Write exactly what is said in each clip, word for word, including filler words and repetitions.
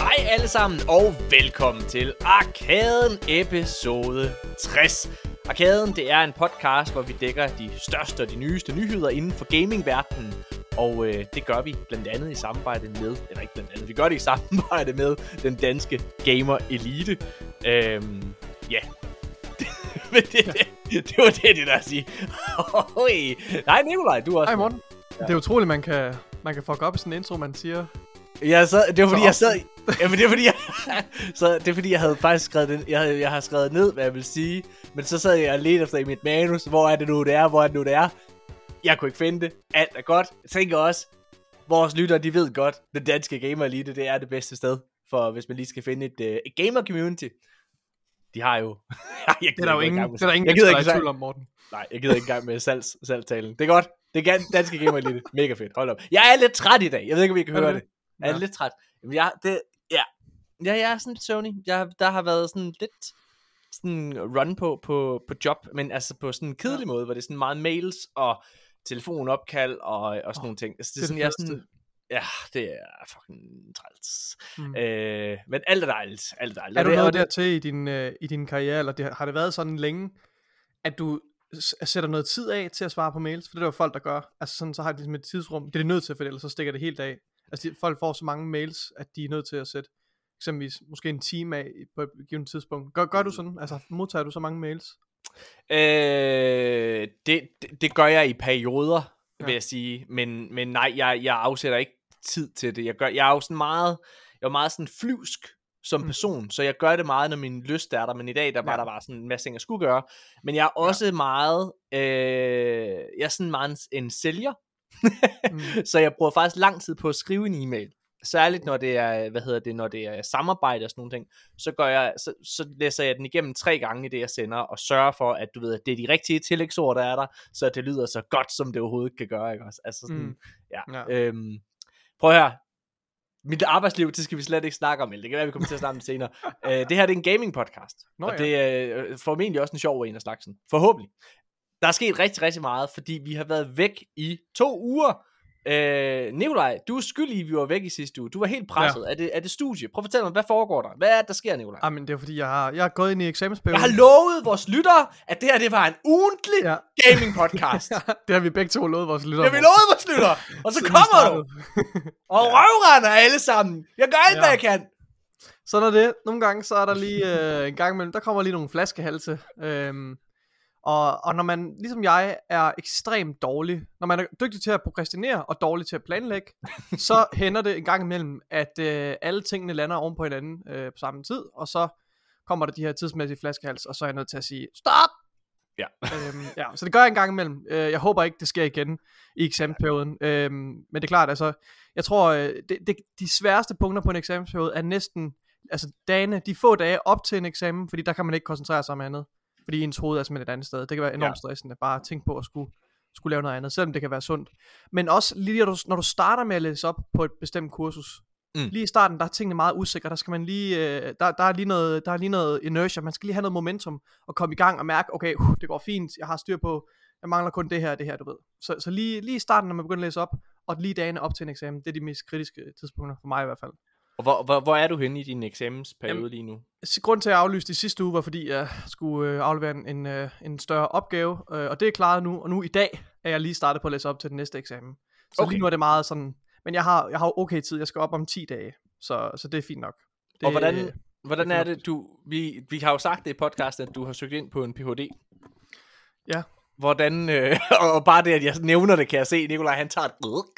Hej alle sammen, og velkommen til Arkaden episode tres. Arkaden, det er en podcast, hvor vi dækker de største og de nyeste nyheder inden for gamingverdenen. Og øh, det gør vi blandt andet i samarbejde med, eller ikke blandt andet, vi gør det i samarbejde med den danske gamer elite. Øhm, ja. Men det, det, det var det, det der at sige. Nej, Nikolaj, du er også. Hej Morten. Ja. Det er utroligt, man kan, man kan fuck op i sådan en intro, man siger. Ja, så, det var fordi, jeg sad... Ja, men det er fordi, jeg... så det er fordi, jeg havde faktisk skrevet den, jeg, havde, jeg har skrevet ned, hvad jeg vil sige. Men så sad jeg lidt efter i mit manus. Hvor er det nu, det er? Hvor er det nu, det er? Jeg kunne ikke finde det. Alt er godt. Jeg tænker også, vores lyttere, de ved godt, den danske gamer elite, det er det bedste sted. For hvis man lige skal finde et, uh, et gamer community. De har jo... jeg det er der jo ingen, det er der ingen, jeg gider ikke tvivl om, Morten. Nej, jeg gider ikke engang med salgs, salgtalen. Det er godt. Det er danske gamer elite. Mega fedt. Hold op. Jeg er lidt træt i dag. Jeg ved ikke, om I kan høre det. Jeg er ja. lidt træt. Jamen, jeg, det, ja. ja, jeg er sådan lidt søvnig. Jeg, der har været sådan lidt sådan run på, på, på job, men altså på sådan en kedelig ja. måde, hvor det er sådan meget mails og telefonopkald og, og sådan oh, nogle ting. Altså, det er sådan, jeg er sådan, ja, det er fucking træls. Mm. Øh, men alt er dejligt. Alt er dejligt. Er du noget dertil i din, øh, i din karriere, eller det, har det været sådan længe, at du sætter noget tid af til at svare på mails? For det er jo folk, der gør. Altså sådan, så har de ligesom et tidsrum. Det er det nødt til, for ellers så stikker det helt af. Altså de, folk får så mange mails, at de er nødt til at sætte eksempelvis måske en time af på et givet tidspunkt. Gør, gør du sådan? Altså modtager du så mange mails? Øh, det, det, det gør jeg i perioder, ja. vil jeg sige. Men, men nej, jeg, jeg afsætter ikke tid til det. Jeg, gør, jeg er jo sådan meget, jeg er meget sådan flyvsk som mm. person, så jeg gør det meget, når min lyst er der. Men i dag, der var ja. der bare sådan en masse ting, jeg skulle gøre. Men jeg er også ja. meget, øh, jeg er sådan meget en, en sælger. mm. Så jeg bruger faktisk lang tid på at skrive en e-mail. Særligt når det er, hvad hedder det, når det er samarbejde og sådan nogle ting, så gør jeg, så, så læser jeg den igennem tre gange i det jeg sender, og sørger for, at du ved, at det er de rigtige tillægsord, der er der, så det lyder så godt, som det overhovedet kan gøre, ikke også? Altså sådan, mm. ja. ja. Øhm, prøv her. Mit arbejdsliv, det skal vi slet ikke snakke om, eller det kan være, vi kommer til at snakke om det senere. øh, det her, det er en gaming podcast, Nå, og ja. det er øh, formentlig også en sjov en af slagsen. Forhåbentlig. Der er sket rigtig, rigtig meget, fordi vi har været væk i to uger. Øh, Nikolaj, du er skyldig, at vi var væk i sidste uge. Du var helt presset. Ja. Er, det, er det studie? Prøv at fortælle mig, hvad foregår der? Hvad er det, der sker, Nikolaj? Jamen, det er fordi, jeg har, jeg har gået ind i eksamensperioden. Jeg har lovet vores lyttere, at det her, det var en ugentlig ja. gaming podcast. ja, det har vi begge to lovet vores lyttere. Det har vi lovet vores lyttere. Og så kommer du. og røvrender alle sammen. Jeg gør alt, ja. hvad jeg kan. Sådan er det. Nogle gange, så er der lige øh, en gang imellem, der kommer lige nogle flaskehalse. Øhm, Og, og når man, ligesom jeg, er ekstremt dårlig, når man er dygtig til at prokrastinere og dårlig til at planlægge, så hænder det en gang imellem, at øh, alle tingene lander oven på hinanden øh, på samme tid, og så kommer der de her tidsmæssige flaskehals, og så er jeg nødt til at sige, stop! Ja. øhm, ja, så det gør jeg en gang imellem. Øh, jeg håber ikke, det sker igen i eksamensperioden. Øhm, men det er klart, altså, jeg tror, øh, det, det, de sværeste punkter på en eksamensperiode er næsten, altså dagene, de få dage op til en eksamen, fordi der kan man ikke koncentrere sig om andet. Fordi ens hoved er simpelthen et andet sted. Det kan være enormt ja. stressende, bare at tænke på at skulle, skulle lave noget andet, selvom det kan være sundt. Men også lige når du, når du starter med at læse op på et bestemt kursus, mm. lige i starten, der er tingene meget usikre, der skal man lige, øh, der, der, er lige noget, der er lige noget inertia, man skal lige have noget momentum, og komme i gang og mærke, okay, uh, det går fint, jeg har styr på, jeg mangler kun det her og det her, du ved. Så, så lige, lige i starten, når man begynder at læse op, og lige dagene op til en eksamen, det er de mest kritiske tidspunkter, for mig i hvert fald. Og hvor, hvor, hvor er du henne i din eksamensperiode Jamen, lige nu? Grund til at aflyse det sidste uge var, fordi jeg skulle øh, aflevere en, en, øh, en større opgave, øh, og det er klaret nu, og nu i dag er jeg lige startet på at læse op til den næste eksamen. Så okay. lige nu er det meget sådan, men jeg har, jeg har okay tid, jeg skal op om ti dage, så, så det er fint nok. Det, og hvordan, hvordan er det, du, vi, vi har jo sagt det i podcasten, at du har søgt ind på en P H D. Ja. Hvordan, øh, og bare det, at jeg nævner det, kan jeg se, Nikolaj, han tager et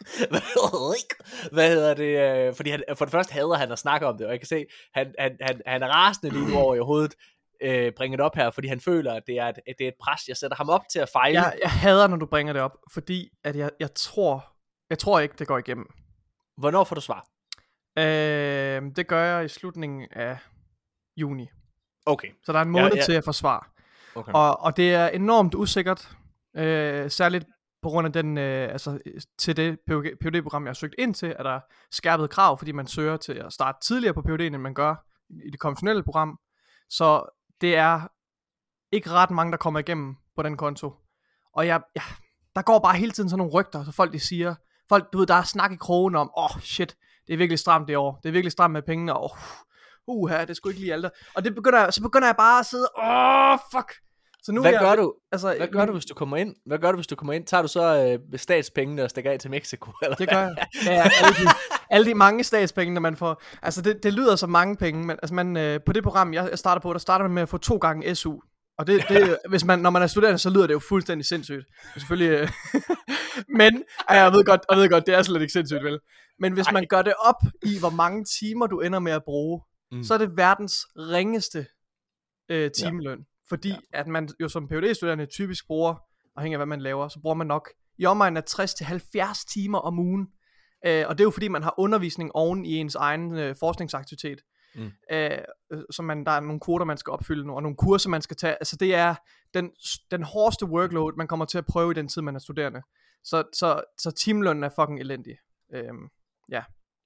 hvad hedder det, øh, fordi han, for det første hader han at snakke om det, og jeg kan se, han, han, han, han er rasende lige nu over i hovedet, øh, bringe det op her, fordi han føler, at det er et, at det er et pres, jeg sætter ham op til at fejle. Jeg, jeg hader, når du bringer det op, fordi at jeg, jeg tror, jeg tror ikke, det går igennem. Hvornår får du svar? Øh, det gør jeg i slutningen af juni. Okay. Så der er en måned ja, ja. til at få svar. Okay. Og, og det er enormt usikkert, øh, særligt på grund af den, øh, altså til det P H D-program, jeg har søgt ind til, er der skærpet krav, fordi man søger til at starte tidligere på P H D'en, end man gør i det konventionelle program. Så det er ikke ret mange, der kommer igennem på den konto. Og jeg, ja, der går bare hele tiden sådan nogle rygter, så folk de siger, folk, du ved, der er snak i krogen om, åh oh, shit, det er virkelig stramt det år. Det er virkelig stramt med pengene, og uh, uh det er sgu ikke lige alt. Og det begynder, så begynder jeg bare at sidde, åh, oh, fuck. Så nu hvad jeg, gør du? Altså, hvad gør du, hvis du kommer ind? Hvad gør du, hvis du kommer ind? Tager du så øh, statspengene og stikker af til Mexico? Eller? Det gør jeg. Ja, ja, alle, de, alle de mange statspenge, man får. Altså, det, det lyder som mange penge, men altså, man, øh, på det program, jeg, jeg starter på, der starter man med at få to gange S U. Og det, det hvis man, når man er studerende, så lyder det jo fuldstændig sindssygt. Selvfølgelig, øh, men, ja, jeg ved godt, jeg ved godt, det er slet ikke sindssygt, vel? Men hvis Ej. man gør det op i, hvor mange timer du ender med at bruge, mm. så er det verdens ringeste øh, timeløn. Ja. Fordi ja. at man jo som P H D-studerende typisk bruger, afhængig af hvad man laver, så bruger man nok i omegnen af tres til halvfjerds timer om ugen. Øh, og det er jo fordi man har undervisning oven i ens egen øh, forskningsaktivitet. Mm. Øh, så man, der er nogle kvoter man skal opfylde, og nogle kurser man skal tage. Altså det er den, den hårdeste workload man kommer til at prøve i den tid man er studerende. Så, så, så timelønnen er fucking elendig. øh, Ja.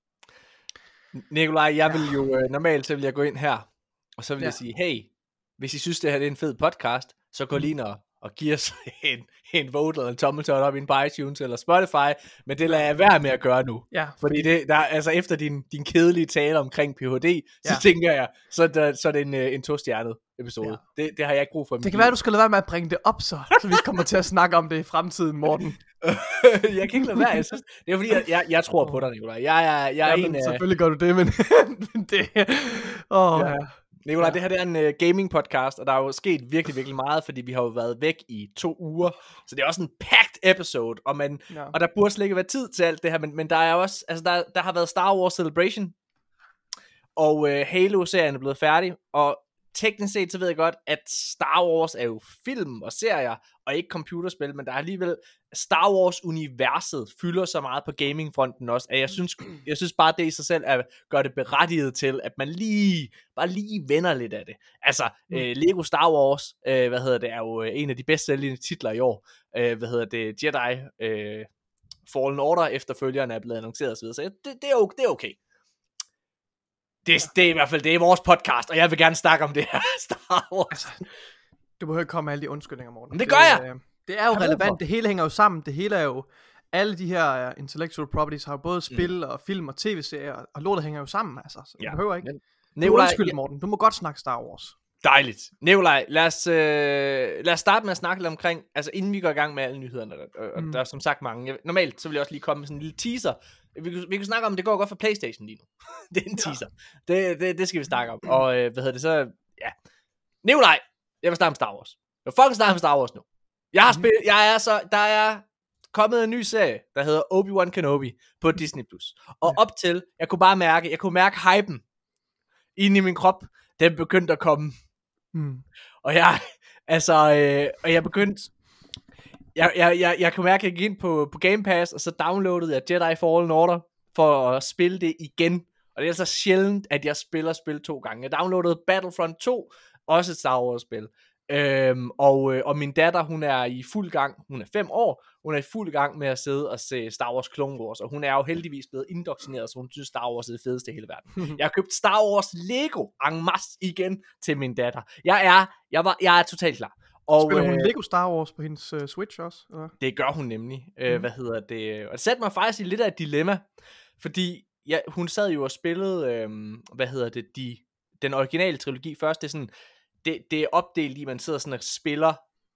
Nikolaj, jeg vil jo øh, normalt så vil jeg gå ind her, og så vil ja. jeg sige, hey, hvis I synes det her det er en fed podcast, så gå lige ind og, og giv os en, en vote eller en tommeltot op ind på iTunes eller Spotify, men det lader jeg være med at gøre nu. Ja, fordi det, der, altså efter din, din kedelige tale omkring P H D, så ja. tænker jeg, så, der, så er det en, en to-stjernet episode. Ja. Det, det har jeg ikke brug for. Det kan være, at du skal lade være med at bringe det op så, så vi kommer til at snakke om det i fremtiden, Morten. Jeg kan ikke lade være. Jeg synes, det er fordi, jeg, jeg, jeg tror på dig, Nikolaj. Jeg, jeg, jeg er ja, en af... Selvfølgelig gør du det, men det... Åh, ja. Nikolaj, ja. det her det er en uh, gaming podcast, og der er jo sket virkelig, virkelig meget, fordi vi har jo været væk i to uger, så det er også en packed episode, og, man, ja. og der burde slet ikke være tid til alt det her, men, men der er også, altså der, der har været Star Wars Celebration, og uh, Halo-serien er blevet færdig, og teknisk set så ved jeg godt, at Star Wars er jo film og serier, og ikke computerspil, men der er alligevel, Star Wars-universet fylder så meget på gamingfronten også, at jeg synes, jeg synes bare, det i sig selv er, gør det berettiget til, at man lige, bare lige vender lidt af det. Altså, mm. øh, Lego Star Wars, øh, hvad hedder det, er jo en af de bedst sælgende titler i år. Øh, hvad hedder det, Jedi øh, Fallen Order efterfølgerne er blevet annonceret osv., så det, det, er jo, det er okay. Det, det er i hvert fald, det er vores podcast, og jeg vil gerne snakke om det her Star Wars. Altså, du behøver ikke komme med alle de undskyldninger, Morten. Men det gør jeg! Det, det er jo relevant, det hele hænger jo sammen, det hele er jo, alle de her uh, intellectual properties har jo både spil mm. og film og tv-serier, og lortet hænger jo sammen, altså, så ja. Du behøver ikke. Men, du undskyld, Morten, du må godt snakke Star Wars. Dejligt. Nikolaj, lad os, øh, lad os starte med at snakke lidt omkring, altså inden vi går i gang med alle nyhederne, og, og mm. der er som sagt mange. Jeg, normalt så vil jeg også lige komme med sådan en lille teaser. Vi, vi kan snakke om, det går godt for PlayStation lige nu. Det er en teaser. Ja. Det, det, det skal vi snakke om. Og øh, hvad hedder det så? Ja. Nikolaj, jeg vil snakke om Star Wars. Jeg vil fucking snakke om Star Wars nu. Jeg har spillet, jeg er så, der er kommet en ny serie, der hedder Obi-Wan Kenobi på Disney plus. Og op til, jeg kunne bare mærke, jeg kunne mærke hypen inde i min krop, den begyndte at komme. Mm. Og jeg, altså, øh, og jeg begyndte, jeg, jeg, jeg, jeg kunne mærke, at jeg gik ind på, på Game Pass, og så downloadede jeg Jedi Fallen Order, for at spille det igen. Og det er så sjældent, at jeg spiller spil to gange. Jeg downloadede Battlefront to, også et Star Wars spil. Øhm, og, øh, og min datter, hun er i fuld gang, hun er fem år, hun er i fuld gang med at sidde og se Star Wars Clone Wars, og hun er jo heldigvis blevet indoktrineret, så hun synes Star Wars er det fedeste i hele verden. Jeg har købt Star Wars Lego en masse igen til min datter. Jeg er, jeg var, jeg er totalt klar. Og, spiller hun øh, Lego Star Wars på hendes uh, Switch også? Eller? Det gør hun nemlig. Mm. Øh, hvad hedder det? Og det satte mig faktisk i lidt af et dilemma, fordi ja, hun sad jo og spillede, øh, hvad hedder det, de, den originale trilogi først. Det er sådan, det, det er opdelt i, man sidder sådan og spiller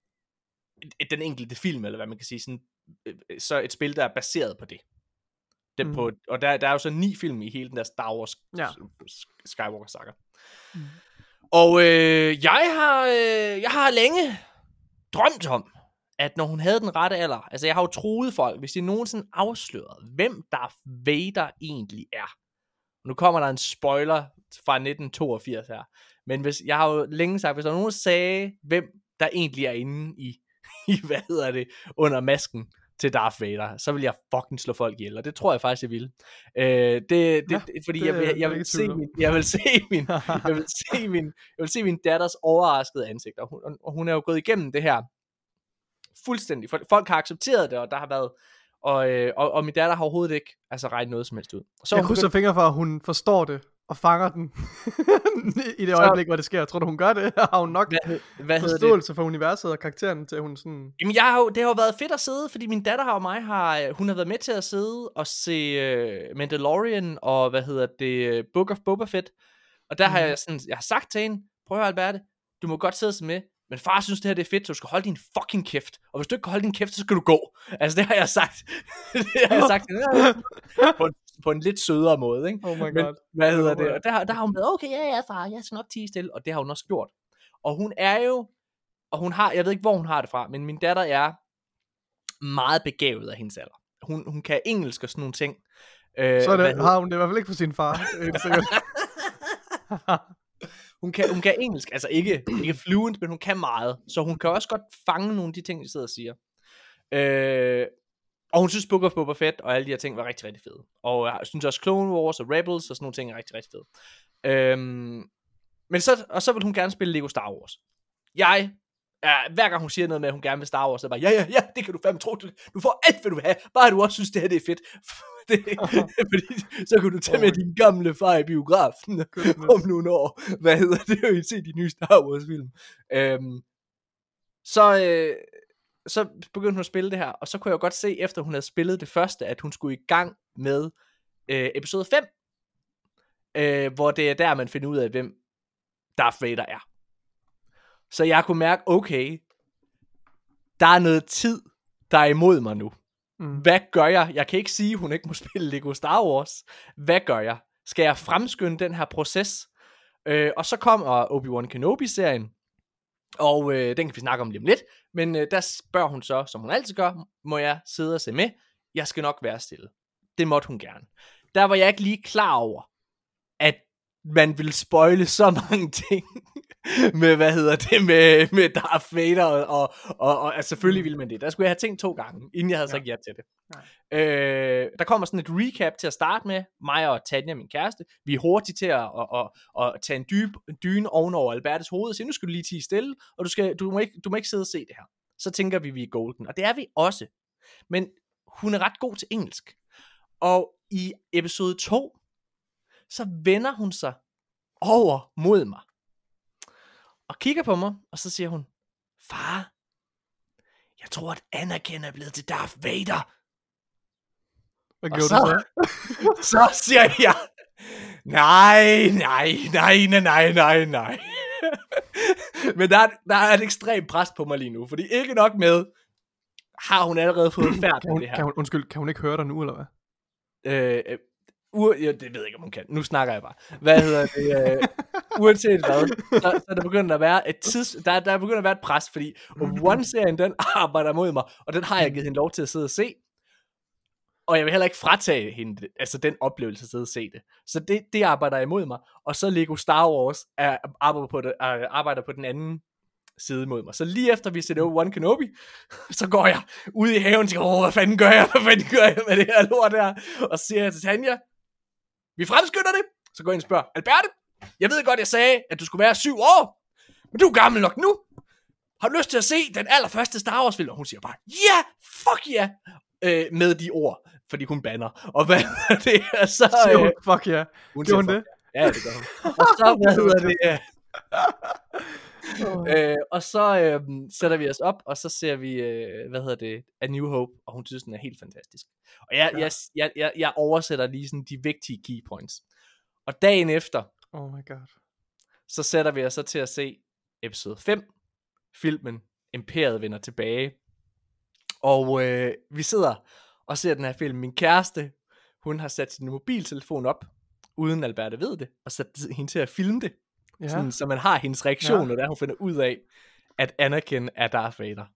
den enkelte film, eller hvad man kan sige, sådan, så et spil, der er baseret på det. det mm. på, og der, der er jo så ni film i hele den der Star Wars ja. Skywalker saga. Mm. Og øh, jeg har øh, jeg har længe drømt om, at når hun havde den rette alder, altså jeg har jo troet folk, hvis de nogensinde afslørede, hvem Darth Vader egentlig er. Nu kommer der en spoiler fra nitten toogfirs her, men hvis, jeg har jo længe sagt, hvis der nogen sagde, hvem der egentlig er inde i, i hvad hedder det, under masken til Darth Vader, så vil jeg fucking slå folk ihjel, og det tror jeg faktisk, jeg vil. Øh, det, det, ja, fordi det, jeg, jeg, jeg, vil se min, jeg vil se min, jeg vil se min, jeg vil se min datters overraskede ansigt, og hun, og hun er jo gået igennem det her fuldstændig. Folk har accepteret det, og der har været, og, og, og min datter har overhovedet ikke altså regnet noget som helst ud. Så jeg krydser begyndt... fingre for, at hun forstår det, og fanger den i det øjeblik, hvor det sker. Tror du, hun gør det? Har hun nok hvad, hvad forståelse for universet og karakteren til, hun sådan... Jamen, jeg har jo, det har jo været fedt at sidde, fordi min datter har og mig, har, hun har været med til at sidde og se uh, Mandalorian og, hvad hedder det, Book of Boba Fett. Og der mm. har jeg sådan, jeg har sagt til hende, prøv at høre, Alberte, du må godt sidde sig med, men far synes, det her det er fedt, så du skal holde din fucking kæft. Og hvis du ikke kan holde din kæft, så skal du gå. Altså, det har jeg sagt. det har jeg sagt på, en, på en lidt sødere måde, ikke? Oh my men, god. hvad hedder det? Og der, der har hun været, okay, ja, ja, far, jeg skal nok tie stille. Og det har hun også gjort. Og hun er jo, og hun har, jeg ved ikke, hvor hun har det fra, men min datter er meget begavet af hendes alder. Hun, hun kan engelsk og sådan nogle ting. Øh, så det, har hun det i hvert fald ikke for sin far. hun, kan, hun kan engelsk, altså ikke, ikke fluent, men hun kan meget. Så hun kan også godt fange nogle af de ting, de sidder og siger. Øh, og hun synes Book of Boba Fett og alle de her ting var rigtig, rigtig fede. Og jeg synes også Clone Wars og Rebels og sådan nogle ting er rigtig, rigtig fede. Øh, men så, og så vil hun gerne spille Lego Star Wars. Jeg Ja, hver gang hun siger noget med, at hun gerne vil Star Wars, så er bare, ja, ja, ja, det kan du fandme tro, du, du får alt, hvad du vil have, bare du også synes, det her det er fedt. det, fordi, så kan du tage med din gamle far i biografen om nogle år. Hvad hedder det? Og se de nye Star Wars film. Øhm, så, øh, så begyndte hun at spille det her, og så kunne jeg godt se, efter hun havde spillet det første, at hun skulle i gang med øh, episode fem, øh, hvor det er der, man finder ud af, hvem Darth Vader er. Så jeg kunne mærke, okay, der er noget tid, der er imod mig nu. Mm. Hvad gør jeg? Jeg kan ikke sige, at hun ikke må spille Lego Star Wars. Hvad gør jeg? Skal jeg fremskynde den her proces? Øh, og så kommer Obi-Wan Kenobi-serien, og øh, den kan vi snakke om lige om lidt, men øh, der spørger hun så, som hun altid gør, må jeg sidde og se med? Jeg skal nok være stille. Det måtte hun gerne. Der var jeg ikke lige klar over, at man ville spoile så mange ting med, hvad hedder det, med, med Darth Vader, og, og, og, og altså, selvfølgelig ville man det. Der skulle jeg have tænkt to gange, inden jeg havde sagt ja, ja til det. Øh, der kommer sådan et recap til at starte med, mig og Tanja, min kæreste. Vi er hurtige til at, at, at, at, at tage en dyb dyne ovenover Albertes hoved, og sige, nu skal du lige tie stille, og du, skal, du, må ikke, du må ikke sidde og se det her. Så tænker vi, vi er golden, og det er vi også. Men hun er ret god til engelsk. Og i episode to, så vender hun sig over mod mig, og kigger på mig, og så siger hun, far, jeg tror, at Anakin er blevet til Darth Vader. Hvad og gjorde så, du så? så siger jeg, nej, nej, nej, nej, nej, nej, nej. Men der er, der er et ekstremt pres på mig lige nu, fordi ikke nok med, har hun allerede fået færd med det her. Kan hun, undskyld, kan hun ikke høre dig nu, eller hvad? Øh, uh, ja, det ved jeg ikke, om hun kan. Nu snakker jeg bare. Hvad hedder det? Uh, uanset hvad, så, så der begynder at være et tids, der, der begynder at være et pres, fordi One-serien, den arbejder mod mig, og den har jeg givet hende lov til at sidde og se. Og jeg vil heller ikke fratage hende, altså den oplevelse at sidde og se det. Så det, det arbejder imod mig. Og så Lego Star Wars er, arbejder, på det, er, arbejder på den anden side mod mig. Så lige efter vi ser Obi-Wan Kenobi, så går jeg ud i haven og tænker, åh, hvad fanden gør jeg? Hvad fanden gør jeg med det her lort her? Og så siger jeg til Tanja, vi fremskynder det. Så går jeg ind og spørger, Alberte, jeg ved godt, jeg sagde, at du skulle være syv år, men du er gammel nok nu. Har du lyst til at se den allerførste Star Wars film? Og hun siger bare, ja, yeah, fuck ja, yeah! øh, med de ord, fordi hun banner. Og hvad det er så... Siger hun, fuck ja. Yeah. Hun Gjorde siger, hun det? Ja, det gør hun. Og så, hvad hedder det... Oh. Øh, og så øh, sætter vi os op, og så ser vi, øh, hvad hedder det, A New Hope, og hun synes, den er helt fantastisk. Og jeg, ja. jeg, jeg, jeg oversætter lige sådan de vigtige key points. Og dagen efter, oh my god, så sætter vi os så til at se episode fem, filmen Imperiet vender tilbage. Og øh, vi sidder og ser den her film. Min kæreste, hun har sat sin mobiltelefon op, uden Alberte ved det, og sat hende til at filme det. Ja. Sådan, så man har hendes reaktion, ja. Og der hun finder ud af, at Anakin er Darth Vader.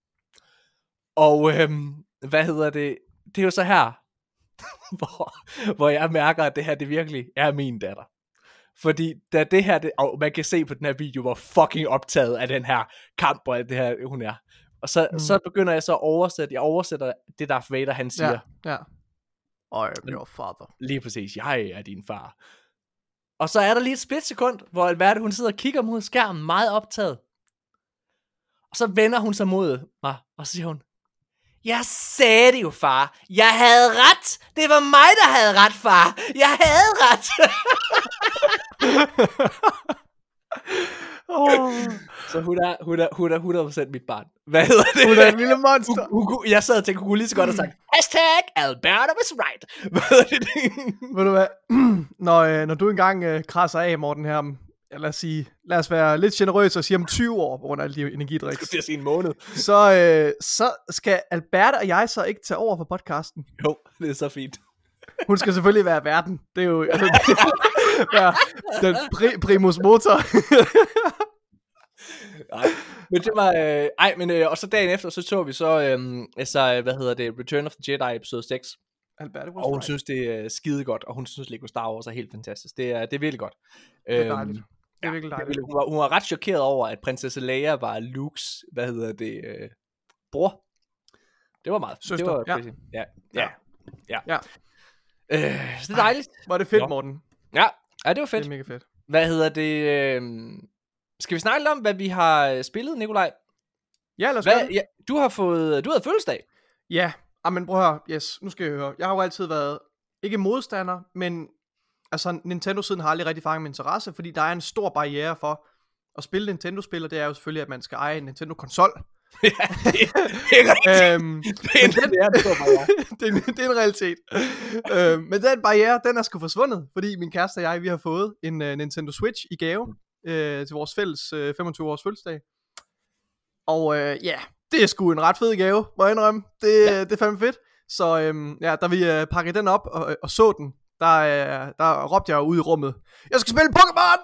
Og øhm, hvad hedder det? Det er jo så her, hvor, hvor jeg mærker, at det her det virkelig er min datter. Fordi da det her, det, og man kan se på den her video, hvor fucking optaget af den her kamp, og det her hun er. Og så, mm. så begynder jeg så at oversætte, jeg oversætter det Darth Vader, han siger. Ja, ja. I am your father. Lige præcis, jeg er din far. Og så er der lige et splitsekund, hvor Alberte, hun sidder og kigger mod skærmen, meget optaget. Og så vender hun sig mod mig, og så siger hun, Jeg sagde det jo, far. Jeg havde ret. Det var mig, der havde ret, far. Jeg havde ret. Oh. Så hun er, hun, er, hun er hundrede procent mit barn. Hvad hedder det? Hun er en lille monster. Hun, hun, jeg sad og tænkte, hun kunne lige så godt have sagt, hashtag Alberta was right. Hvad hedder det? Ved du hvad? Når, øh, når du engang øh, krasser af, Morten, her om, ja, lad os sige, lad os være lidt generøse og sige om tyve år, på grund af alle de energidriks. Det er sige en måned. Så, øh, så skal Alberta og jeg så ikke tage over for podcasten. Jo, det er så fint. Hun skal selvfølgelig være verden. Det er jo altså, ja, den pri- primus motor. Nej, men det var, øh, ej, men øh, og så dagen efter, så så vi så, øh, altså, hvad hedder det, Return of the Jedi episode seks. Alberta was Og hun right. synes, det er skide godt, og hun synes, Lego Star Wars er helt fantastisk. Det er, det er virkelig godt. Det er dejligt. Øhm, Det er virkelig dejligt. Hun var, hun var ret chokeret over, at prinsesse Leia var Lukes, hvad hedder det, øh, bror. Det var meget. Søster, Det var ja. crazy. Ja, ja, ja. Ja. Øh, så det er dejligt. Var det fedt, Nå. Morten? Ja, ja, det var Det fedt. er mega fedt. Hvad hedder det? Øh, skal vi snakke lidt om, hvad vi har spillet, Nikolaj? Ja, lad os Hvad, gøre det. ja, du har fået, du havde fødselsdag. Ja, ah, men prøv at høre. Yes, nu skal jeg høre. Jeg har jo altid været, ikke modstander, men altså Nintendo-siden har aldrig rigtig fanget min interesse, fordi der er en stor barriere for at spille Nintendo-spil, og det er jo selvfølgelig, at man skal eje en Nintendo-konsol. Ja, det, det er rigtigt. øhm, det, er, det, er, det, er, det, er, en- det er en realitet. øhm, men den barriere, den er sgu forsvundet, fordi min kæreste og jeg, vi har fået en uh, Nintendo Switch i gave uh, til vores fælles uh, femogtyve års fødselsdag. Og uh, ja, yeah, det er sgu en ret fed gave, må jeg indrømme. Det, ja. det er fandme fedt. Så øhm, ja, da vi uh, pakkede den op og, og så den, der, uh, der råbte jeg jo ud i rummet, jeg skal spille Pokémon!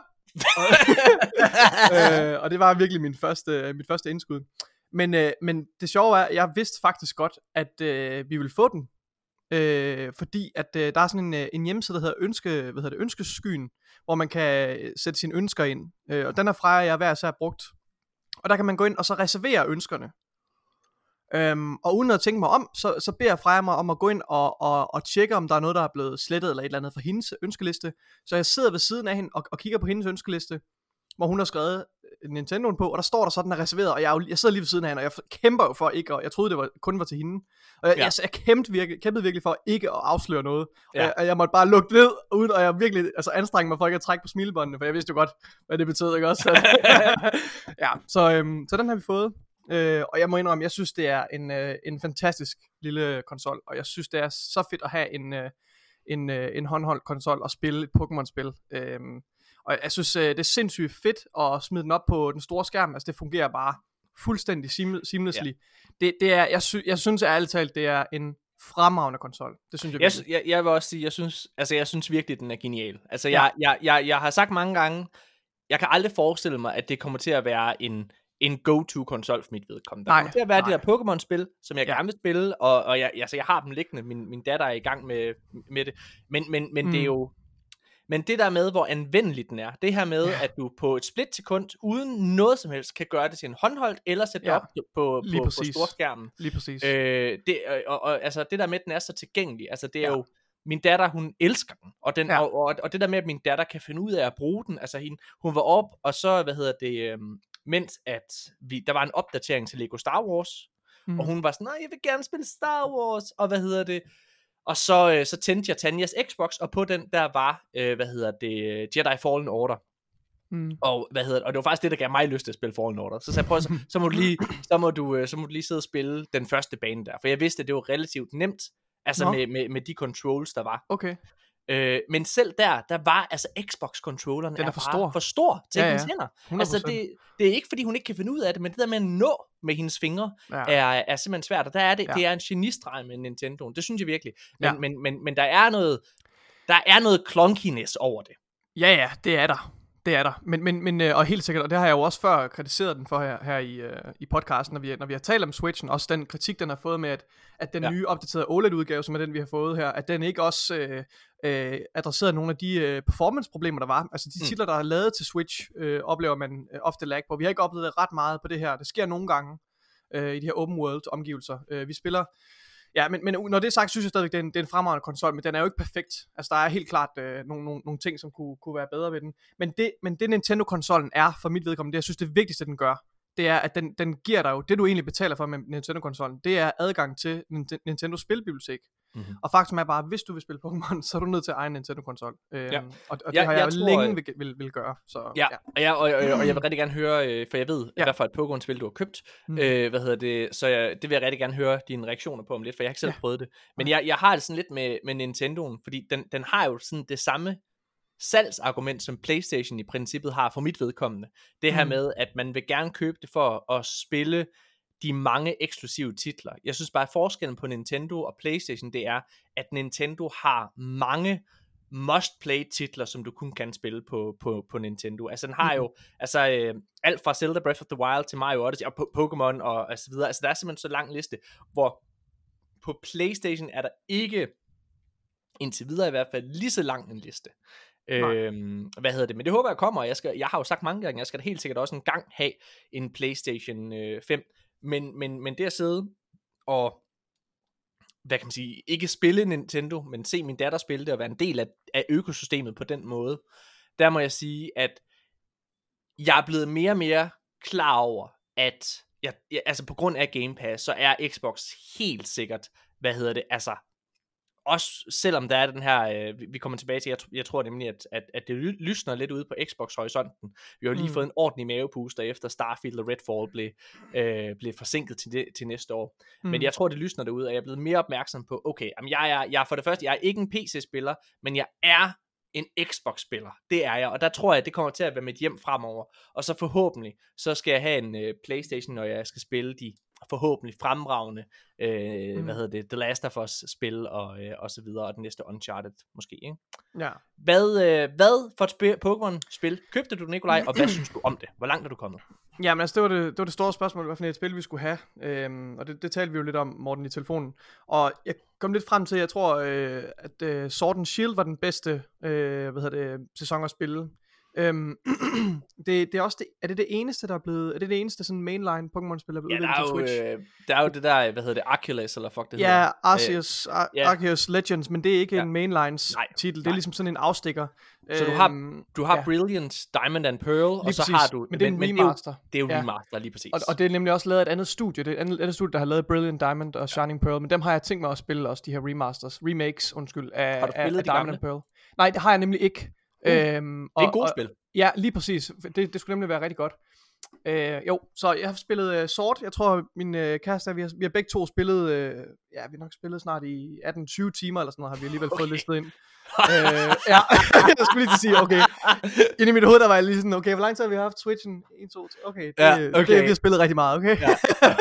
øh, og det var virkelig min første, mit første indskud. Men, øh, men det sjove er, at jeg vidste faktisk godt, at øh, vi ville få den. Øh, fordi at øh, der er sådan en, øh, en hjemmeside, der hedder, ønske, hvad hedder det, Ønskeskyen, hvor man kan øh, sætte sine ønsker ind. Øh, og den er fra, jeg hver især brugt. Og der kan man gå ind og så reservere ønskerne. Øhm, og uden at tænke mig om, så, så beder Freja mig om at gå ind og, og, og tjekke, om der er noget, der er blevet slettet eller et eller andet fra hendes ønskeliste. Så jeg sidder ved siden af hende og, og kigger på hendes ønskeliste, hvor hun har skrevet Nintendoen på, og der står der så, den er reserveret, og jeg, er jo, jeg sidder lige ved siden af hende, og jeg kæmper jo for ikke, og jeg troede, det var, kun var til hende. Og jeg, ja. jeg, jeg kæmpede, virkelig, kæmpede virkelig for ikke at afsløre noget. Ja. Og, jeg, og jeg måtte bare lukke ned, uden, og jeg virkelig altså, anstrengte mig for ikke at trække på smilebåndene, for jeg vidste jo godt, hvad det betød, ikke også? ja, så, øhm, så den har vi fået. Øh, og jeg må indrømme, jeg synes det er en, øh, en fantastisk lille konsol, og jeg synes det er så fedt at have en, øh, en, øh, en håndholdt konsol og spille et Pokémon-spil. øh, Og jeg synes øh, det er sindssygt fedt at smide den op på den store skærm. Altså det fungerer bare fuldstændig seamlessly. Ja. det, det er, jeg, sy- jeg synes ærligt talt, det er en fremragende konsol. Det synes jeg jeg, virkelig. jeg, jeg vil også sige, jeg synes, altså jeg synes virkelig, den er genial. Altså jeg, ja. jeg, jeg, jeg har sagt mange gange, jeg kan aldrig forestille mig, at det kommer til at være en en go-to-konsol for mit vedkommende. Der Nej, kommer til at være nej. de der Pokémon-spil, som jeg Ja. gerne vil spille, og, og jeg, altså, jeg har dem liggende. Min, min datter er i gang med, med det. Men, men, men mm. det er jo... Men det der med, hvor anvendelig den er, det her med, ja. at du på et split-sekund, uden noget som helst, kan gøre det til en håndholdt, eller sætte Ja. det op på, på, på storskærmen. Lige præcis. Øh, det, og, og, altså, det der med, at den er så tilgængelig, altså det er Ja. jo... Min datter, hun elsker den, og, den Ja. og, og, og det der med, at min datter kan finde ud af at bruge den, altså hende, hun var op, og så, hvad hedder det, øhm, mens at vi, der var en opdatering til Lego Star Wars, mm. og hun var sådan, nej, jeg vil gerne spille Star Wars, og hvad hedder det, og så, øh, så tændte jeg Tanjas Xbox, og på den der var, øh, hvad hedder det, Jedi Fallen Order. Mm. Og hvad hedder det? Og det var faktisk det, der gav mig lyst til at spille Fallen Order. Så sagde jeg, prøv, så, så må du lige, så må du, øh, så må du lige sidde og spille den første bane der, for jeg vidste, at det var relativt nemt. Altså med, med, med de controls, der var. Okay. Øh, men selv der, der var, altså Xbox-controlleren Den er er for bare stor. for stor til Ja, ja. hendes hænder. hundrede procent. Altså det, det er ikke, fordi hun ikke kan finde ud af det, men det der med at nå med hendes fingre, Ja. er, er simpelthen svært. Og der er det, Ja. det er en genistreg med Nintendoen. Det synes jeg virkelig. Men, Ja. men, men, men der er noget, der er noget clunkiness over det. Ja, ja, det er der. Det er der. Men, men, men øh, og helt sikkert, og det har jeg jo også før kritiseret den for her, her i, øh, i podcasten, når vi, når vi har talt om Switchen, også den kritik, den har fået med, at, at den Ja. ja. nye opdaterede O L E D-udgave, som er den, vi har fået her, at den ikke også øh, øh, adresserede nogle af de øh, performance-problemer, der var. Altså de Mm. titler, der er lavet til Switch, øh, oplever man øh, ofte lag på. Vi har ikke oplevet det ret meget på det her. Det sker nogle gange øh, i de her open world-omgivelser. Øh, vi spiller... Ja, men, men når det er sagt, synes jeg stadigvæk, det er en, det er en fremragende konsol, men den er jo ikke perfekt. Altså, der er helt klart øh, nogle, nogle, nogle ting, som kunne, kunne være bedre ved den. Men det, men det Nintendo-konsollen er, for mit vedkommende, det jeg synes, det vigtigste, den gør, det er, at den, den giver dig jo, det du egentlig betaler for med Nintendo-konsollen, det er adgang til Nintendo spilbibliotek. Mm-hmm. Og faktum er bare, at hvis du vil spille Pokémon, så er du nødt til at eje en Nintendo-konsol. Øhm, ja. Og, og det ja, har jeg, jeg tror, længe vil, vil, vil gøre. Så, ja, ja. ja og, og, og jeg vil rigtig gerne høre, for jeg ved, ja. hvad for et Pokémon-spil du har købt. Mm. Øh, hvad hedder det? Så jeg, det vil jeg rigtig gerne høre dine reaktioner på om lidt, for jeg har ikke selv ja. prøvet det. Men jeg, jeg har det sådan lidt med, med Nintendoen, fordi den, den har jo sådan det samme salgsargument, som PlayStation i princippet har for mit vedkommende. Det her mm. med, at man vil gerne købe det for at spille de mange eksklusive titler. Jeg synes bare, at forskellen på Nintendo og PlayStation, det er, at Nintendo har mange must-play titler, som du kun kan spille på, på, på Nintendo. Altså den har jo mm. altså, øh, alt fra Zelda Breath of the Wild til Mario Odyssey og po- Pokémon og, og så videre. Altså der er simpelthen så lang liste, hvor på PlayStation er der ikke, indtil videre i hvert fald, lige så lang en liste. Øhm, hvad hedder det? Men det håber jeg kommer. Jeg, skal, jeg har jo sagt mange gange, jeg skal da helt sikkert også en gang have en PlayStation øh, fem. Men, men, men det at sidde og, hvad kan man sige, ikke spille Nintendo, men se min datter spille det og være en del af, af økosystemet på den måde, der må jeg sige, at jeg er blevet mere og mere klar over, at jeg, jeg, altså på grund af Game Pass, så er Xbox helt sikkert, hvad hedder det, altså også selvom der er den her, øh, vi kommer tilbage til, jeg, jeg tror nemlig, at, at, at det lysner lidt ude på Xbox-horisonten. Vi har jo lige mm. fået en ordentlig mavepuster, efter Starfield og Redfall blev, øh, blev forsinket til, det, til næste år. Mm. Men jeg tror, det lysner derude, og jeg er blevet mere opmærksom på, okay, jamen jeg, er, jeg er for det første, jeg er ikke en P C-spiller, men jeg er en Xbox-spiller. Det er jeg, og der tror jeg, at det kommer til at være mit hjem fremover. Og så forhåbentlig, så skal jeg have en øh, PlayStation, når jeg skal spille de forhåbentlig fremragende, øh, mm. hvad hedder det, The Last of Us spil og, øh, og så videre, og den næste Uncharted måske, ikke? Ja. Hvad, øh, hvad for et sp- Pokémon-spil købte du, Nikolaj, og hvad synes du om det? Hvor langt er du kommet? Jamen altså, det var det, det, var det store spørgsmål, hvad for et spil vi skulle have, øhm, og det, det talte vi jo lidt om, Morten, i telefonen, og jeg kom lidt frem til, jeg tror, øh, at øh, Sword and Shield var den bedste, øh, hvad hedder det, sæson at spille. Øhm, det, det er også det, er det det eneste der er blevet, er det det eneste sådan mainline Pokémon-spil der er blevet ja, udviklet til Switch? Øh, der er jo det der, hvad hedder det, Arceus eller fuck det ja, hedder. Ja, Arceus, Ar- yeah. Arceus Legends, men det er ikke ja. en mainlines nej, titel, det nej. er ligesom sådan en afstikker. Så du har, du har ja. Brilliant, Diamond and Pearl, lige og så præcis. har du, men det er en men, remaster. Men det er jo, det er jo remaster, ja. lige præcis. Og, og det er nemlig også lavet et andet studie, det er et andet, andet studie, der har lavet Brilliant Diamond og Shining Pearl, men dem har jeg tænkt mig at spille også, de her remasters, remakes, undskyld, af, har du spillet af, af de Diamond gamle? and Pearl. Nej, det har jeg nemlig ikke. Uh, øhm, og, det er gode spil. Ja, lige præcis. Det, det skulle nemlig være rigtig godt. Øh, jo, så jeg har spillet uh, Sword. Jeg tror, min uh, kæreste, vi har, vi har begge to spillet, uh, ja, vi har nok spillet snart i atten tyve timer, eller sådan noget, har vi alligevel okay. fået listet ind. øh, ja, jeg skulle lige til at sige, okay. Inde i mit hoved, der var jeg lige sådan, okay, hvor lang tid har vi haft Switchen? en, to, okay, det, ja, okay. det vi har spillet rigtig meget, okay? Ja.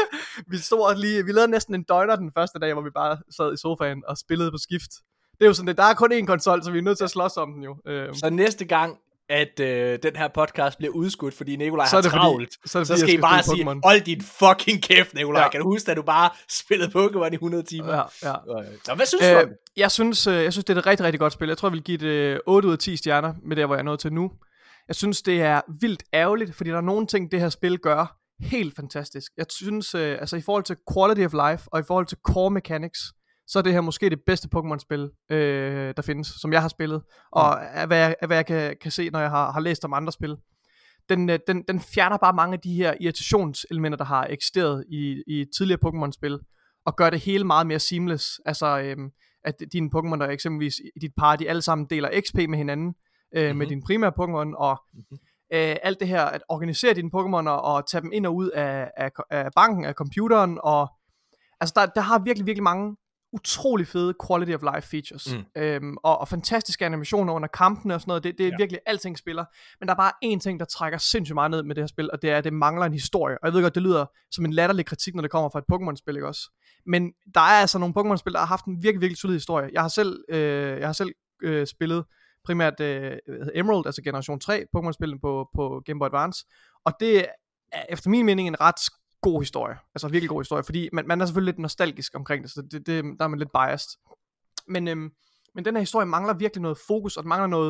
vi stod lige, vi lavede næsten en døgner den første dag, hvor vi bare sad i sofaen og spillede på skift. Det er jo sådan, det, der er kun én konsol, så vi er nødt til at slås om den jo. Øh. Så næste gang, at øh, den her podcast bliver udskudt, fordi Nikolaj så har travlt, fordi, så, så skal I bare sige, hold din fucking kæft, Nikolaj. Ja. Kan du huske, at du bare spillede Pokémon i hundrede timer? Ja, ja. Så hvad synes øh, du om det? Jeg synes, jeg synes, det er et rigtig, rigtig godt spil. Jeg tror, jeg vil give det otte ud af ti stjerner, med det, hvor jeg er nået til nu. Jeg synes, det er vildt ærgerligt, fordi der er nogle ting, det her spil gør helt fantastisk. Jeg synes, øh, altså i forhold til quality of life, og i forhold til core mechanics, så er det her måske det bedste Pokémon-spil, øh, der findes, som jeg har spillet, og af hvad jeg, af hvad jeg kan, kan se, når jeg har, har læst om andre spil. Den, den, den fjerner bare mange af de her irritationselementer, der har eksisteret i, i tidligere Pokémon-spil, og gør det hele meget mere seamless. Altså, øh, at dine Pokémon, der eksempelvis i dit par, de alle sammen deler X P med hinanden, øh, mm-hmm. med dine primære Pokémon, og mm-hmm. øh, alt det her, at organisere dine Pokémon, og, og tage dem ind og ud af, af, af banken, af computeren, og altså, der, der har virkelig, virkelig mange utrolig fede quality of life features, mm. øhm, og, og fantastiske animationer under kampene og sådan noget, det, det er ja. virkelig alting spiller, men der er bare én ting, der trækker sindssygt meget ned med det her spil, og det er, at det mangler en historie, og jeg ved godt, det lyder som en latterlig kritik, når det kommer fra et Pokémon-spil, ikke også? Men der er altså nogle Pokémon-spil, der har haft en virkelig, virkelig solid historie. Jeg har selv, øh, jeg har selv øh, spillet primært øh, Emerald, altså generation tre Pokémon-spillet på, på Game Boy Advance, og det er efter min mening en ret god historie, altså virkelig god historie, fordi man, man er selvfølgelig lidt nostalgisk omkring det, så det, det, der er man lidt biased. Men, øhm, men den her historie mangler virkelig noget fokus, og den mangler noget,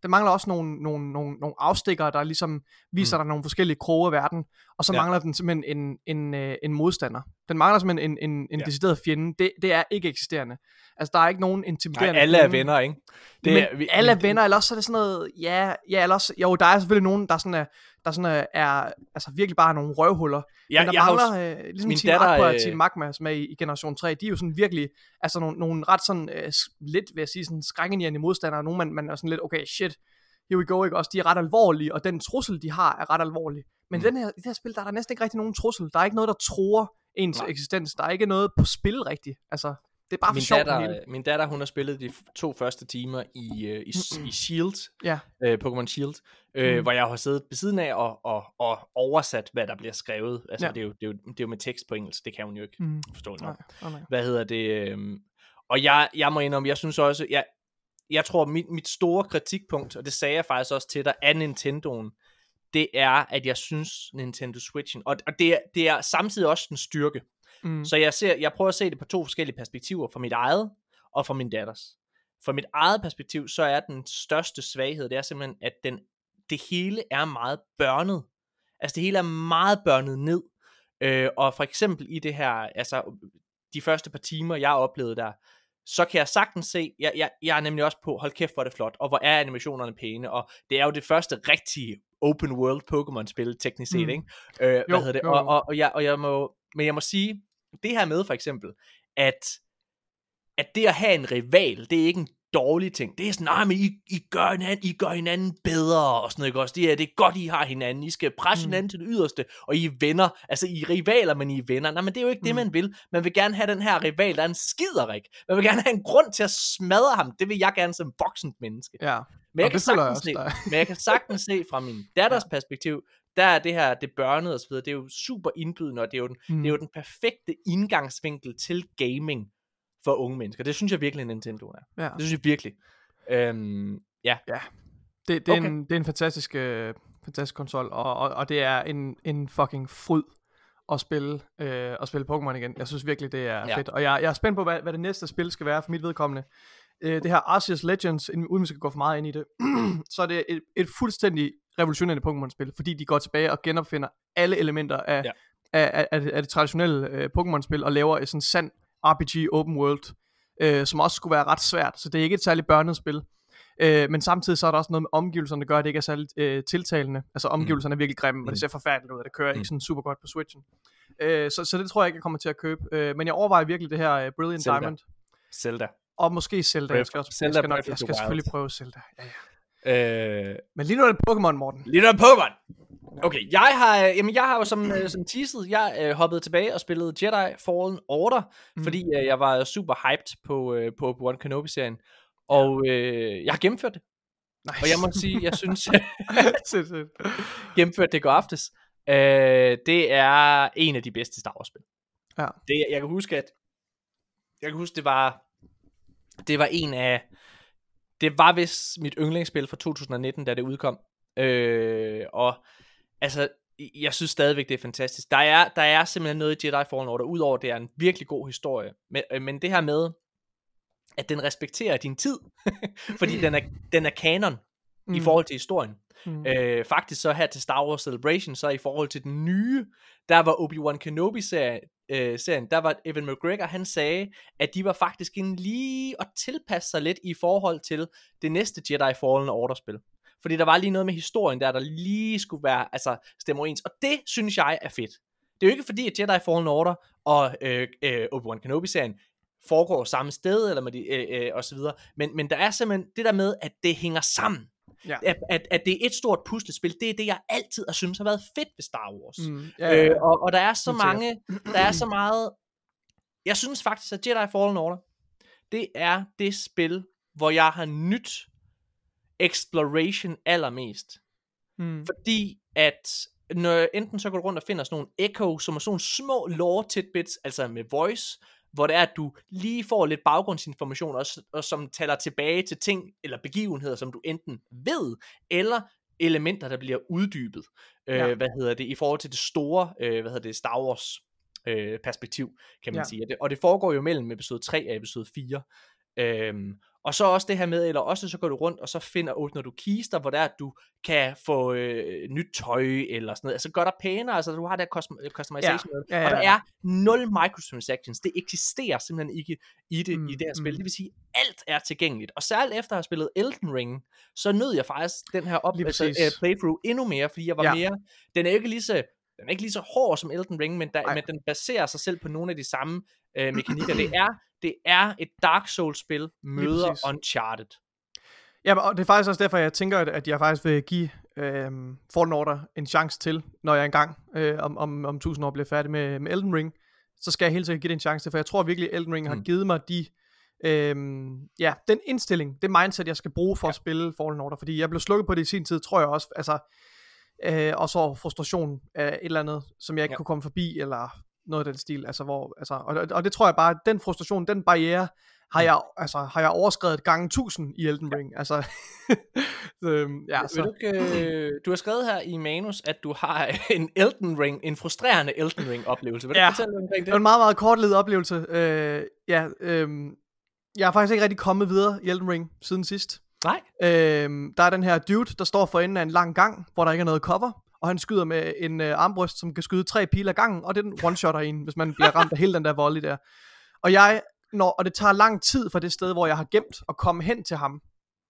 den mangler også nogle, nogle, nogle, nogle afstikkere, der ligesom viser mm. dig nogle forskellige kroge af verden, og så ja. mangler den simpelthen en, en, en, en modstander. Den mangler simpelthen en, en, en ja. decideret fjende. Det, det er ikke eksisterende. Altså, der er ikke nogen intimiderende Nej, alle fjende. er venner, ikke? Det men er, vi, alle er venner, eller også så er det sådan noget, ja, ja, eller også, jo, der er selvfølgelig nogen, der sådan er, der sådan er, er altså virkelig bare nogle røvhuller. Ja, men der mangler, også, øh, ligesom Team datter, Aqua og Team Magma, som er i, i Generation tre, de er jo sådan virkelig, altså nogle, nogle ret sådan, øh, lidt, vil jeg sige, sådan skrækindjærende modstandere, nogen man, man er sådan lidt, okay, shit, here we go, ikke? Også de er ret alvorlige, og den trussel, de har, er ret alvorlig. Men mm. i, den her, i det her spil, der er der næsten ikke rigtig nogen trussel. Der er ikke noget, der truer ens Nej. eksistens. Der er ikke noget på spil rigtigt. Altså, det er bare for min sjovt. Datter, min datter, hun har spillet de to første timer i, uh, i, mm-hmm. i Shield, ja. uh, Pokémon Shield, uh, mm. hvor jeg har siddet ved siden af og, og, og oversat, hvad der bliver skrevet. Altså, ja. det, er jo, det, er jo, det er jo med tekst på engelsk, det kan hun jo ikke mm. forstå nok. Nej. Oh, nej. Hvad hedder det? Um, og jeg, jeg må indrømme, jeg synes også, jeg, jeg tror, mit, mit store kritikpunkt, og det sagde jeg faktisk også til dig, af Nintendoen, det er, at jeg synes, Nintendo Switchen, og, og det, er, det er samtidig også en styrke. Mm. Så jeg, ser, jeg prøver at se det på to forskellige perspektiver, fra mit eget og fra min datters. Fra mit eget perspektiv, så er den største svaghed, det er simpelthen, at den, det hele er meget børnet. Altså det hele er meget børnet ned. Øh, og for eksempel i det her, altså de første par timer, jeg oplevede der, så kan jeg sagtens se, jeg, jeg, jeg er nemlig også på, hold kæft, hvor er det flot, og hvor er animationerne pæne, og det er jo det første rigtige open world Pokémon-spil, teknisk set, mm. ikke? Øh, jo, hvad hedder det? Og, og, og, jeg, og jeg må, men jeg må sige, det her med for eksempel, at, at det at have en rival, det er ikke en dårlig ting. Det er sådan, nej, men I, I, gør hinanden, I gør hinanden bedre, og sådan noget, ikke også? Det er, det er godt, I har hinanden. I skal presse mm. hinanden til det yderste, og I er venner. Altså, I er rivaler, men I er venner. Nej, men det er jo ikke mm. det, man vil. Man vil gerne have den her rival, der er en skiderik. Man vil gerne have en grund til at smadre ham. Det vil jeg gerne som voksent menneske. Ja. Men jeg, kan sagtens se, men jeg kan sagtens se fra min datters ja. perspektiv, der er det her, det børnede og så videre, det er jo super indbydende, og det er jo den, mm. det er jo den perfekte indgangsvinkel til gaming for unge mennesker. Det synes jeg virkelig, Nintendo er. Ja. Det synes jeg virkelig. Øhm, ja. ja. Det, det, er okay. en, det er en fantastisk, øh, fantastisk konsol, og, og, og det er en, en fucking fryd at spille, øh, at spille Pokémon igen. Jeg synes virkelig, det er ja. fedt. Og jeg, jeg er spændt på, hvad, hvad det næste spil skal være for mit vedkommende. Øh, det her Arceus Legends, uden vi skal gå for meget ind i det, så er det et, et fuldstændig revolutionerende Pokémon-spil, fordi de går tilbage og genopfinder alle elementer af, ja. af, af, af, af det traditionelle øh, Pokémon-spil, og laver et sådan sand R P G open world, øh, som også skulle være ret svært, så det er ikke et særligt børnet spil. Øh, men samtidig så er der også noget med omgivelserne, der gør, at det ikke er særligt øh, tiltalende. Altså omgivelserne mm. er virkelig grimme, mm. og det ser forfærdeligt ud, og det kører mm. ikke sådan super godt på Switchen. Øh, så, så det tror jeg ikke, jeg kommer til at købe. Øh, men jeg overvejer virkelig det her uh, Brilliant Zelda. Diamond. Zelda. Og måske Zelda. Jeg skal, også, Zelda jeg skal, nok, jeg skal selvfølgelig prøve Zelda. Ja, ja. Øh... Men lige nu er det Pokémon, Morten. Lige nu er det Pokémon. Okay, jeg har, jamen jeg har jo som, øh, som teaset, jeg øh, hoppede tilbage og spillede Jedi Fallen Order, mm. fordi øh, jeg var super hyped på, øh, på Obi-Wan Kenobi-serien, og øh, jeg har gennemført det. Nice. Og jeg må sige, jeg synes, gennemført det går aftes. Øh, det er en af de bedste Star Wars-spil. Ja. Det, jeg kan huske, at jeg kan huske, det var, det var en af, det var vist mit yndlingsspil fra to tusind nitten, da det udkom. Øh, og altså, jeg synes stadigvæk, det er fantastisk. Der er, der er simpelthen noget i Jedi Fallen Order, udover det er en virkelig god historie. Men, men det her med, at den respekterer din tid, fordi den er, den er canon mm. i forhold til historien. Mm. Øh, faktisk så her til Star Wars Celebration, så i forhold til den nye, der var Obi-Wan Kenobi-serien, øh, serien, der var Evan McGregor, han sagde, at de var faktisk inde lige at tilpasse sig lidt i forhold til det næste Jedi Fallen Order-spil. Fordi der var lige noget med historien der, der lige skulle være, altså, stemme overens. Og det synes jeg er fedt. Det er jo ikke fordi, at Jedi Fallen Order og øh, øh, Obi-Wan Kenobi-serien foregår samme sted, eller med de, øh, øh, og så videre. Men, men der er simpelthen det der med, at det hænger sammen. Ja. At, at, at det er et stort puslespil, det er det, jeg altid har synes har været fedt ved Star Wars. Mm, ja, ja, ja. Øh, og, og der er så mange, der er så meget, jeg synes faktisk, at Jedi Fallen Order, det er det spil, hvor jeg har nyt exploration allermest. Mm. Fordi at når enten så går du rundt og finder sådan nogle echo, som er sådan nogle små lore tidbits, altså med voice, hvor det er, at du lige får lidt baggrundsinformation, og, og som taler tilbage til ting, eller begivenheder, som du enten ved, eller elementer, der bliver uddybet, ja. øh, hvad hedder det, i forhold til det store, øh, hvad hedder det, Star Wars øh, perspektiv, kan man ja. sige. Og det, og det foregår jo mellem episode tre og episode fire. Øhm, Og så også det her med, eller også så går du rundt, og så finder, åbner du kister, hvor der at du kan få øh, nyt tøj, eller sådan noget. Altså gør dig pænere, altså du har der custom- customization. Ja, ja, ja, og der ja. er nul microtransactions. Det eksisterer simpelthen ikke i det, Mm, i det her spil. mm. Det vil sige, alt er tilgængeligt. Og særligt efter at have spillet Elden Ring, så nød jeg faktisk den her op- Lige altså, præcis. uh, playthrough endnu mere, fordi jeg var Ja. mere, den er ikke lige så, den er ikke lige så hård som Elden Ring, men, der, Ej. men den baserer sig selv på nogle af de samme øh, mekanikker. Det er, det er et Dark Souls-spil, møder præcis. Uncharted. Ja, og det er faktisk også derfor, jeg tænker, at- at jeg faktisk vil give øhm, Fallen Order en chance til, når jeg engang øh, om, om, om tusind år bliver færdig med, med Elden Ring. Så skal jeg helt sikkert give det en chance til, for jeg tror virkelig, at Elden Ring har Mm. givet mig de, øhm, ja, den indstilling, det mindset, jeg skal bruge for ja. at spille Fallen Order. Fordi jeg blev slukket på det i sin tid, tror jeg også, altså, øh, og så frustration af et eller andet, som jeg ikke Ja. kunne komme forbi, eller noget af den stil, altså hvor, altså, og, og det tror jeg bare, den frustration, den barriere, har jeg, altså, har jeg overskredet gange tusind i Elden Ring, altså, så, øhm, ja, Vil så, du, ikke, øh, du har skrevet her i manus, at du har en Elden Ring, en frustrerende Elden Ring oplevelse. Vil du Ja. fortælle lidt omkring det var det? en meget, meget kortlivet oplevelse, øh, ja, øh, jeg har faktisk ikke rigtig kommet videre i Elden Ring siden sidst. Nej. Øh, der er den her dude, der står for enden af en lang gang, hvor der ikke er noget cover, og han skyder med en øh, armbryst, som kan skyde tre pile ad gangen, og den one-shotter en, hvis man bliver ramt af hele den der volley der. Og jeg, når, og det tager lang tid fra det sted, hvor jeg har gemt, at komme hen til ham.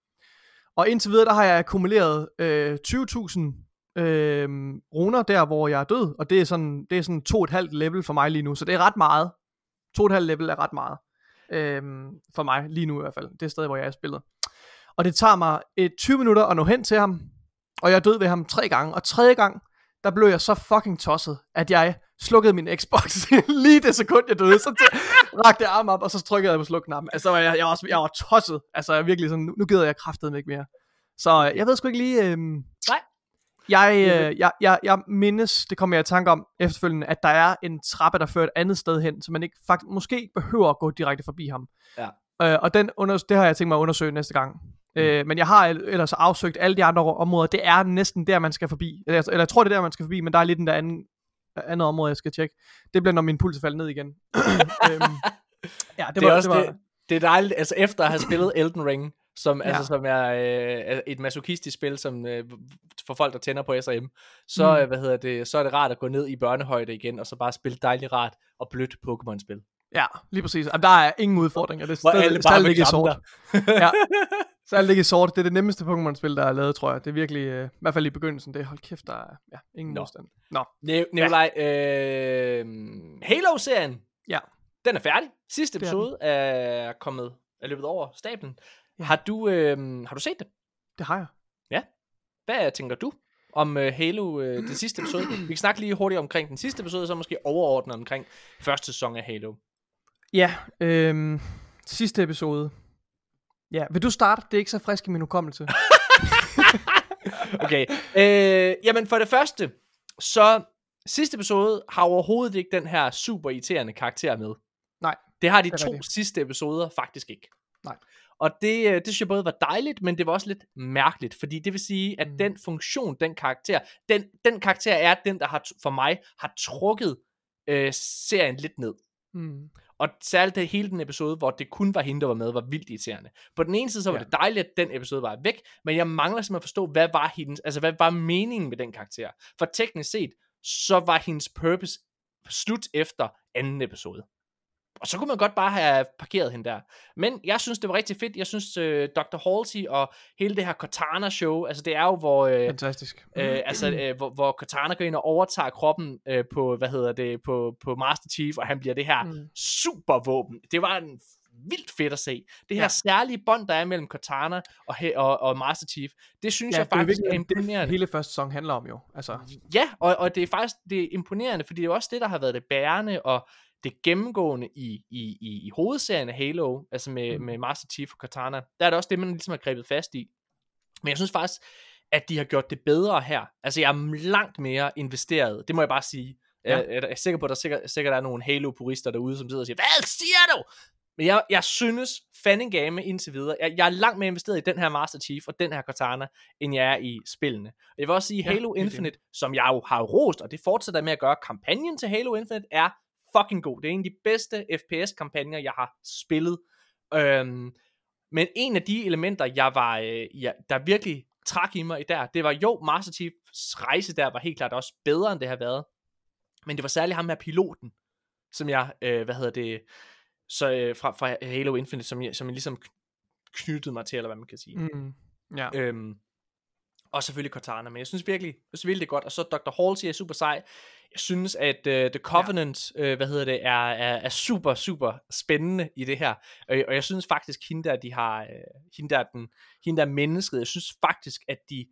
Og indtil videre, der har jeg akkumuleret øh, tyve tusind øh, runer der, hvor jeg er død, og det er sådan, det er sådan to og et halvt level for mig lige nu, så det er ret meget. To og et halvt level er ret meget. Øh, for mig, lige nu i hvert fald. Det er sted, hvor jeg er spillet. Og det tager mig et tyve minutter at nå hen til ham, og jeg er død ved ham tre gange, og tredje gang, der blev jeg så fucking tosset, at jeg slukkede min Xbox lige det sekund, jeg døde, så t- rakte jeg armen op, og så trykkede jeg på slukknappen. Altså, jeg, jeg, var, jeg var tosset, altså jeg virkelig sådan, nu, nu gider jeg kraftedeme ikke mere. Så øh, jeg ved sgu ikke lige, øh, Nej. jeg, øh, jeg, jeg, jeg mindes, det kommer jeg i tanke om efterfølgende, at der er en trappe, der fører et andet sted hen, så man ikke, faktisk, måske ikke behøver at gå direkte forbi ham. Ja. Øh, og den under, det har jeg tænkt mig at undersøge næste gang. Mm. Øh, men jeg har ellers afsøgt alle de andre områder. Det er næsten der, man skal forbi. Eller, eller jeg tror, det er der, man skal forbi, men der er lidt den der anden, andet område, jeg skal tjekke. Det bliver, når min puls falder ned igen. øhm, ja, det, Det var, er også det, var, det, det er dejligt, altså efter at have spillet Elden Ring, som, Ja. altså, som er øh, et masochistisk spil, som øh, for folk, der tænder på S R M, så, Mm. øh, hvad hedder det, så er det rart at gå ned i børnehøjde igen, og så bare spille dejligt rart og blødt Pokémon-spil. ja, lige præcis. Jamen, der er ingen udfordringer. Det Hvor er alle stadig, bare stadig vil ligge i klamme sort. Ja. Så alt ligger i sort. Det er det nemmeste Pokémon-spil, der er lavet, tror jeg. Det er virkelig, øh, i hvert fald i begyndelsen, det er, hold kæft, der er ja, ingen Nå. modstand. Nå. Ne- Nikolaj, øh, Halo-serien, Ja. den er færdig. Sidste Det er episode er kommet, er løbet over stablen. Ja. Har du, øh, har du set det? Det har jeg. Hvad tænker du om øh, Halo, øh, den sidste episode? Vi kan snakke lige hurtigt omkring den sidste episode, og så måske overordnet omkring første sæson af Halo. Ja, øhm, sidste episode. Ja, vil du starte? Det er ikke så frisk i min hukommelse. Okay, øh, jamen for det første, så sidste episode har overhovedet ikke den her super irriterende karakter med. Nej. Det har de det er to rigtigt. sidste episoder faktisk ikke. Nej. Og det, øh, det synes jeg både var dejligt, men det var også lidt mærkeligt, fordi det vil sige, at Mm. den funktion, den karakter, den, den karakter er den, der har, t- for mig har trukket øh, serien lidt ned. Mm. Og særligt det hele den episode, hvor det kun var hende, der var med, var vildt irriterende. På den ene side, så var Ja. det dejligt, at den episode var væk, men jeg mangler simpelthen at forstå, hvad var hendes, altså hvad var meningen med den karakter? For teknisk set, så var hendes purpose slut efter anden episode. Og så kunne man godt bare have parkeret hende der. Men jeg synes, det var rigtig fedt. Jeg synes, øh, doktor Halsey og hele det her Cortana-show, altså det er jo, hvor... Øh, Fantastisk. Øh, altså, øh, hvor, hvor Cortana går ind og overtager kroppen øh, på, hvad hedder det, på, på Master Chief, og han bliver det her Mm. supervåben. Det var en vildt fedt at se. Det her Ja. særlige bånd, der er mellem Cortana og, he- og, og Master Chief, det synes Ja, jeg det er faktisk er virkelig det, imponerende. hele første sæson handler om jo. Altså, Ja, og, og det er faktisk det er imponerende, fordi det er også det, der har været det bærende og det gennemgående i, i, i, i hovedserien af Halo, altså med, Mm. med Master Chief og Cortana. Der er det også det, man ligesom har grebet fast i. Men jeg synes faktisk, at de har gjort det bedre her. Altså, jeg er langt mere investeret, det må jeg bare sige. Ja. Jeg, jeg er sikker på, at der sikkert, sikkert er nogle Halo-purister derude, som sidder og siger, hvad siger du? Men jeg, jeg synes, fandingame indtil videre, jeg, jeg er langt mere investeret i den her Master Chief og den her Cortana, end jeg er i spillene. Og jeg vil også sige, Ja, Halo det er Infinite, som jeg jo har rost, og det fortsætter jeg med at gøre, kampagnen til Halo Infinite er fucking god. Det er en af de bedste F P S-kampagner, jeg har spillet. Øhm, men en af de elementer, jeg var, øh, ja, der virkelig trak i mig i der, det var jo, Master Chiefs rejse der var helt klart også bedre, end det har været. Men det var særligt ham her piloten, som jeg, øh, hvad hedder det, så øh, fra, fra Halo Infinite, som jeg, som jeg ligesom knyttede mig til, eller hvad man kan sige. Mm, ja. Øhm, og selvfølgelig Cortana, men jeg synes virkelig, jeg synes virkelig det er godt. Og så doktor Halsey er super sej. Jeg synes, at uh, The Covenant, ja. øh, hvad hedder det, er, er, er super, super spændende i det her. Og, og jeg synes faktisk, hende der, de har, øh, hende der, den, hende der mennesket, jeg synes faktisk, at de,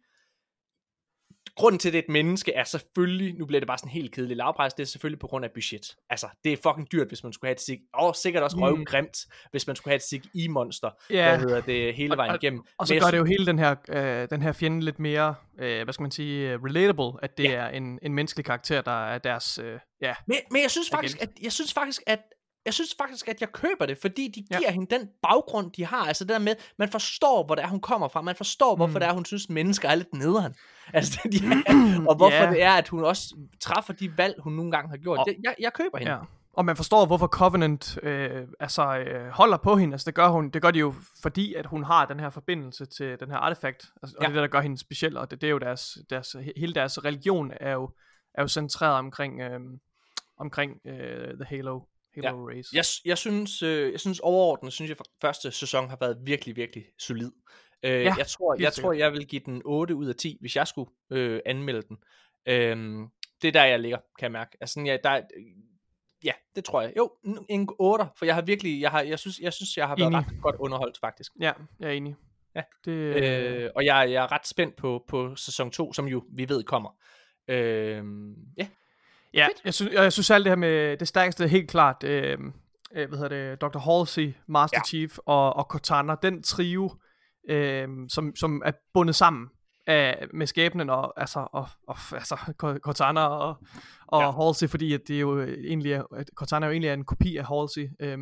grunden til, at det er et menneske, er selvfølgelig, nu bliver det bare sådan helt kedeligt lavpris, det er selvfølgelig på grund af budget. Altså, det er fucking dyrt, hvis man skulle have et sig, og sikkert også røvgrimt, mm. hvis man skulle have et sig i monster, yeah. hvad hedder det, hele vejen igennem. Og, og, og så gør det jo hele den her, øh, den her fjende lidt mere, øh, hvad skal man sige, relatable, at det ja. er en, en menneskelig karakter, der er deres, øh, ja. Men, men jeg synes faktisk, at, jeg synes faktisk, at Jeg synes faktisk, at jeg køber det, fordi de giver ja. hende den baggrund, de har. Altså det der med, man forstår, hvor det er, hun kommer fra. Man forstår, hvorfor mm. det er, hun synes, mennesker er lidt nederen. Altså det, de er, og hvorfor yeah. det er, at hun også træffer de valg, hun nogle gange har gjort. Og, det, jeg, jeg køber hende. Ja. Og man forstår, hvorfor Covenant øh, altså, øh, holder på hende. Altså det gør, hun, det gør de jo, fordi at hun har den her forbindelse til den her artefakt. Altså, og ja. det er det, der gør hende speciel. Og det, det er jo deres, deres, hele deres religion er jo, er jo centreret omkring, øh, omkring øh, The Halo. Halo ja. Race. Jeg, jeg, synes, øh, jeg synes overordnet, synes jeg første sæson har været virkelig, virkelig solid. Øh, ja, jeg tror, jeg, tror jeg vil give den otte ud af ti, hvis jeg skulle øh, anmelde den. Øh, det er der, jeg ligger, kan jeg mærke. Altså, ja, der, ja, det tror jeg. Jo, en otter, for jeg har virkelig, jeg, har, jeg, synes, jeg synes, jeg har været enig. ret godt underholdt, faktisk. Ja, jeg er enig. Ja. Det, øh, og jeg, jeg er ret spændt på, på sæson to, som jo vi ved kommer. Øh, ja. Ja, jeg synes, jeg synes alt det her med det stærkeste helt klart, øh, øh, hvad hedder det, doktor Halsey, Master ja. Chief og, og Cortana, den trio, øh, som, som er bundet sammen af, med skæbnen og altså, og, og, altså Cortana og, og ja. Halsey, fordi at det er jo egentlig er, at Cortana er jo egentlig er en kopi af Halsey, øh,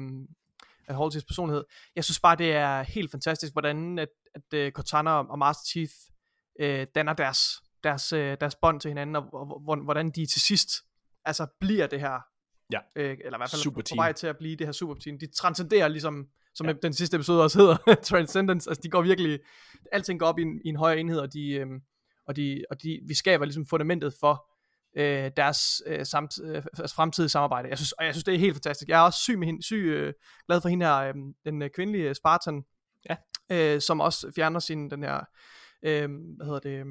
af Halseys personlighed. Jeg synes bare, det er helt fantastisk, hvordan at, at uh, Cortana og Master Chief øh, danner deres, deres, øh, deres bånd til hinanden, og, og, og hvordan de til sidst altså bliver det her, ja. øh, eller i hvert fald superteam. På vej til at blive det her superteam. De transcenderer ligesom, som ja. den sidste episode også hedder, Transcendence. Altså de går virkelig, alting går op i en, i en højere enhed, og de, øh, og de, og de, vi skaber ligesom fundamentet for øh, deres øh, samt, øh, fremtidige samarbejde. Jeg synes, og jeg synes, det er helt fantastisk. Jeg er også syg med hende, syg, øh, glad for hende her, øh, den øh, kvindelige Spartan, ja. øh, som også fjerner sin, den her, øh, hvad hedder det,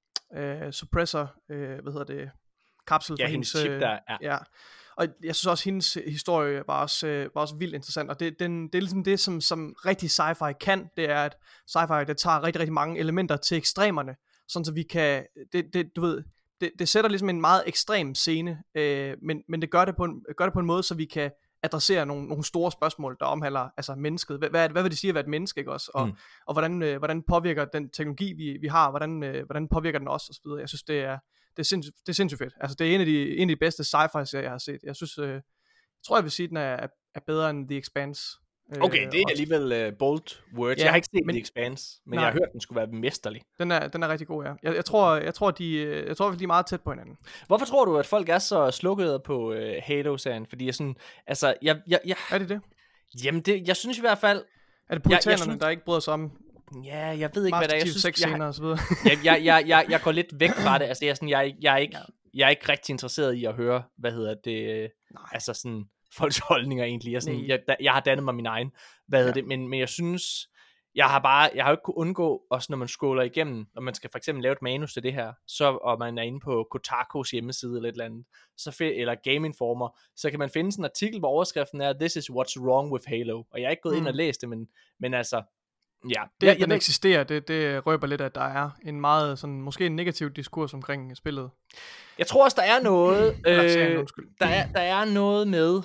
øh, suppressor, øh, hvad hedder det, kapsel ja, for hendes, chip der, ja. ja. Og jeg synes også, hendes historie var også, var også vildt interessant, og det, den, det er ligesom det, som, som rigtig sci-fi kan, det er, at sci-fi, det tager rigtig, rigtig mange elementer til ekstremerne, sådan så vi kan, det, det, du ved, det, det sætter ligesom en meget ekstrem scene, øh, men, men det gør det, på en, gør det på en måde, så vi kan adressere nogle, nogle store spørgsmål, der omhandler altså mennesket. Hvad, hvad, hvad vil det sige at være et menneske, ikke også? Og, mm. og hvordan, øh, hvordan påvirker den teknologi, vi, vi har, hvordan, øh, hvordan påvirker den os, og så videre. Jeg synes, det er Det er, sindssygt, det er sindssygt fedt. Altså, det er en af de, en af de bedste sci-fi serier, jeg har set. Jeg synes, øh, jeg tror, jeg vil sige, at den er, er bedre end The Expanse. Øh, okay, det er alligevel uh, bold words. Ja, jeg har ikke set men, The Expanse, men nej. jeg har hørt, den skulle være mesterlig. Den er, den er rigtig god, ja. Jeg, jeg tror, jeg tror, de, jeg tror, de er meget tæt på hinanden. Hvorfor tror du, at folk er så slukkede på uh, Halo-serien? Fordi jeg sådan, altså, jeg, jeg, jeg... Er det det? Jamen, det, jeg synes i hvert fald... Er det puritanerne, synes... der ikke bryder sig om... Ja, jeg ved ikke, hvad det er. Jeg synes, sex scener og så videre. jeg, jeg, jeg, jeg, jeg går lidt væk fra det. Altså, jeg er, sådan, jeg, jeg, er ikke, jeg er ikke rigtig interesseret i at høre, hvad hedder det, nej. altså sådan, folks holdninger egentlig. Jeg, sådan, jeg, jeg har dannet mig min egen, hvad hedder ja. det, men, men jeg synes, jeg har bare, jeg har jo ikke kunnet undgå, også når man scroller igennem, når man skal for eksempel lave et manus til det her, så, og man er inde på Kotakus hjemmeside eller et eller andet, så, eller Game Informer, så kan man finde sådan en artikel, hvor overskriften er, This is what's wrong with Halo. Og jeg er ikke gået mm. ind og læst det, men, men altså, ja, det at den ved... eksisterer, det, det røber lidt, at der er en meget sådan, måske en negativ diskurs omkring spillet. Jeg tror også, der er noget, øh, der, er, der er noget med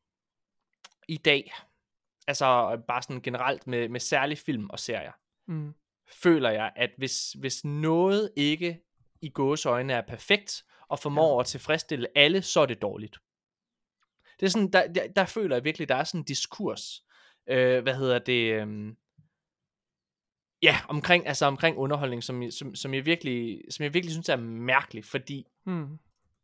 i dag, altså bare sådan generelt med, med særlige film og serier, mm. føler jeg, at hvis, hvis noget ikke i gåseøjne er perfekt, og formår ja. at tilfredsstille alle, så er det dårligt. Det er sådan, der, der, der føler jeg virkelig, der er sådan en diskurs, øh, hvad hedder det, øh, ja, omkring, altså omkring underholdning, som, som, som, jeg virkelig, som jeg virkelig synes er mærkelig, fordi hmm.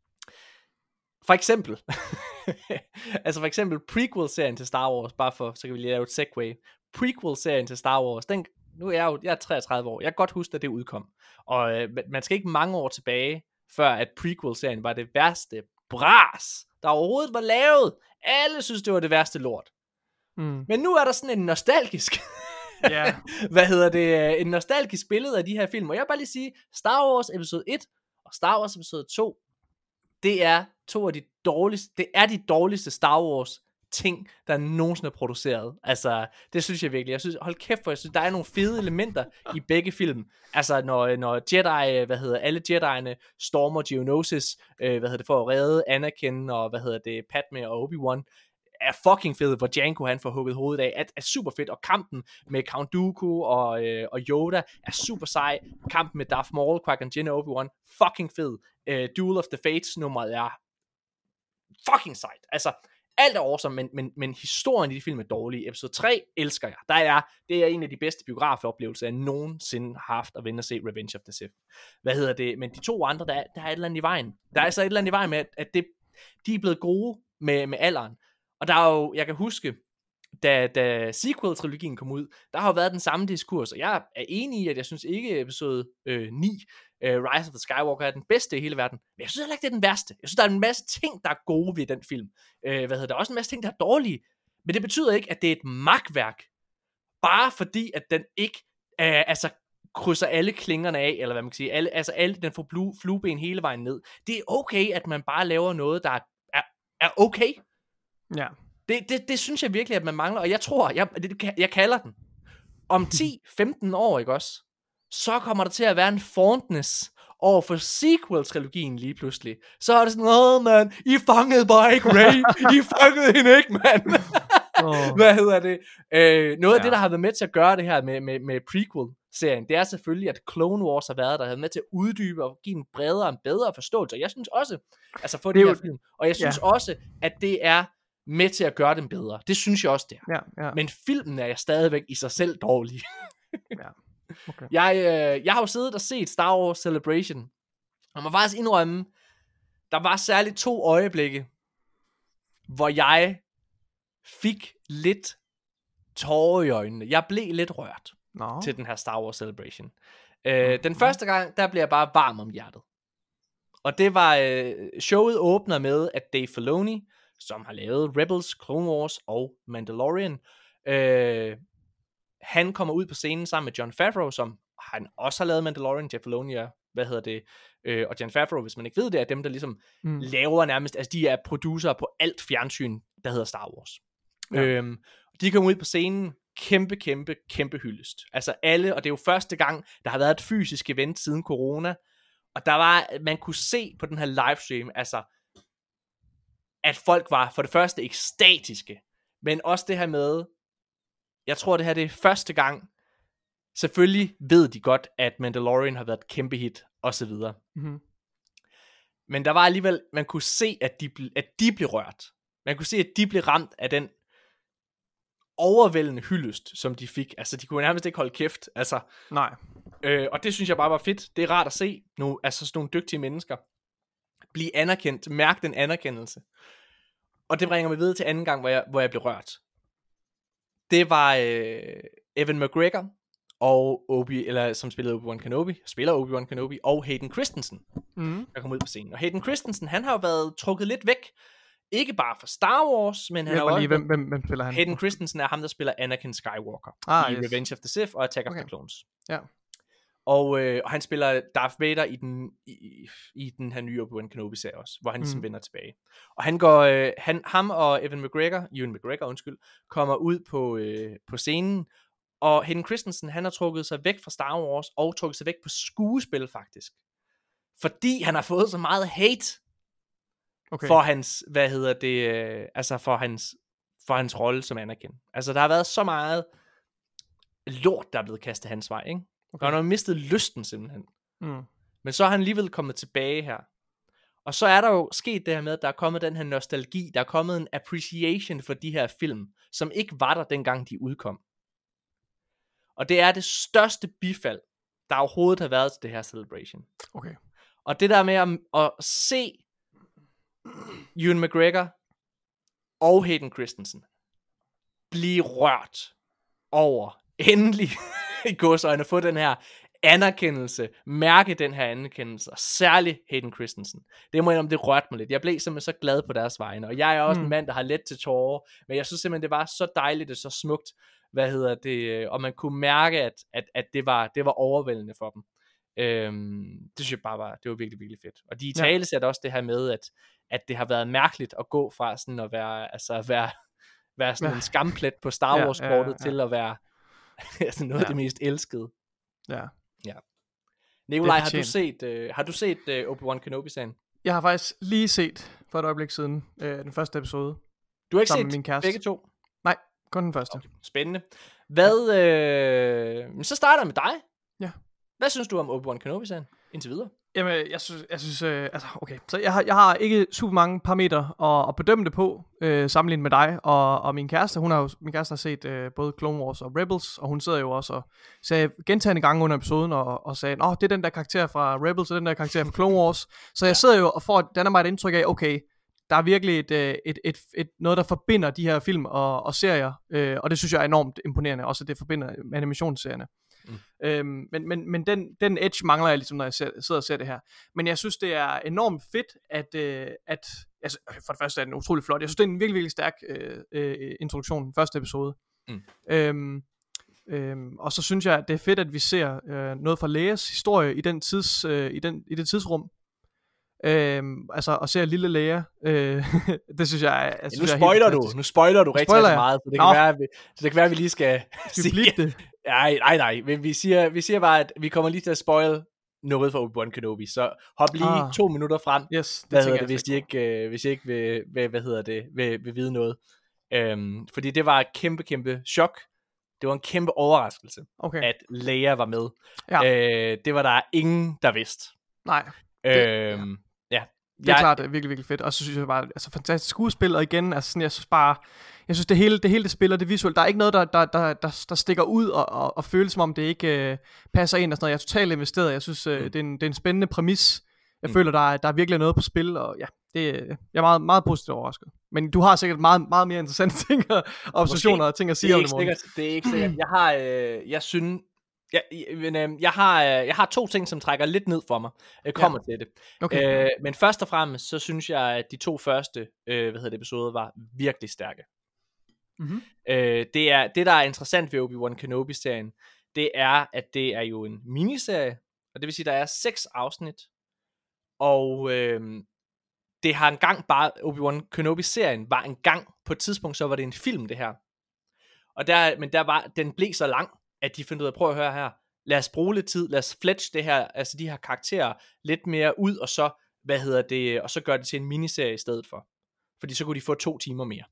for eksempel altså for eksempel prequel-serien til Star Wars, bare for, så kan vi lige lave et segway. prequel-serien til Star Wars, den, nu er jeg jo jeg er treogtredive år, jeg kan godt huske, at det udkom. Og øh, man skal ikke mange år tilbage, før at prequel-serien var det værste bras, der overhovedet var lavet. Alle synes, det var det værste lort. Mm. Men nu er der sådan en nostalgisk... Yeah. Hvad hedder det? En nostalgisk billede af de her film. Og jeg vil bare lige sige, Star Wars episode et og Star Wars episode to, det er to af de dårligste, det er de dårligste Star Wars ting, der nogensinde er produceret. Altså, det synes jeg virkelig. Jeg synes, hold kæft, for jeg synes, der er nogle fede elementer i begge film. Altså, når, når Jedi, hvad hedder, alle Jedi'erne stormer Geonosis, øh, hvad hedder det, for at redde Anakin, og hvad hedder det, Padme og Obi-Wan, er fucking fed, hvor Django han får hugget hovedet af, er, er super fedt, og kampen med Count Dooku og, øh, og Yoda er super sej, kampen med Darth Maul, Qui-Gon Jinn og Obi-Wan, fucking fed, uh, Duel of the Fates nummeret er fucking sejt, altså, alt er awesome, men, men, men historien i de film er dårlige. Episode tre elsker jeg, der er, det er en af de bedste biografoplevelser, jeg nogensinde har haft at vende og se Revenge of the Sith. Hvad hedder det, men de to andre, der, der er et eller andet i vejen, der er altså et eller andet i vejen med, at, at det, de er blevet gode med, med alderen. Og der er jo, jeg kan huske, da, da sequel-trilogien kom ud, der har jo været den samme diskurs, og jeg er enig i, at jeg synes ikke episode øh, ni, øh, Rise of the Skywalker, er den bedste i hele verden, men jeg synes heller ikke, det er den værste. Jeg synes, der er en masse ting, der er gode ved den film. Øh, hvad hedder der er også en masse ting, der er dårlige, men det betyder ikke, at det er et magtværk, bare fordi, at den ikke, øh, altså, krydser alle klingerne af, eller hvad man kan sige, alle, altså alle, den får blu, flueben hele vejen ned. Det er okay, at man bare laver noget, der er, er okay. Ja. Det, det, det synes jeg virkelig, at man mangler, og jeg tror, jeg, det, jeg kalder den, om ti til femten år, ikke også, så kommer der til at være en fondness over for sequel-trilogien lige pludselig. Så er det sådan, åh man, I fangede bare ikke Rey, I fangede hende ikke, mand. oh. Hvad hedder det? Øh, noget ja. af det, der har været med til at gøre det her med, med, med prequel-serien, det er selvfølgelig, at Clone Wars har været der, har været med til at uddybe og give en bredere og en bedre forståelse. Og jeg synes også, altså for det de her jo, film, og jeg synes ja. også, at det er med til at gøre dem bedre. Det synes jeg også, det er. Ja, ja. Men filmen er jeg stadigvæk i sig selv dårlig. ja. Okay. Jeg, øh, jeg har jo siddet og set Star Wars Celebration, og må faktisk indrømme, der var særligt to øjeblikke, hvor jeg fik lidt tårer i øjnene. Jeg blev lidt rørt no. til den her Star Wars Celebration. Øh, mm-hmm. Den første gang, der blev jeg bare varm om hjertet. Og det var, øh, showet åbner med, at Dave Filoni, som har lavet Rebels, Clone Wars og Mandalorian, øh, han kommer ud på scenen sammen med Jon Favreau, som han også har lavet Mandalorian, Jeff Filoni, hvad hedder det, øh, og Jon Favreau, hvis man ikke ved det, er dem, der ligesom mm. laver nærmest, altså de er producer på alt fjernsyn, der hedder Star Wars. Ja. Øhm, de kommer ud på scenen, kæmpe, kæmpe, kæmpe hyldest. Altså alle, og det er jo første gang, der har været et fysisk event siden corona, og der var, man kunne se på den her livestream, altså, at folk var for det første ekstatiske, men også det her med, jeg tror det her det er første gang, selvfølgelig ved de godt, at Mandalorian har været et kæmpe hit, og så videre. Mm-hmm. Men der var alligevel, man kunne se, at de, at de blev rørt. Man kunne se, at de blev ramt af den overvældende hyldest, som de fik. Altså, de kunne nærmest ikke holde kæft. Altså, nej. Øh, og det synes jeg bare var fedt. Det er rart at se nu, altså sådan nogle dygtige mennesker blive anerkendt, mærke den anerkendelse. Og det bringer mig videre til anden gang, hvor jeg, hvor jeg blev rørt. Det var øh, Evan McGregor, og Obi, eller som spillede Obi-Wan Kenobi, spiller Obi-Wan Kenobi, og Hayden Christensen, mm. der kom ud på scenen. Og Hayden Christensen, han har jo været trukket lidt væk, ikke bare fra Star Wars, men han har også... Hvem, hvem, hvem spiller han? Hayden Christensen er ham, der spiller Anakin Skywalker ah, i yes. Revenge of the Sith og Attack okay. of the Clones. Ja. Og, øh, og han spiller Darth Vader i den, i, i den her nye Obi-Wan Kenobi-serie også, hvor han ligesom mm. vender tilbage. Og han går, øh, han, ham og Evan McGregor, Ewan McGregor, undskyld, kommer ud på, øh, på scenen, og Hayden Christensen, han har trukket sig væk fra Star Wars, og trukket sig væk på skuespil faktisk. Fordi han har fået så meget hate, okay. for hans, hvad hedder det, øh, altså for hans, for hans rolle som Anakin. Altså der har været så meget lort, der er blevet kastet hans vej, ikke? Okay. Og han har mistet lysten simpelthen. Mm. Men så er han alligevel kommet tilbage her. Og så er der jo sket det her med, at der er kommet den her nostalgi, der er kommet en appreciation for de her film, som ikke var der dengang de udkom. Og det er det største bifald, der overhovedet har været til det her Celebration. Okay. Og det der med at, at se Ewan McGregor og Hayden Christensen blive rørt over endelig i godsøjne at få den her anerkendelse, mærke den her anerkendelse, og særligt Hayden Christensen. Det må jeg om det rørte mig lidt. Jeg blev simpelthen så glad på deres vegne, og jeg er også mm. en mand, der har let til tårer, men jeg synes simpelthen, det var så dejligt og så smukt, hvad hedder det, og man kunne mærke, at, at, at det, var, det var overvældende for dem. Øhm, det synes jeg bare var, det var virkelig, virkelig fedt. Og de i tale satte også det her med, at, at det har været mærkeligt at gå fra sådan at være, altså at være, være sådan ja. en skamplet på Star Wars-kortet ja, ja, ja. til at være altså noget ja. af det mest elskede. Ja. Ja. Nikolaj, har du set, øh, har du set øh, Obi-Wan Kenobi-serien? Jeg har faktisk lige set for et øjeblik siden øh, den første episode. Du har ikke set min kæreste. Begge to? Nej, kun den første. Okay. Spændende. Hvad, øh, så starter jeg med dig. Ja. Hvad synes du om Obi-Wan Kenobi-serien indtil videre? Jamen, jeg synes, jeg synes øh, altså, okay, så jeg har, jeg har ikke super mange parametre at, at bedømme det på, øh, sammenlignet med dig og, og min kæreste. Hun har jo, min kæreste har set øh, både Clone Wars og Rebels, og hun sidder jo også og sagde gentagne gange under episoden, og, og sagde, åh, det er den der karakter fra Rebels, og den der karakter fra Clone Wars. Så jeg sidder jo og får, den er mig et indtryk af, okay, der er virkelig et, et, et, et, et, noget, der forbinder de her film og, og serier, øh, og det synes jeg er enormt imponerende, også at det forbinder med animationsserierne. Mm. Øhm, men men, men den, den edge mangler jeg ligesom, når jeg ser, sidder og ser det her. Men jeg synes, det er enormt fedt, at, øh, at altså, for det første er den utrolig flot. Jeg synes, det er en virkelig, virkelig stærk øh, øh, introduktion, den første episode. Mm. Øhm, øhm, og så synes jeg, at det er fedt, at vi ser øh, noget fra Leias historie i, den tids, øh, i, den, i det tidsrum. Øhm, altså at se lille Leia, øh, det synes jeg, jeg, ja, synes, nu spoiler du, nu spoiler du rigtig, rigtig meget, så det kan være, at vi, så det kan være, at vi lige skal, skal sige det. Nej, nej, nej, men vi siger, vi siger bare, at vi kommer lige til at spoil noget fra Obi-Wan Kenobi, så hop lige ah. to minutter frem, yes, det hvad hedder det, hvis I ikke, øh, hvis I ikke vil, vil, hvad hedder det, vil, vil vide noget. Øhm, fordi det var et kæmpe, kæmpe chok. Det var en kæmpe overraskelse, okay. at Leia var med. Ja. Øh, det var der ingen, der vidste. Nej. Det, øhm, ja. Det er jeg, klart, det er virkelig, virkelig fedt. Og så synes jeg bare, altså fantastisk skuespil, og igen, altså sådan, jeg synes bare, jeg synes det hele, det hele det spiller, det visuelle, der er ikke noget, der, der, der, der, der stikker ud og, og, og føles som om det ikke øh, passer ind og sådan noget. Jeg er totalt investeret, jeg synes, øh, mm. det, er en, det er en spennende præmis. Jeg mm. føler, der er, der er virkelig noget på spil, og ja, det, jeg er meget, meget positivt overrasket. Men du har sikkert meget, meget mere interessante ting og observationer og ting at sige om det, morgen. Det er ikke sikkert. Jeg har, øh, jeg synes, Jeg, men, øh, jeg, har, øh, jeg har to ting, som trækker lidt ned for mig. Jeg kommer ja. til det. Okay. Øh, men først og fremmest, så synes jeg, at de to første øh, hvad hedder det, episoder var virkelig stærke. Mm-hmm. Øh, det, er, det, der er interessant ved Obi-Wan Kenobi-serien, det er, at det er jo en miniserie, og det vil sige, at der er seks afsnit, og øh, det har engang bare, Obi-Wan Kenobi-serien var engang, på et tidspunkt, så var det en film, det her. Og der, men der var, den blev så lang, at de fandt ud af, prøv at høre her, lad os bruge lidt tid, lad os fletch det her, altså de her karakterer lidt mere ud, og så, hvad hedder det, og så gør det til en miniserie i stedet for. Fordi så kunne de få to timer mere.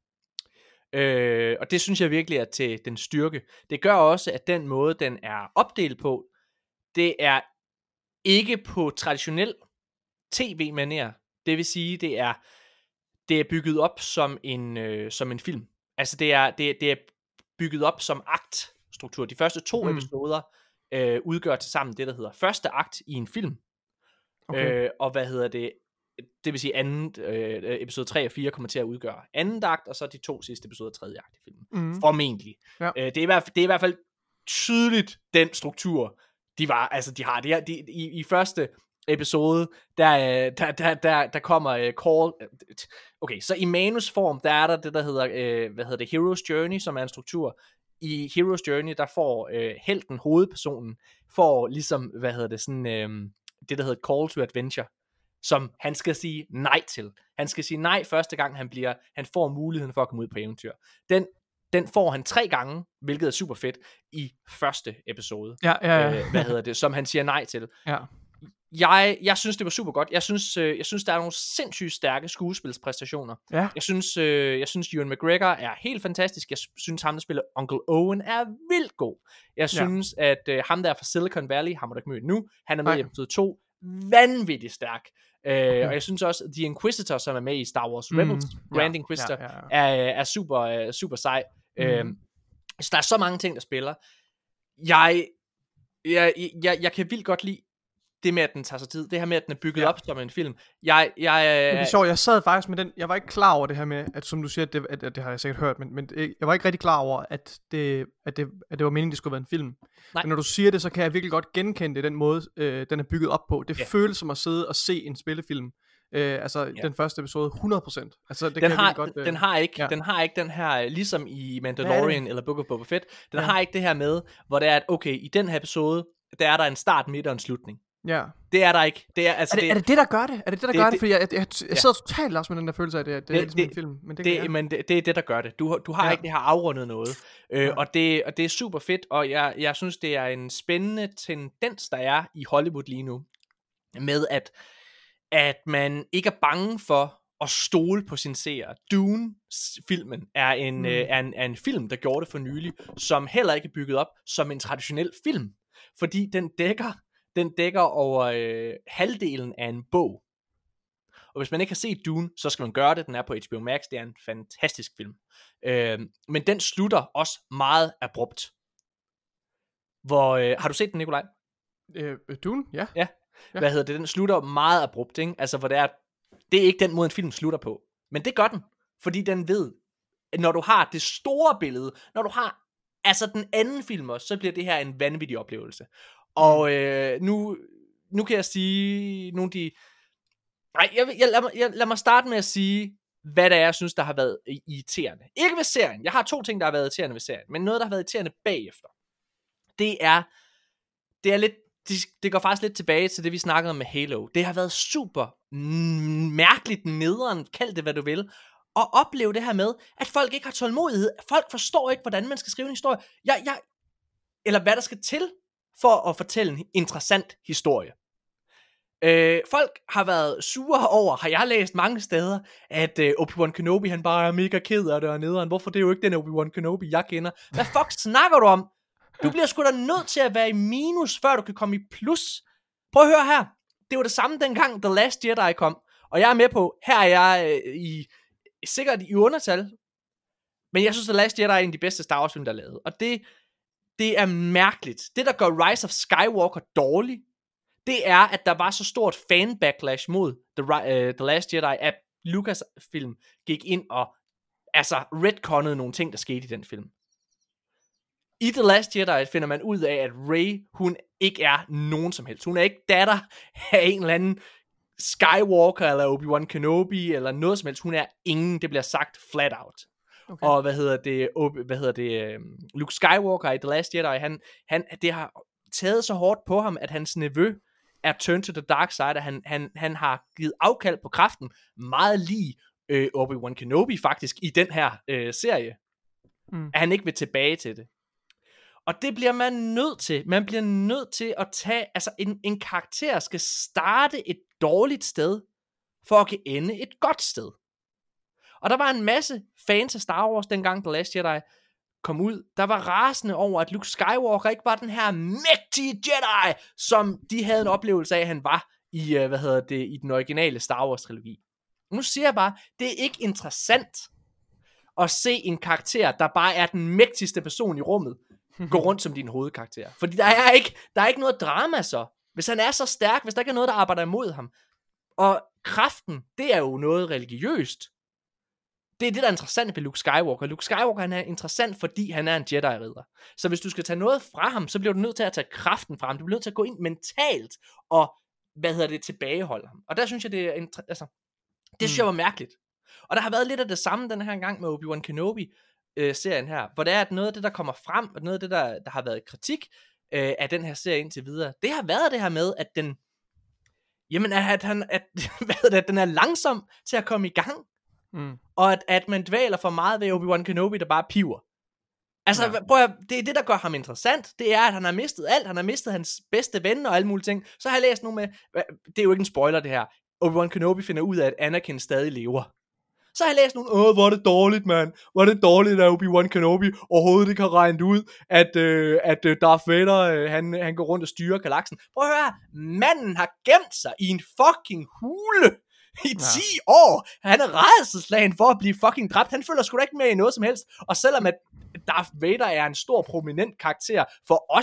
Øh, og det synes jeg virkelig er til den styrke. Det gør også, at den måde, den er opdelt på, det er ikke på traditionel tv-manér. Det vil sige, det er, det er bygget op som en, øh, som en film. Altså det er, det, det er bygget op som akt. Struktur. De første to mm. episoder øh, udgør til sammen det, der hedder første akt i en film. Okay. Øh, og hvad hedder det? Det vil sige, anden, øh, episode tre og fire kommer til at udgøre anden akt, og så de to sidste episoder tredje akt i filmen. Mm. Formentlig. Ja. Øh, det, er i hvert fald, det er i hvert fald tydeligt den struktur, de var, altså de har. De, de, i, I første episode, der, der, der, der, der kommer uh, call. Okay, så i manusform, der er der det, der hedder, øh, hvad hedder det, Hero's Journey, som er en struktur. I Hero's Journey, der får øh, helten, hovedpersonen, får ligesom, hvad hedder det, sådan, øh, det der hedder Call to Adventure, som han skal sige nej til. Han skal sige nej første gang, han bliver, han får muligheden for at komme ud på eventyr. Den, den får han tre gange, hvilket er super fedt, i første episode. Ja, ja, ja. Øh, hvad hedder det, som han siger nej til. Ja. Jeg, jeg synes, det var super godt. Jeg synes, øh, jeg synes der er nogle sindssygt stærke skuespilspræstationer. Ja. Jeg synes, øh, jeg synes, Ewan McGregor er helt fantastisk. Jeg synes, ham, der spiller Uncle Owen, er vildt god. Jeg synes, ja. at øh, ham, der er fra Silicon Valley, ham har du ikke mødt nu, han er med Nej. i episode to, vanvittigt stærk. Øh, okay. Og jeg synes også, at The Inquisitor, som er med i Star Wars Rebels, mm. Grand ja. Inquisitor, ja, ja, ja. Er, er super, uh, super sej. Mm. Øh, så der er så mange ting, der spiller. Jeg, jeg, jeg, jeg kan vildt godt lide det med, at den tager sig tid, det her med, at den er bygget Ja. op som en film. Jeg, jeg, Men det er sjovt, jeg sad faktisk med den, jeg var ikke klar over det her med, at som du siger, at det, at, at det har jeg sikkert hørt, men, men det, jeg var ikke rigtig klar over, at det, at det, at det var meningen, det skulle være en film. Nej. Men når du siger det, så kan jeg virkelig godt genkende det, den måde, øh, den er bygget op på. Det Ja. føles som at sidde og se en spillefilm. Øh, altså Ja. den første episode, hundrede procent. Altså, det den, kan jeg har, virkelig godt, øh, den, har ikke, ja. den har ikke den her, ligesom i Hvad er Mandalorian det? eller Book of Boba Fett, den Ja. har ikke det her med, hvor det er, at okay, i den her episode, der er der en start, midt og en slutning. Ja. Det er der ikke. Det er, altså, Er det, er det det, der gør det? Er det det, der det- gør det? det- Fordi jeg, jeg, jeg, jeg ja. sidder totalt også med den der følelse af, det, at det, det er Det- ligesom det- en film. Men det, det, kan, men det, det er det, der gør det. Du, du har Ja. ikke det her afrundet noget. Øh, Ja. og, det, og det er super fedt, og jeg, jeg synes, det er en spændende tendens, der er i Hollywood lige nu, med at, at man ikke er bange for at stole på sin seere. Dune-filmen er en, Mm. øh, er, en, er en film, der gjorde det for nylig, som heller ikke er bygget op som en traditionel film, fordi den dækker, den dækker over øh, halvdelen af en bog. Og hvis man ikke har set Dune, så skal man gøre det. Den er på H B O Max. Det er en fantastisk film. Øh, men den slutter også meget abrupt. Hvor, øh, har du set den, Nikolaj? øh, Dune, ja. Ja. Ja. Hvad hedder det? Den slutter meget abrupt, ikke? Altså, hvor det er, det er ikke den måde, en film slutter på. Men det gør den. Fordi den ved, at når du har det store billede, når du har altså den anden film også, så bliver det her en vanvittig oplevelse. Og øh, nu, nu kan jeg sige nogle af de... Nej, jeg, vil- jeg, lad, mig, jeg, lad mig starte med at sige, hvad det er, jeg synes, der har været irriterende. Ikke ved serien. Jeg har to ting, der har været irriterende ved serien. Men noget, der har været irriterende bagefter. Det er... Det er lidt... Det, det går faktisk lidt tilbage til det, vi snakkede om med Halo. Det har været super mm, mærkeligt nederen, kald det hvad du vil, at opleve det her med, at folk ikke har tålmodighed. Folk forstår ikke, hvordan man skal skrive en historie. Jeg, jeg, eller hvad der skal til for at fortælle en interessant historie. Øh, folk har været sure over, har jeg læst mange steder, at øh, Obi-Wan Kenobi, han bare er mega ked af det og nederen. Hvorfor det er jo ikke den Obi-Wan Kenobi, jeg kender? Hvad fuck snakker du om? Du bliver sgu da nødt til at være i minus, før du kan komme i plus. Prøv at høre her. Det var det samme dengang The Last Jedi kom. Og jeg er med på, her er jeg øh, i, sikkert i undertal. Men jeg synes, The Last Jedi er en af de bedste Star Wars film, der er lavet. Og det, det er mærkeligt. Det, der gør Rise of Skywalker dårlig, det er, at der var så stort fan-backlash mod The, uh, The Last Jedi, at Lucasfilm gik ind og altså retconnede nogle ting, der skete i den film. I The Last Jedi finder man ud af, at Rey, hun ikke er nogen som helst. Hun er ikke datter af en eller anden Skywalker, eller Obi-Wan Kenobi, eller noget som helst. Hun er ingen, det bliver sagt flat out. Okay. Og hvad hedder det, hvad hedder det, Luke Skywalker i The Last Jedi, han, han, det har taget så hårdt på ham, at hans nevø er turned to the dark side, og han, han, han har givet afkald på kraften, meget lige øh, Obi-Wan Kenobi faktisk, i den her øh, serie. Mm. At han ikke vil tilbage til det. Og det bliver man nødt til. Man bliver nødt til at tage, altså en, en karakter skal starte et dårligt sted, for at kan ende et godt sted. Og der var en masse fans af Star Wars, dengang The Last Jedi kom ud, der var rasende over, at Luke Skywalker ikke var den her mægtige Jedi, som de havde en oplevelse af, at han var i, hvad hedder det, i den originale Star Wars-trilogi. Nu siger jeg bare, det er ikke interessant at se en karakter, der bare er den mægtigste person i rummet, gå rundt som din hovedkarakter. Fordi der er ikke, der er ikke noget drama så. Hvis han er så stærk, hvis der ikke er noget, der arbejder imod ham. Og kraften, det er jo noget religiøst. Det er det, der er interessant ved Luke Skywalker. Luke Skywalker, han er interessant, fordi han er en Jedi-ridder. Så hvis du skal tage noget fra ham, så bliver du nødt til at tage kraften fra ham. Du bliver nødt til at gå ind mentalt og, hvad hedder det, tilbageholde ham. Og der synes jeg, det er, inter- altså, det synes jeg var mærkeligt. Og der har været lidt af det samme den her gang med Obi-Wan Kenobi, Øh, serien her, hvor det er, at noget af det, der kommer frem, og noget af det, der, der har været kritik øh, af den her serie indtil videre, det har været det her med, at den, jamen, at, han, at, hvad det, at den er langsom til at komme i gang, mm. og at, at man dvæler for meget ved Obi-Wan Kenobi, der bare piver. Altså, ja. prøv at, det er det, der gør ham interessant, det er, at han har mistet alt, han har mistet hans bedste ven og alle mulige ting. Så har jeg læst nogle med, det er jo ikke en spoiler det her, Obi-Wan Kenobi finder ud af, at Anakin stadig lever. Så har jeg læst nogle, åh, hvor er det dårligt, mand. Hvor er det dårligt, at Obi-Wan Kenobi overhovedet ikke har regnet ud, at, øh, at øh, Darth Vader, øh, han, han går rundt og styrer galaksen. Prøv at høre, manden har gemt sig i en fucking hule i ti ja. år. Han er rædselsslagen for at blive fucking dræbt. Han følger sgu da ikke med i noget som helst. Og selvom at Darth Vader er en stor, prominent karakter for os,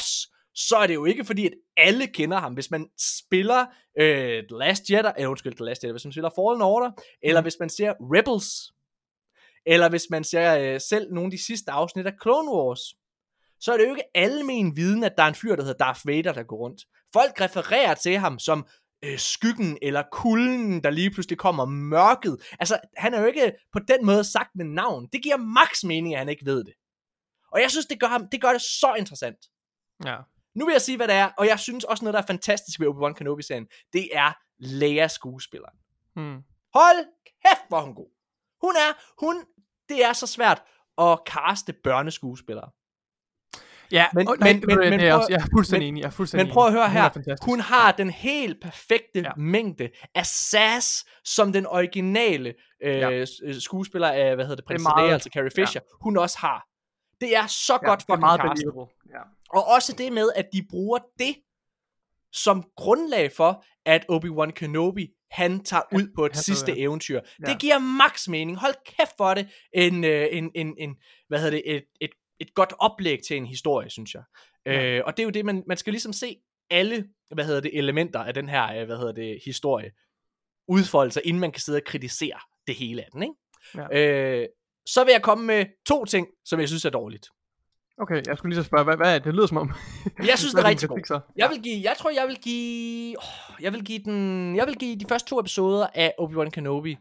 så er det jo ikke fordi, at alle kender ham. Hvis man spiller øh, The Last Jedi, eller undskyld, The Last Jedi, hvis man spiller Fallen Order, eller mm. hvis man ser Rebels, eller hvis man ser øh, selv nogle af de sidste afsnit af Clone Wars, så er det jo ikke almen viden, at der er en fyr, der hedder Darth Vader, der går rundt. Folk refererer til ham som øh, skyggen, eller kulden, der lige pludselig kommer, mørket. Altså, han er jo ikke på den måde sagt med navn. Det giver max mening, at han ikke ved det. Og jeg synes, det gør, ham, det gør det så interessant. Ja. Nu vil jeg sige, hvad det er, og jeg synes også noget, der er fantastisk ved Obi-Wan Kenobi-serien, det er Leia-skuespilleren. Hmm. Hold kæft, hvor hun god. Hun er, hun, det er så svært at caste børneskuespillere. Ja, men, oh, men, nej, men, men, men jeg er prøv, også, jeg er fuldstændig men, enig. Jeg er fuldstændig men prøv at høre enig. her, Hun, hun har den helt perfekte ja. mængde af sass, som den originale øh, ja. skuespiller af, hvad hedder det, Prinsesse Leia, altså Carrie Fisher, ja. hun også har. Det er så ja, godt fucking castet. Ja. Og også det med, at de bruger det som grundlag for, at Obi-Wan Kenobi, han tager ud på et han, sidste ja. eventyr. Ja. Det giver max mening. Hold kæft for det. En, en, en, en hvad hedder det, et, et, et godt oplæg til en historie, synes jeg. Ja. Øh, og det er jo det, man, man skal ligesom se alle, hvad hedder det, elementer af den her, hvad hedder det, historie udfolde sig, inden man kan sidde og kritisere det hele af den, ikke? Ja. Øh, så vil jeg komme med to ting, som jeg synes er dårligt. Okay, jeg skulle lige så spørge, hvad, hvad er det? Det lyder som om... Jeg synes, det er rigtig godt. Jeg vil give, jeg tror, jeg vil give, oh, jeg vil give den, jeg vil give de første to episoder af Obi-Wan Kenobi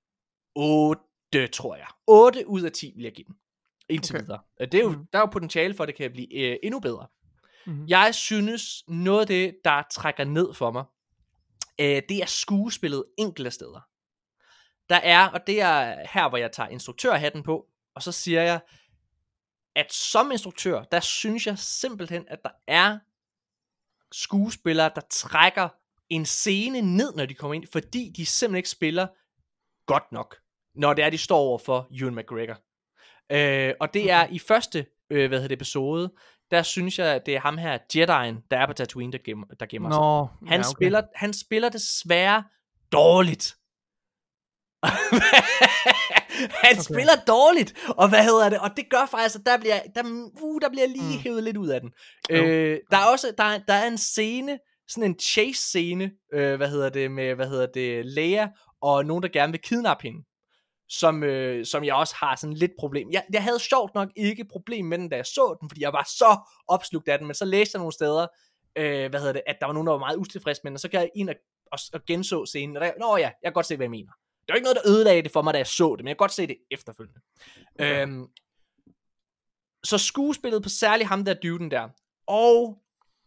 otte, tror jeg. otte ud af ti vil jeg give den. Indtil okay. videre. Det er jo, mm. Der er jo potentiale for, at det kan blive øh, endnu bedre. Mm. Jeg synes, noget af det, der trækker ned for mig, øh, det er skuespillet enkelte steder. Der er, og det er her, hvor jeg tager instruktørhatten på, og så siger jeg, at som instruktør, der synes jeg simpelthen, at der er skuespillere, der trækker en scene ned, når de kommer ind, fordi de simpelthen ikke spiller godt nok, når det er, de står over for Ewan McGregor. Øh, og det er i første øh, hvad hedder det, episode, der synes jeg, at det er ham her, Jedien, der er på Tatooine, der gemmer, der gemmer Nå, sig. Han, ja, okay. spiller, han spiller desværre dårligt. Han okay. spiller dårligt, og hvad hedder det, og det gør faktisk, at der bliver, der, uh, der bliver lige mm. hævet lidt ud af den. Øh, der er også, der er, der er en scene, sådan en chase scene, øh, hvad hedder det, med, hvad hedder det, Leia, og nogen, der gerne vil kidnappe hende, som, øh, som jeg også har sådan lidt problem. Jeg, jeg havde sjovt nok ikke problem med den, da jeg så den, fordi jeg var så opslugt af den, men så læste jeg nogle steder, øh, hvad hedder det, at der var nogen, der var meget utilfreds med den, og så kan jeg ind og, og, og genså scenen, og der, nå ja, jeg kan godt se, hvad jeg mener. Det var ikke noget, der ødelagde det for mig, da jeg så det, men jeg kan godt se det efterfølgende. Okay. Øhm, så skuespillet på særlig ham der dyven der, og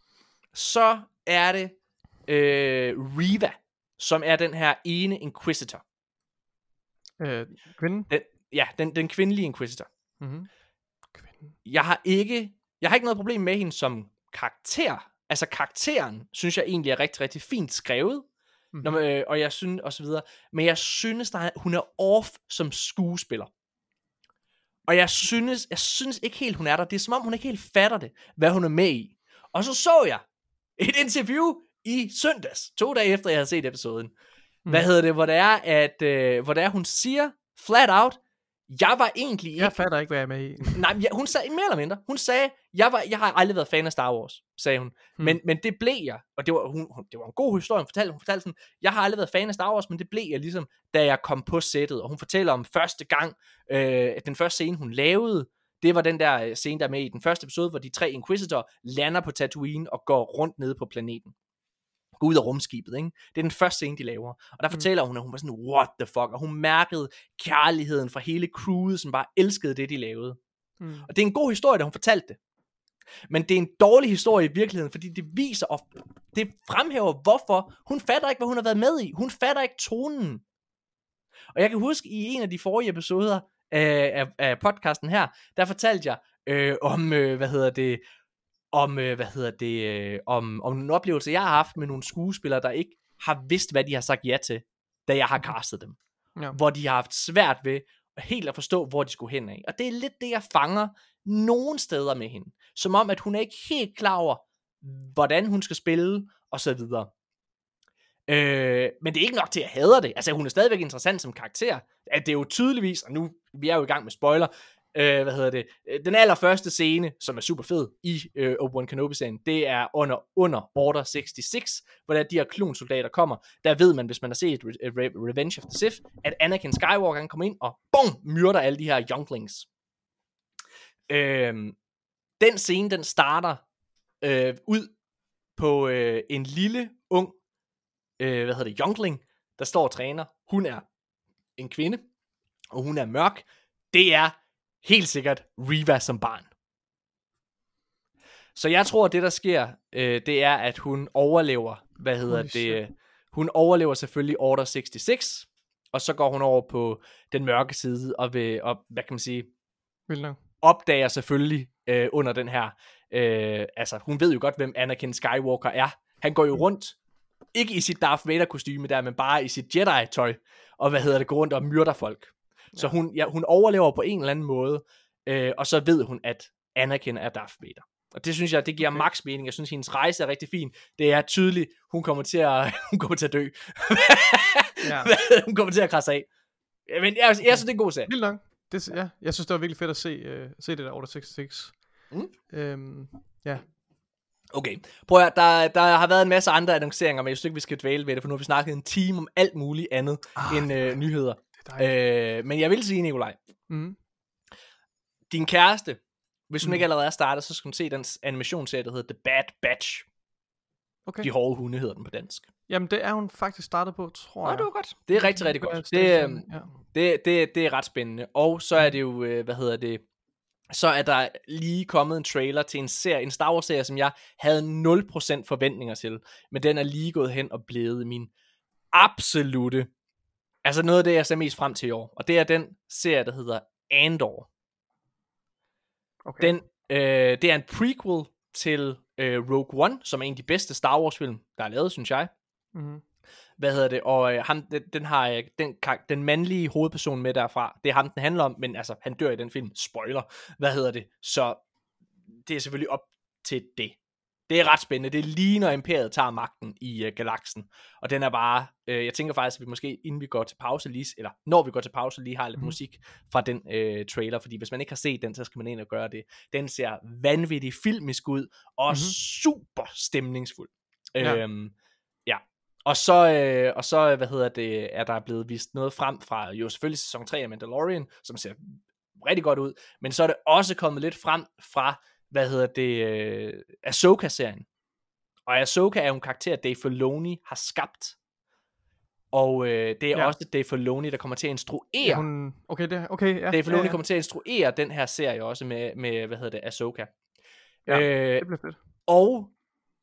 så er det øh, Reva, som er den her ene Inquisitor. Øh, kvinden? Den, ja, den, den kvindelige Inquisitor. Mm-hmm. Jeg har ikke, jeg har ikke noget problem med hende som karakter. Altså karakteren, synes jeg egentlig er rigtig, rigtig fint skrevet. Mm-hmm. Når, øh, og jeg synes og så videre, men jeg synes der er, hun er off som skuespiller, og jeg synes jeg synes ikke helt hun er der. Det er som om hun ikke helt fatter det, hvad hun er med i. Og så så jeg et interview i søndags, to dage efter jeg havde set episoden. Mm. Hvad hedder det, hvor det er at øh, hvor det er hun siger flat out, jeg var egentlig ikke... Jeg fatter ikke, hvad jeg er med i. Nej, ja, hun sagde, mere eller mindre, hun sagde, jeg, var, jeg har aldrig været fan af Star Wars, sagde hun. Hmm. Men, men det blev jeg, og det var, hun, det var en god historie, hun fortalte, hun fortalte sådan, jeg har aldrig været fan af Star Wars, men det blev jeg ligesom, da jeg kom på sættet. Og hun fortæller om første gang, øh, den første scene, hun lavede, det var den der scene, der er med i den første episode, hvor de tre Inquisitorer lander på Tatooine og går rundt nede på planeten. Gå ud af rumskibet, ikke? Det er den første scene, de laver. Og der mm. fortæller hun, at hun var sådan, what the fuck? Og hun mærkede kærligheden fra hele crewet, som bare elskede det, de lavede. Mm. Og det er en god historie, da hun fortalte det. Men det er en dårlig historie i virkeligheden, fordi det viser, og det fremhæver, hvorfor. Hun fatter ikke, hvad hun har været med i. Hun fatter ikke tonen. Og jeg kan huske, i en af de forrige episoder af, af, af podcasten her, der fortalte jeg øh, om, øh, hvad hedder det, om, øh, hvad hedder det, øh, om, om nogle oplevelser, jeg har haft med nogle skuespillere, der ikke har vidst, hvad de har sagt ja til, da jeg har castet dem. Ja. Hvor de har haft svært ved helt at forstå, hvor de skulle hen af. Og det er lidt det, jeg fanger nogle steder med hende. Som om, at hun er ikke helt klar over, hvordan hun skal spille, og så videre. Øh, men det er ikke nok til, at jeg hader det. Altså, hun er stadigvæk interessant som karakter. At det er jo tydeligvis, og nu vi er jo i gang med spoiler, øh, hvad hedder det, den allerførste scene, som er super fed i øh, Obi-Wan Kenobi-serien, det er under, under Order seksogtres, hvor der de her klonsoldater kommer. Der ved man, hvis man har set Re- Re- Revenge of the Sith, at Anakin Skywalker han kommer ind og bum, myrder alle de her younglings. Øh, den scene, den starter øh, ud på øh, en lille, ung, øh, hvad hedder det, youngling, der står og træner. Hun er en kvinde, og hun er mørk. Det er helt sikkert Reva som barn. Så jeg tror, at det der sker, øh, det er, at hun overlever, hvad hedder Holy det, shit. Hun overlever selvfølgelig Order seksogtres, og så går hun over på den mørke side, og, vil, og hvad kan man sige, opdager selvfølgelig øh, under den her, øh, altså hun ved jo godt, hvem Anakin Skywalker er. Han går jo rundt, ikke i sit Darth Vader kostyme der, men bare i sit Jedi-tøj, og hvad hedder det, går rundt og myrder folk. Ja. Så hun, ja, hun overlever på en eller anden måde, øh, og så ved hun, at Anakin er Darth Vader. Og det synes jeg, det giver okay. max mening. Jeg synes, hendes rejse er rigtig fin. Det er tydeligt, hun kommer til at, hun kommer til at dø. Ja. Hun kommer til at krasse af. Men jeg, jeg synes, det er en god sag. Vildt nok. Det, ja, jeg synes, det var virkelig fedt at se, uh, se det der Order seksogtres. Mm. Øhm, ja. Okay, prøv at der, der har været en masse andre annonceringer, men jeg synes ikke, vi skal dvæle ved det, for nu har vi snakket en time om alt muligt andet ah, end øh, nyheder. Øh, men jeg vil sige, Nikolaj, mm. din kæreste, hvis hun mm. ikke allerede er startet, så skal hun se den animationsserie, der hedder The Bad Batch. Okay. De hårde hunde hedder den på dansk. Jamen, det er hun faktisk startet på, tror jeg. Nå, det var godt. Det er rigtig, rigtig godt. Det, ja. det, det, det er ret spændende. Og så er det jo, hvad hedder det, så er der lige kommet en trailer til en serie, en Star Wars serie, som jeg havde nul procent forventninger til, men den er lige gået hen og blevet min absolute, altså noget af det, jeg ser mest frem til i år, og det er den serie, der hedder Andor. Okay. Den, øh, det er en prequel til øh, Rogue One, som er en af de bedste Star Wars film, der er lavet, synes jeg. Mm-hmm. Hvad hedder det, og øh, ham, den, den har øh, den, den mandlige hovedperson med derfra, det er ham, den handler om, men altså, han dør i den film, spoiler, hvad hedder det, så det er selvfølgelig op til det. Det er ret spændende, det er lige når Imperiet tager magten i øh, galaksen, og den er bare, øh, jeg tænker faktisk, at vi måske, inden vi går til pause lige, eller når vi går til pause lige, har lidt mm. musik fra den øh, trailer, fordi hvis man ikke har set den, så skal man ind og gøre det. Den ser vanvittigt filmisk ud, og mm-hmm. super stemningsfuld. Ja. Øhm, ja. Og så, øh, og så, hvad hedder det, er der blevet vist noget frem fra, jo selvfølgelig sæson tre af Mandalorian, som ser rigtig godt ud, men så er det også kommet lidt frem fra, hvad hedder det, øh, Ahsoka-serien. Og Ahsoka er jo en karakter, Dave Filoni har skabt. Og øh, det er ja. også Dave Filoni, der kommer til at instruere. Ja, hun... Okay, det okay, ja. Dave Filoni ja, ja. kommer til at instruere den her serie også med, med hvad hedder det, Ahsoka. Ja, øh, det bliver fedt. Og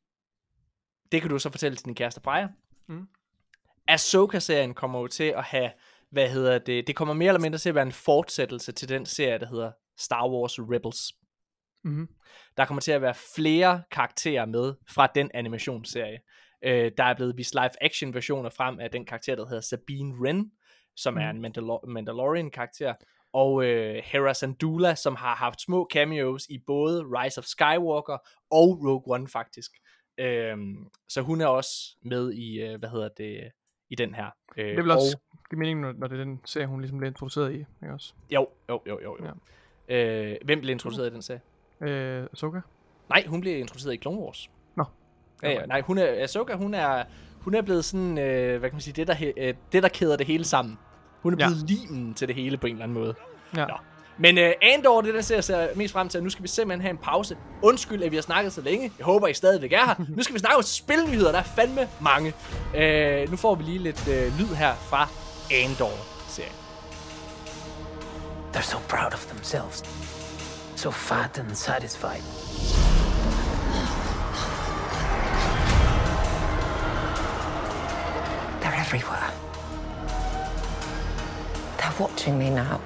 det kan du så fortælle til din kæreste Freja. Mm. Ahsoka-serien kommer jo til at have, hvad hedder det, det kommer mere eller mindre til at være en fortsættelse til den serie, der hedder Star Wars Rebels. Mm-hmm. Der kommer til at være flere karakterer med fra den animationsserie. Øh, der er blevet vist live-action versioner frem af den karakter, der hedder Sabine Wren, som mm. er en Mandalor- Mandalorian-karakter, og øh, Hera Syndulla, som har haft små cameos i både Rise of Skywalker og Rogue One faktisk. Øhm, så hun er også med i, øh, hvad hedder det, i den her. Øh, det vil også give mening, når, når det er den serie, hun ligesom bliver introduceret i, ikke også? Jo, jo, jo, jo. jo. Ja. Øh, hvem blev introduceret i den serie? Øh, Ahsoka? Nej, hun blev introduceret i Clone Wars. Nå. Ja, ja, nej, hun er, Ahsoka, hun er, hun er blevet sådan, øh, hvad kan man sige, det der, øh, det der kæder det hele sammen. Hun er blevet ja. limen til det hele på en eller anden måde. Ja. Nå. Men uh, Andor, det der ser jeg mest frem til, nu skal vi simpelthen have en pause. Undskyld, at vi har snakket så længe. Jeg håber, I stadigvæk er her. Nu skal vi snakke om spilnyheder, der er fandme mange. Uh, nu får vi lige lidt uh, lyd her fra Andor-serien. They're so proud of themselves. So fat and satisfied. They're everywhere. They're watching me now.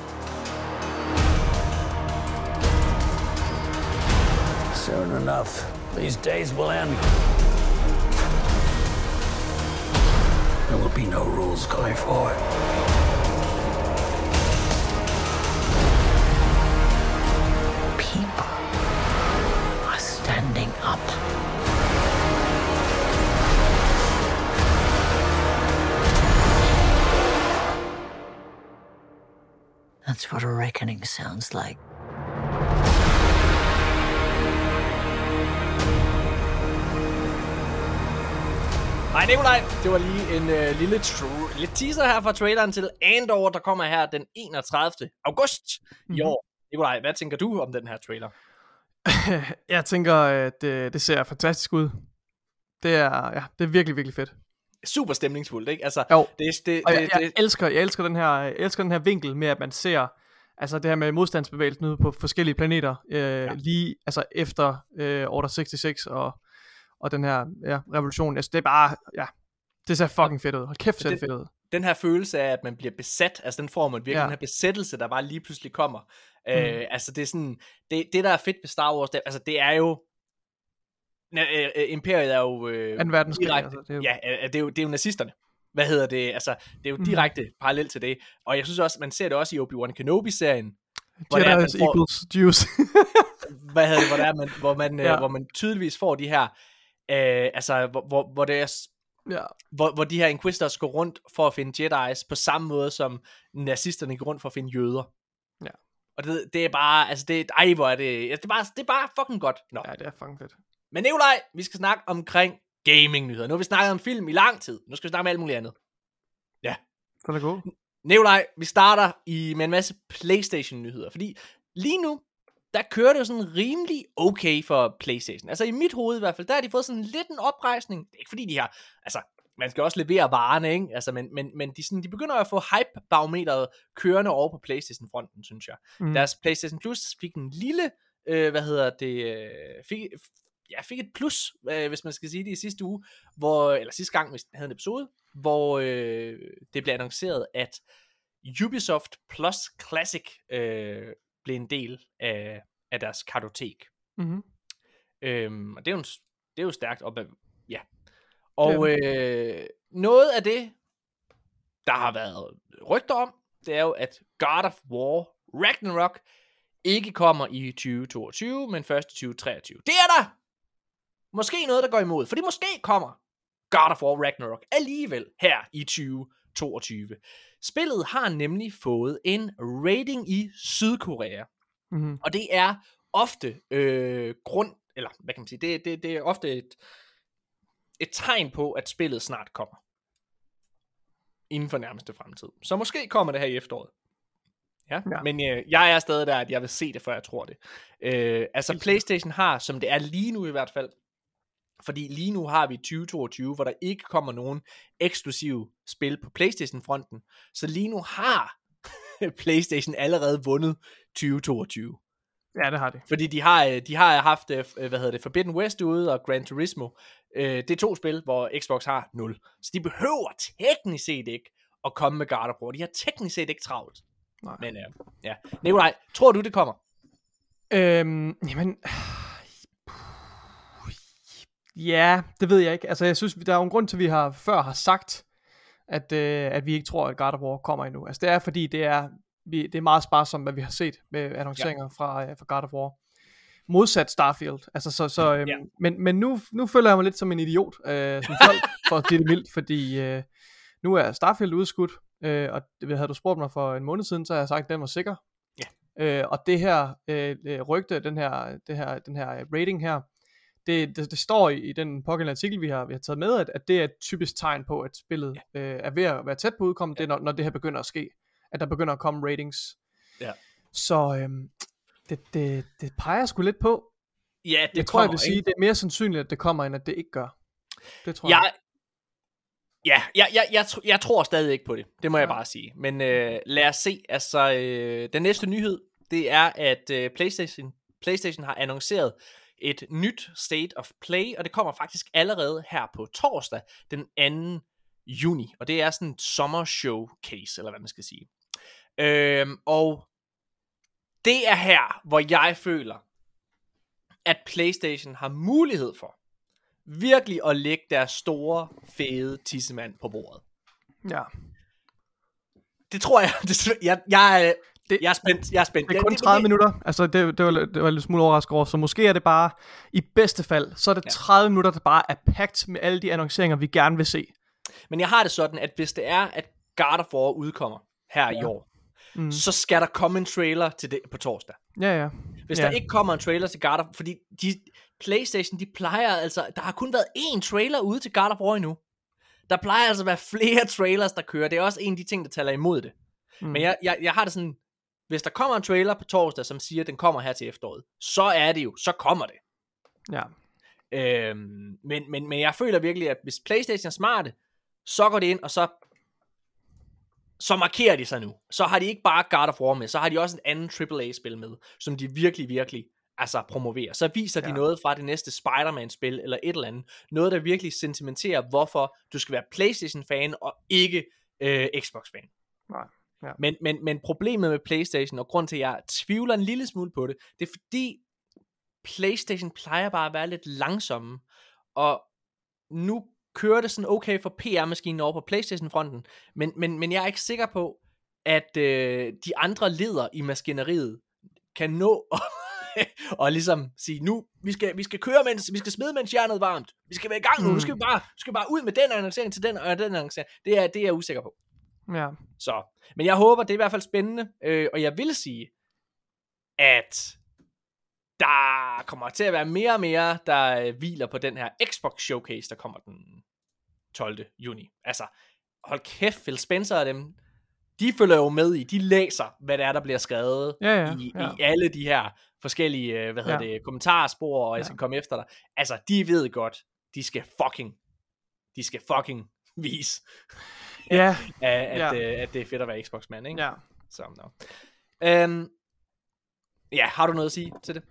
Soon enough, these days will end. There will be no rules going forward. People are standing up. That's what a reckoning sounds like. Hej Nikolaj, det var lige en øh, lille, tr- lille teaser her fra traileren til Andor, der kommer her den enogtredivte august mm-hmm. i år. Nikolaj, hvad tænker du om den her trailer? Jeg tænker, at det, det ser fantastisk ud. Det er, ja, det er virkelig, virkelig fedt. Super stemningsfuldt, ikke? Altså, jo, det, det, og det, jeg, jeg, det... elsker, jeg elsker den her, jeg elsker den her vinkel med, at man ser, altså det her med modstandsbevægelsen ude på forskellige planeter, øh, ja. lige, altså efter øh, Order seksogtres og, og den her ja, revolution. Altså det er bare, ja, det ser fucking fedt ud. Hold kæft, ser det fedt ud. Den her følelse af, at man bliver besat, altså den får man virkelig, ja. Den her besættelse, der bare lige pludselig kommer. Mm. Øh, altså det er sådan, det, det der er fedt ved Star Wars, det, altså det er jo, øh, øh, Imperiet er jo, øh, anden verdenskrig, direkte, altså, det er jo... ja, det er jo, det er jo nazisterne. Hvad hedder det? Altså, det er jo direkte mm. parallelt til det. Og jeg synes også, man ser det også i Obi-Wan Kenobi-serien. Jedi is equals Jews. Hvad hedder det, hvor, der er, man, hvor, man, ja. øh, hvor man tydeligvis får de her, øh, altså, hvor, hvor, hvor det er... Ja. Hvor, hvor de her Inquisitors går rundt for at finde Jedis på samme måde som nazisterne går rundt for at finde jøder. Ja. Og det, det er bare, altså det, ej hvor er det, det er bare, det er bare fucking godt. Nå. Ja, det er fucking fedt. Men Nikolaj, vi skal snakke omkring gaming-nyheder. Nu har vi snakket om film i lang tid. Nu skal vi snakke om alt muligt andet. Ja. Så er det godt. Nikolaj, vi starter i, med en masse PlayStation-nyheder, fordi lige nu, der kører det jo sådan rimelig okay for PlayStation. Altså i mit hoved i hvert fald, der har de fået sådan lidt en oprejsning. Det er ikke fordi de har, altså man skal også levere varerne, ikke? Altså, men, men, men de, sådan, de begynder at få hype-barometeret kørende over på PlayStation-fronten, synes jeg. Mm. Deres PlayStation Plus fik en lille, øh, hvad hedder det, øh, fik, ja, fik et plus, øh, hvis man skal sige det i sidste uge, hvor, eller sidste gang, hvis den havde en episode, hvor øh, det blev annonceret, at Ubisoft Plus Classic øh, blev en del af, af deres kartotek. Mm-hmm. Øhm, og det er jo, en, det er jo stærkt op ad, ja. Og øh, noget af det, der har været rygter om, det er jo, at God of War Ragnarok ikke kommer i tyve toogtyve, men først i tyve treogtyve. Det er der måske noget, der går imod, fordi måske kommer God of War Ragnarok alligevel her i tyve toogtyve. Spillet har nemlig fået en rating i Sydkorea, mm-hmm. og det er ofte øh, grund, eller hvad kan man sige, det, det, det er ofte et, et tegn på, at spillet snart kommer inden for nærmeste fremtid. Så måske kommer det her i efteråret. Ja, ja. Men øh, jeg er stadig der, at jeg vil se det, før jeg tror det. Øh, altså PlayStation har, som det er lige nu i hvert fald, fordi lige nu har vi tyve toogtyve, hvor der ikke kommer nogen eksklusive spil på PlayStation-fronten. Så lige nu har PlayStation allerede vundet tyve toogtyve. Ja, det har de. Fordi de har, de har haft, hvad hedder det, Forbidden West ude og Gran Turismo. Det er to spil, hvor Xbox har nul. Så de behøver teknisk set ikke at komme med God of War. De har teknisk set ikke travlt. Nej. Men øh, ja. Nikolaj, tror du det kommer? Øhm, jamen... Ja, det ved jeg ikke. Altså jeg synes, der er jo en grund til, at vi har før har sagt, at, øh, at vi ikke tror, at God of War kommer endnu. Altså det er fordi, det er, vi, det er meget sparsomt, hvad vi har set med annonceringer ja. fra, øh, fra God of War. Modsat Starfield. Altså så, så, øh, ja. men, men nu, nu føler jeg mig lidt som en idiot, øh, som folk, for at sige det mildt, fordi øh, nu er Starfield udskudt, øh, og det havde du spurgt mig for en måned siden, så har jeg sagt, at den var sikker. Ja. Øh, og det her øh, rygte, den her, det her, den her rating her, Det, det, det står i, i den pågældende artikel, vi har, vi har taget med, at, at det er et typisk tegn på, at spillet ja. øh, er ved at være tæt på udkommet, ja. det er, når, når det her begynder at ske. At der begynder at komme ratings. Ja. Så øhm, det, det, det peger sgu lidt på. Ja, det jeg tror, jeg vil sige, det er mere sandsynligt, at det kommer, end at det ikke gør. Det tror jeg. jeg. Ja, jeg, jeg, jeg, jeg, jeg tror stadig ikke på det. Det må ja. jeg bare sige. Men øh, lad os se. Altså, øh, den næste nyhed, det er, at øh, PlayStation, PlayStation har annonceret et nyt State of Play, og det kommer faktisk allerede her på torsdag, den anden juni, og det er sådan et sommershowcase, eller hvad man skal sige. Øhm, og det er her, hvor jeg føler, at PlayStation har mulighed for virkelig at lægge deres store, fede tissemand på bordet. Ja. Det tror jeg, det, jeg, jeg, det, jeg er spændt, jeg er spændt. Det er kun tredive det, minutter, altså det, det, var, det var lidt smule overrasket over, så måske er det bare, i bedste fald, så er det tredive minutter, der bare er packed med alle de annonceringer, vi gerne vil se. Men jeg har det sådan, at hvis det er, at God of War udkommer her ja. i år, mm. så skal der komme en trailer til det på torsdag. Ja, ja. Hvis ja. der ikke kommer en trailer til God of War, fordi de, PlayStation, de plejer altså, der har kun været én trailer ude til God of War endnu. Der plejer altså at være flere trailers, der kører. Det er også en af de ting, der taler imod det. Mm. Men jeg, jeg, jeg har det sådan, hvis der kommer en trailer på torsdag, som siger, at den kommer her til efteråret, så er det jo, så kommer det. Ja. Øhm, men, men, men jeg føler virkelig, at hvis PlayStation er smarte, så går det ind, og så så markerer de sig nu. Så har de ikke bare God of War med, så har de også et andet triple A-spil med, som de virkelig, virkelig altså promoverer. Så viser de ja. noget fra det næste Spider-Man-spil, eller et eller andet. Noget, der virkelig sentimenterer, hvorfor du skal være PlayStation-fan, og ikke øh, Xbox-fan. Nej. Ja. Men, men, men problemet med PlayStation, og grund til, at jeg tvivler en lille smule på det, det er fordi, PlayStation plejer bare at være lidt langsomme, og nu kører det sådan okay for P R-maskinen over på PlayStation-fronten, men, men, men jeg er ikke sikker på, at øh, de andre leder i maskineriet kan nå og ligesom sige, nu, vi skal, vi skal køre, mens, vi skal smide, mens jernet er varmt. Vi skal være i gang nu, mm. nu skal vi bare, skal vi bare ud med den annoncering til den og den annoncering. Det er, det er jeg usikker på. Ja. Så, men jeg håber, det er i hvert fald spændende, øh, og jeg vil sige, at der kommer til at være mere og mere, der hviler på den her Xbox Showcase, der kommer den tolvte juni. Altså, hold kæft, Phil Spencer og dem, de følger jo med i, de læser, hvad det er, der bliver skrevet ja, ja, i, ja. i alle de her forskellige, hvad hedder ja. det, kommentarspor, og jeg skal ja. komme efter dig. Altså, de ved godt, de skal fucking, de skal fucking vise, ja. at, at, ja. at, at det er fedt at være Xbox-mand, ikke? Ja. Så, no. um, ja, har du noget at sige til det?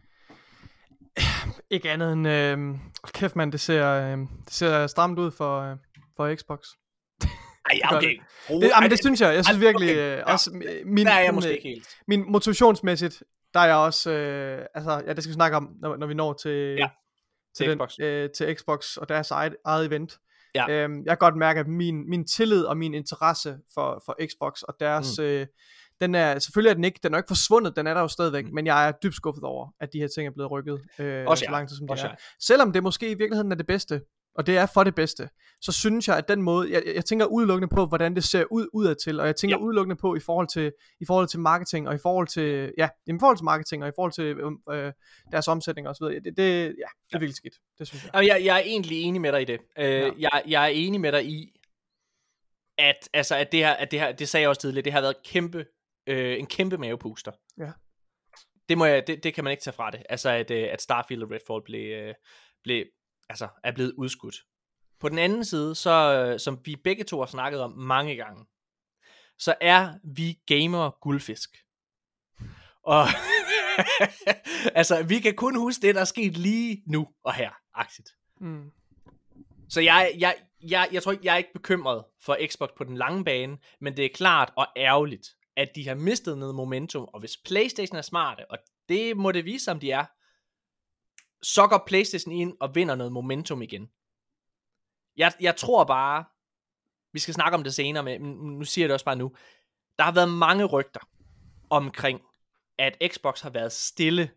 Ikke andet end, øh, kæft mand, det ser, øh, det ser stramt ud for, øh, for Xbox. Ej, okay. Det, det, jamen, det synes jeg. Jeg synes virkelig, okay. øh, også min, der er jeg min, måske ikke helt. Min motivationsmæssigt, der er jeg også, øh, altså, ja, det skal vi snakke om, når, når vi når til, ja. til, til, Xbox. Den, øh, til Xbox og deres eget, eget event. Ja. Øhm, jeg kan godt mærke, at min, min tillid og min interesse for, for Xbox og deres, mm. øh, den er, selvfølgelig er den ikke, den er ikke forsvundet, den er der jo stadigvæk, mm. men jeg er dybt skuffet over, at de her ting er blevet rykket, øh, også så lang tid som det også er. Selvom det måske i virkeligheden er det bedste, og det er for det bedste, så synes jeg, at den måde, jeg, jeg tænker udelukkende på, hvordan det ser ud udadtil, og jeg tænker ja. udelukkende på i forhold til i forhold til marketing, og i forhold til, ja, i forhold til marketing, og i forhold til øh, deres omsætning og så videre. Det, det, ja, det er ja. virkelig skidt, det synes jeg. jeg. Jeg er egentlig enig med dig i det. Uh, ja. jeg, jeg er enig med dig i, at, altså, at det her, at det her, det sagde jeg også tidligere, det har været kæmpe, øh, en kæmpe mavepuster. Ja. Det, må jeg, det, det kan man ikke tage fra det. Altså, at, at Starfield og Redfall blev, blev, altså, er blevet udskudt. På den anden side, så, som vi begge to har snakket om mange gange, så er vi gamer guldfisk. Og altså, vi kan kun huske det, der er sket lige nu og her, aktivt. Mm. Så jeg, jeg, jeg, jeg tror ikke, jeg er ikke bekymret for Xbox på den lange bane, men det er klart og ærgerligt, at de har mistet noget momentum, og hvis PlayStation er smarte, og det må det vise, om de er, så går PlayStation ind og vinder noget momentum igen. Jeg, jeg tror bare, vi skal snakke om det senere, men nu siger jeg det også bare nu, der har været mange rygter omkring, at Xbox har været stille,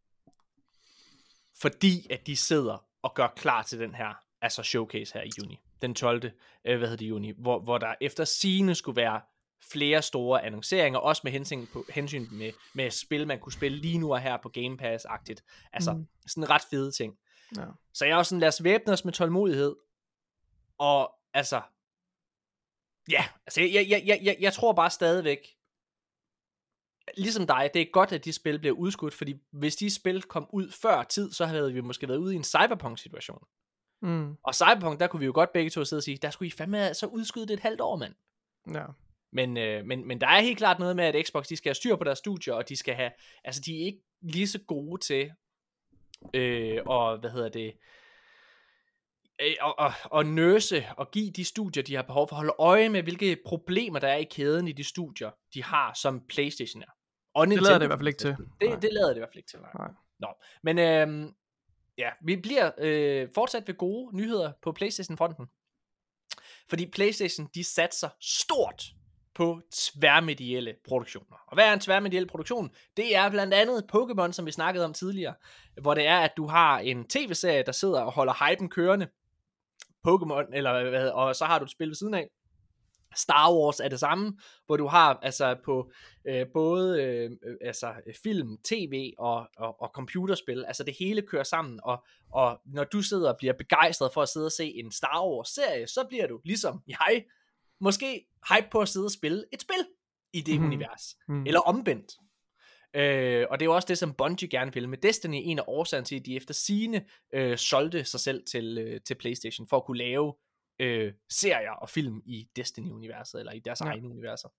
fordi at de sidder og gør klar til den her, altså showcase her i juni, den tolvte Øh, hvad hedder det, juni, hvor, hvor der efter sigende skulle være flere store annonceringer, også med hensyn, på, hensyn med, med spil, man kunne spille lige nu og her på Game Pass-agtigt. Altså, mm. sådan en ret fede ting. Ja. Så jeg er også sådan, lad os væbne os med tålmodighed, og altså, ja, altså, jeg, jeg, jeg, jeg, jeg tror bare stadigvæk, ligesom dig, det er godt, at de spil bliver udskudt, fordi hvis de spil kom ud før tid, så havde vi måske været ude i en Cyberpunk-situation. Mm. Og Cyberpunk, der kunne vi jo godt begge to sidde og sige, der skulle I fandme så udskyde det et halvt år, mand. Ja. Men, øh, men, men der er helt klart noget med, at Xbox, de skal have styr på deres studier, og de skal have, altså de er ikke lige så gode til, øh, og hvad hedder det, øh, og, og, og nøse og give de studier, de har behov for, at holde øje med, hvilke problemer der er i kæden i de studier, de har, som PlayStation er. Og det lader det i hvert fald ikke til. Det, det lader det i hvert fald ikke til. Nej. Nej. Nå, men øh, ja, vi bliver øh, fortsat ved gode nyheder på PlayStation-fronten. Fordi PlayStation, de satser stort på tværmedielle produktioner. Og hvad er en tværmediel produktion? Det er blandt andet Pokémon, som vi snakkede om tidligere, hvor det er, at du har en tv-serie, der sidder og holder hypen kørende. Pokémon, eller hvad, og så har du et spil ved siden af. Star Wars er det samme, hvor du har altså på øh, både øh, altså film, tv og, og, og computerspil, altså det hele kører sammen, og, og når du sidder og bliver begejstret for at sidde og se en Star Wars serie, så bliver du ligesom jeg, måske hype på at sidde og spille et spil i det mm. univers, mm. eller omvendt. Øh, og det er jo også det, som Bungie gerne vil med Destiny. En af årsagerne til, at de efter sigende øh, solgte sig selv til, øh, til PlayStation, for at kunne lave øh, serier og film i Destiny-universet, eller i deres ja. egne universer.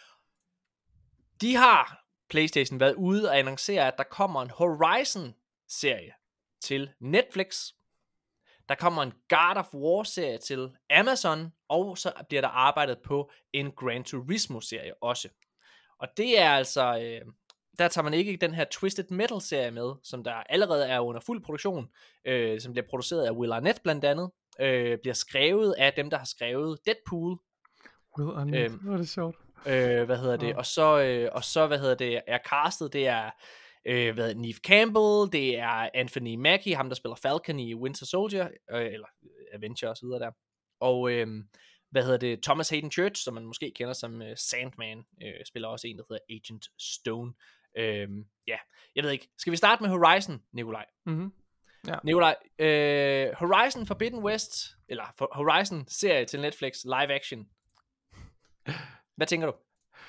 De har, PlayStation, været ude og annoncere, at der kommer en Horizon-serie til Netflix. Der kommer en God of War-serie til Amazon, og så bliver der arbejdet på en Gran Turismo-serie også. Og det er altså... Øh, der tager man ikke den her Twisted Metal-serie med, som der allerede er under fuld produktion, øh, som bliver produceret af Will Arnett blandt andet, øh, bliver skrevet af dem, der har skrevet Deadpool. Will Arnett, øh, det er sjovt. Øh, hvad hedder det? Ja. Og så, øh, og så hvad hedder det? Er castet, det er øh, hvad, Neve Campbell, det er Anthony Mackie, ham der spiller Falcon i Winter Soldier, øh, eller Avenger og så videre der. Og øh, hvad hedder det? Thomas Hayden Church, som man måske kender som øh, Sandman, øh, spiller også en, der hedder Agent Stone. Øhm, ja, jeg ved ikke. Skal vi starte med Horizon, Nikolaj? Mm-hmm. Ja. Nikolaj, øh, Horizon Forbidden West, eller Horizon serie til Netflix, live action. Hvad tænker du?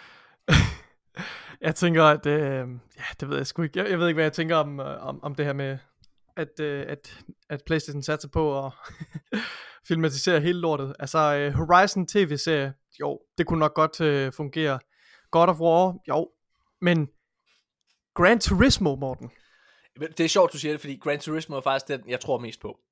Jeg tænker, at øh, ja, det ved jeg sgu ikke. Jeg, jeg ved ikke, hvad jeg tænker om, om, om det her med, at, øh, at, at PlayStation satser på at filmatisere hele lortet. Altså, øh, Horizon tv-serie, jo, det kunne nok godt øh, fungere. God of War, jo, men Gran Turismo, Morten. Det er sjovt, du siger det, fordi Gran Turismo er faktisk den, jeg tror mest på.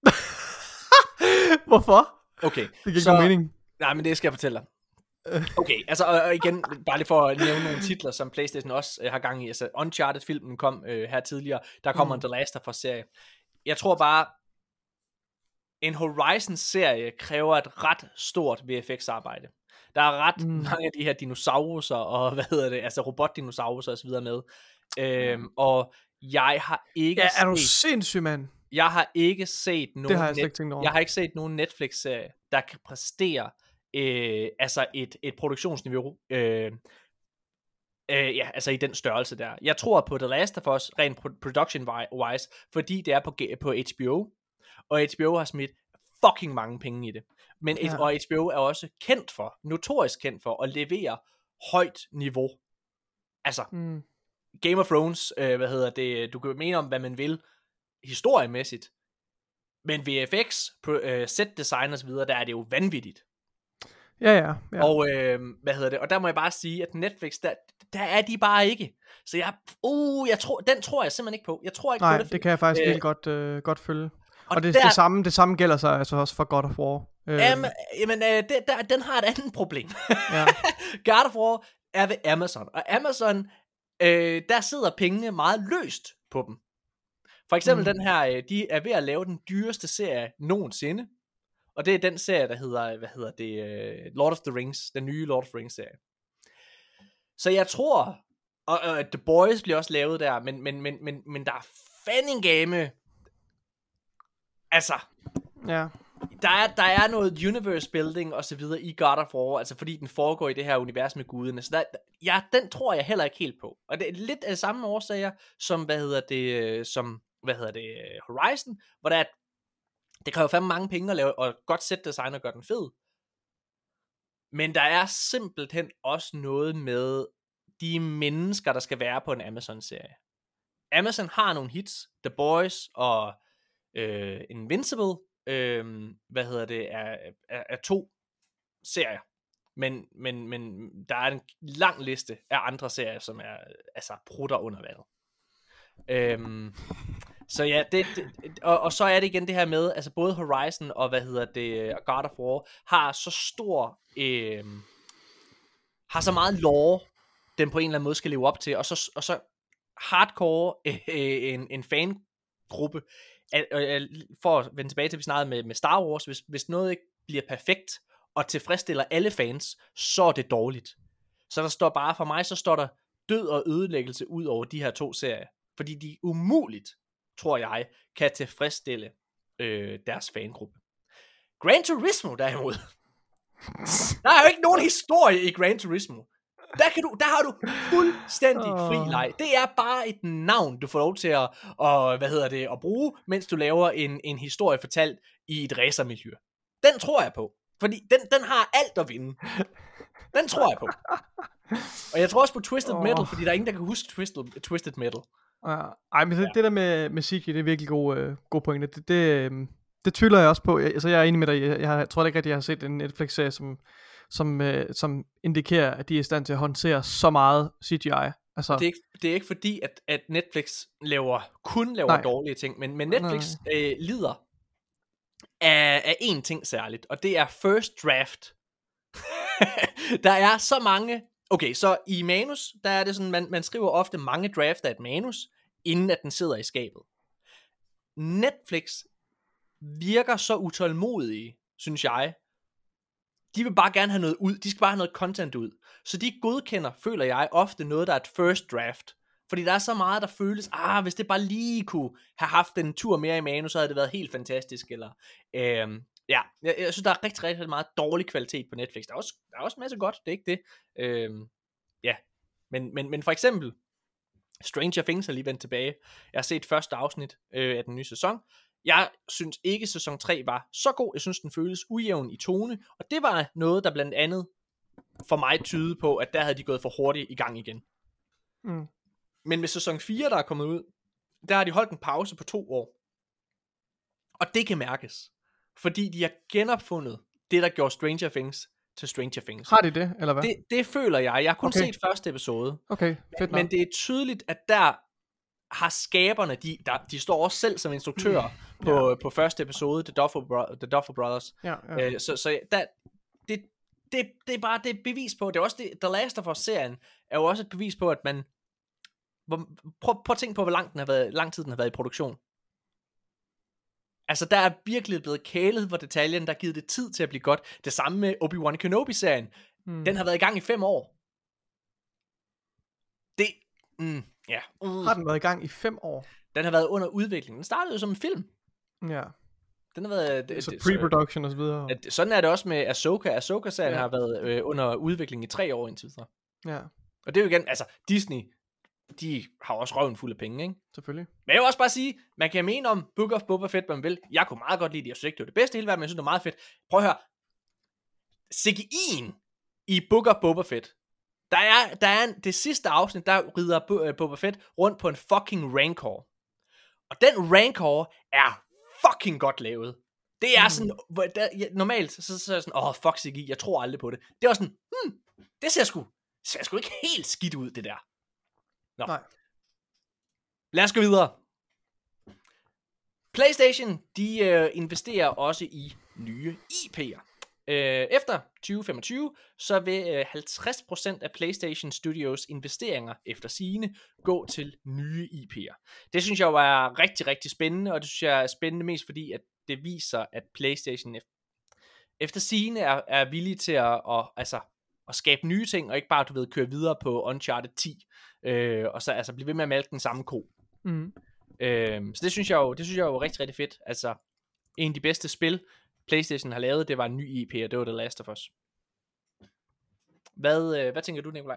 Hvorfor? Okay. Det giver ikke nogen mening. Nej, men det skal jeg fortælle dig. Okay, altså og igen, bare lige for at nævne nogle titler, som PlayStation også øh, har gang i. Altså Uncharted-filmen kom øh, her tidligere. Der kommer mm. en The Last of Us-serie. Jeg tror bare, en Horizon-serie kræver et ret stort V F X-arbejde. Der er ret mm. mange af de her dinosaurer og hvad hedder det, altså robotdinosaurer og så videre med. Øhm, og jeg har ikke ja, er du set, sindssyg, mand? Jeg har ikke set nogen det har jeg, net, jeg har ikke set nogen Netflix-serie, der kan præstere øh, altså et, et produktionsniveau øh, øh, ja, altså i den størrelse der. Jeg tror på The Last of Us rent production-wise, fordi det er på, på H B O, og H B O har smidt fucking mange penge i det. Men ja. Og H B O er også kendt for, notorisk kendt for, at levere højt niveau. Altså, mm. Game of Thrones, øh, hvad hedder det, du kan mene om, hvad man vil, historiemæssigt, men V F X, øh, set design og så videre, der er det jo vanvittigt. Ja, ja. ja. Og, øh, hvad hedder det, og der må jeg bare sige, at Netflix, der, der er de bare ikke. Så jeg, uh, jeg tror, den tror jeg simpelthen ikke på. Jeg tror ikke Nej, på det. det kan jeg faktisk øh, virkelig godt, øh, godt følge. Og, og det, der, det, samme, det samme gælder sig altså også for God of War. Øh. Jamen, jamen øh, det, der, den har et andet problem. Ja. God of War er ved Amazon, og Amazon, øh, der sidder pengene meget løst på dem. For eksempel mm. den her, øh, de er ved at lave den dyreste serie nogensinde, og det er den serie, der hedder, hvad hedder det, uh, Lord of the Rings, den nye Lord of the Rings serie. Så jeg tror, og uh, The Boys bliver også lavet der, men, men, men, men, men der er fandingame. Altså, ja. der, er, der er noget universe building og så videre i God of War, altså fordi den foregår i det her univers med guderne. Så der, ja, den tror jeg heller ikke helt på. Og det er lidt af samme årsager, som, hvad hedder det, som, hvad hedder det, Horizon, hvor der er, det kræver fandme mange penge at lave, og godt set design og gøre den fed. Men der er simpelthen også noget med de mennesker, der skal være på en Amazon-serie. Amazon har nogle hits, The Boys og øh, Invincible, øh, hvad hedder det, er, er, er to serier. Men, men, men der er en lang liste af andre serier, som er altså prutter under vandet. Øhm, så ja, det, det og, og så er det igen det her med, altså både Horizon og hvad hedder det, God of War har så stor, øh, har så meget lore, den på en eller anden måde skal leve op til, og så, og så hardcore øh, en, en fangruppe, at, øh, for at vende tilbage til, vi snakkede med, med Star Wars, hvis, hvis noget ikke bliver perfekt, og tilfredsstiller alle fans, så er det dårligt. Så der står bare, for mig, så står der død og ødelæggelse ud over de her to serier. Fordi de umuligt, tror jeg, kan tilfredsstille øh, deres fangruppe. Gran Turismo derimod, Der er jo ikke nogen historie i Gran Turismo. Der, kan du, der har du fuldstændig fri leg. Det er bare et navn, du får lov til at, og, hvad hedder det, at bruge, mens du laver en, en historie fortalt i et racermiljø. Den tror jeg på. Fordi den, den har alt at vinde. Den tror jeg på. Og jeg tror også på Twisted oh. Metal, fordi der er ingen, der kan huske Twisted, Twisted Metal. Ja. Ej, men det, ja. det der med, med Siki, det er virkelig gode, øh, gode pointe. Det, det, øh, det tvivler jeg også på. Jeg, altså, jeg er enig med dig. Jeg, jeg, jeg tror ikke rigtig, jeg har set en Netflix-serie, som, som, øh, som indikerer, at de er i stand til at håndtere så meget C G I. Altså... Det, er ikke, det er ikke fordi, at, at Netflix laver, kun laver Nej. dårlige ting, men, men Netflix øh, lider af, af én ting særligt, og det er first draft. Der er så mange... Okay, så i manus, der er det sådan, man, man skriver ofte mange drafts af et manus, inden at den sidder i skabet. Netflix virker så utålmodige, synes jeg. De vil bare gerne have noget ud. De skal bare have noget content ud. Så de godkender, føler jeg, ofte noget, der er et first draft. Fordi der er så meget, der føles, ah, hvis det bare lige kunne have haft en tur mere i manus, så havde det været helt fantastisk. Eller, øhm, ja, jeg, jeg synes, der er rigtig, rigtig meget dårlig kvalitet på Netflix. Der er også, der er også en masse godt, det er ikke det. Øhm, ja, men, men, men for eksempel, Stranger Things har lige vendt tilbage. Jeg har set første afsnit øh, af den nye sæson. Jeg synes ikke, sæson tre var så god. Jeg synes, den føles ujævn i tone. Og det var noget, der blandt andet for mig tyder på, at der havde de gået for hurtigt i gang igen. Mm. Men med sæson fire, der er kommet ud, der har de holdt en pause på to år. Og det kan mærkes. Fordi de har genopfundet det, der gjorde Stranger Things til Stranger Things. Har de det, eller hvad? Det, det føler jeg. Jeg har kun okay. set første episode. Okay, fedt nok. Men det er tydeligt, at der har skaberne, de, der, de står også selv som instruktører mm. på, ja. på første episode, The Duffer, Bro- The Duffer Brothers. Ja, ja. Øh, så så der, det, det, det er bare det er bevis på, det er også det, The Last of Us-serien er jo også et bevis på, at man, hvor, prøv, prøv at tænke på, hvor lang, den har været, lang tid den har været i produktion. Altså, der er virkelig blevet kælet for detaljen, der har givet det tid til at blive godt. Det samme med Obi-Wan Kenobi-serien. Mm. Den har været i gang i fem år. Det, mm, ja. Uh. Har den været i gang i fem år? Den har været under udvikling. Den startede jo som en film. Ja. Den har været... Det, så det, pre-production og så videre. At, sådan er det også med Ahsoka. Ahsoka-serien ja. har været øh, under udvikling i tre år indtil videre. Ja. Og det er jo igen, altså, Disney, de har også røven fuld af penge, ikke? Selvfølgelig. Men jeg vil også bare sige, man kan mene om Book of Boba Fett, hvad man vil. Jeg kunne meget godt lide det. Jeg synes ikke, det var det bedste i hele verden, men jeg synes, det var meget fedt. Prøv at høre. C G I'en i Book of Boba Fett. Der er, der er en, det sidste afsnit, der rider Boba Fett rundt på en fucking Rancor. Og den Rancor er fucking godt lavet. Det er mm. sådan, hvor der, ja, normalt, så, så, så er jeg sådan, åh, oh, fuck C G I, jeg tror aldrig på det. Det var sådan, hmm, det ser sgu, ser sgu ikke helt skidt ud, det der. Nå. Nej. Lad os gå videre. PlayStation, de øh, investerer også i nye I P'er. Øh, efter tyve femogtyve, så vil øh, halvtreds procent af PlayStation Studios investeringer efter sigende gå til nye I P'er. Det synes jeg jo er rigtig, rigtig spændende, og det synes jeg er spændende mest fordi, at det viser, at PlayStation efter sigende er, er villig til at, at, altså, at skabe nye ting, og ikke bare, du ved, køre videre på Uncharted ti, øh, og så altså, blive ved med at malke den samme ko. Mm. Øh, så det synes jeg jo, det synes jeg jo er rigtig, rigtig fedt. Altså, en af de bedste spil, PlayStation har lavet, det var en ny I P, og det var The Last of Us. Hvad, øh, hvad tænker du, Nikolaj?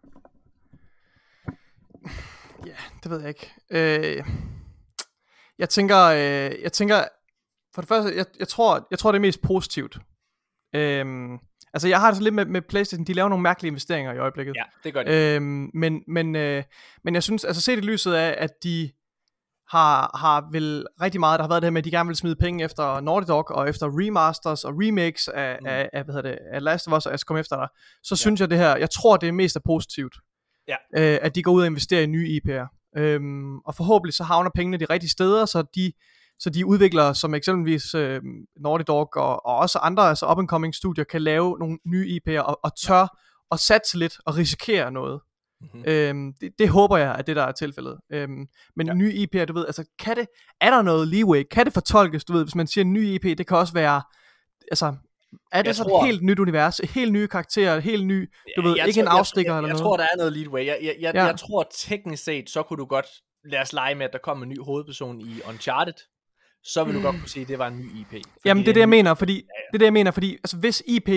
Ja, det ved jeg ikke. Øh, jeg tænker, øh, jeg tænker, for det første, jeg, jeg tror, jeg tror det er mest positivt. Øh, altså, jeg har det så lidt med, med PlayStation, de laver nogle mærkelige investeringer i øjeblikket. Ja, det gør de. Øh, men, men, øh, men jeg synes, altså set i lyset af, at de har, har vel rigtig meget, der har været det her med, at de gerne vil smide penge efter Naughty Dog, og efter remasters og remakes af, mm. af, af hvad hedder det, af Last of Us, og jeg skal komme efter dig, så ja. synes jeg det her, jeg tror det er mest er positivt, ja. øh, at de går ud og investerer i nye I P'er, øhm, og forhåbentlig så havner pengene de rigtige steder, så de, så de udviklere, som eksempelvis øh, Naughty Dog, og, og også andre, altså up-and-coming studier, kan lave nogle nye I P'er, og, og tør at satse lidt, og risikere noget. Mm-hmm. Øhm, det, det håber jeg, at det der er tilfældet. Øhm, men ja. nye I P'er, du ved, altså kan det, er der noget leeway? Kan det fortolkes, du ved, hvis man siger en ny I P, det kan også være, altså, er det jeg så tror, et helt nyt univers, et helt nye karakterer, et helt ny, du ved, ikke tror, en afstikker jeg, jeg, eller jeg noget? Jeg tror, der er noget leeway. Jeg, jeg, jeg, ja. jeg tror teknisk set, så kunne du godt lade os lege med, at der kom en ny hovedperson i Uncharted. Så vil du mm. godt kunne sige, at det var en ny I P. Jamen det er det, jeg mener, fordi, ja, ja. det er det, jeg mener, fordi, altså hvis I P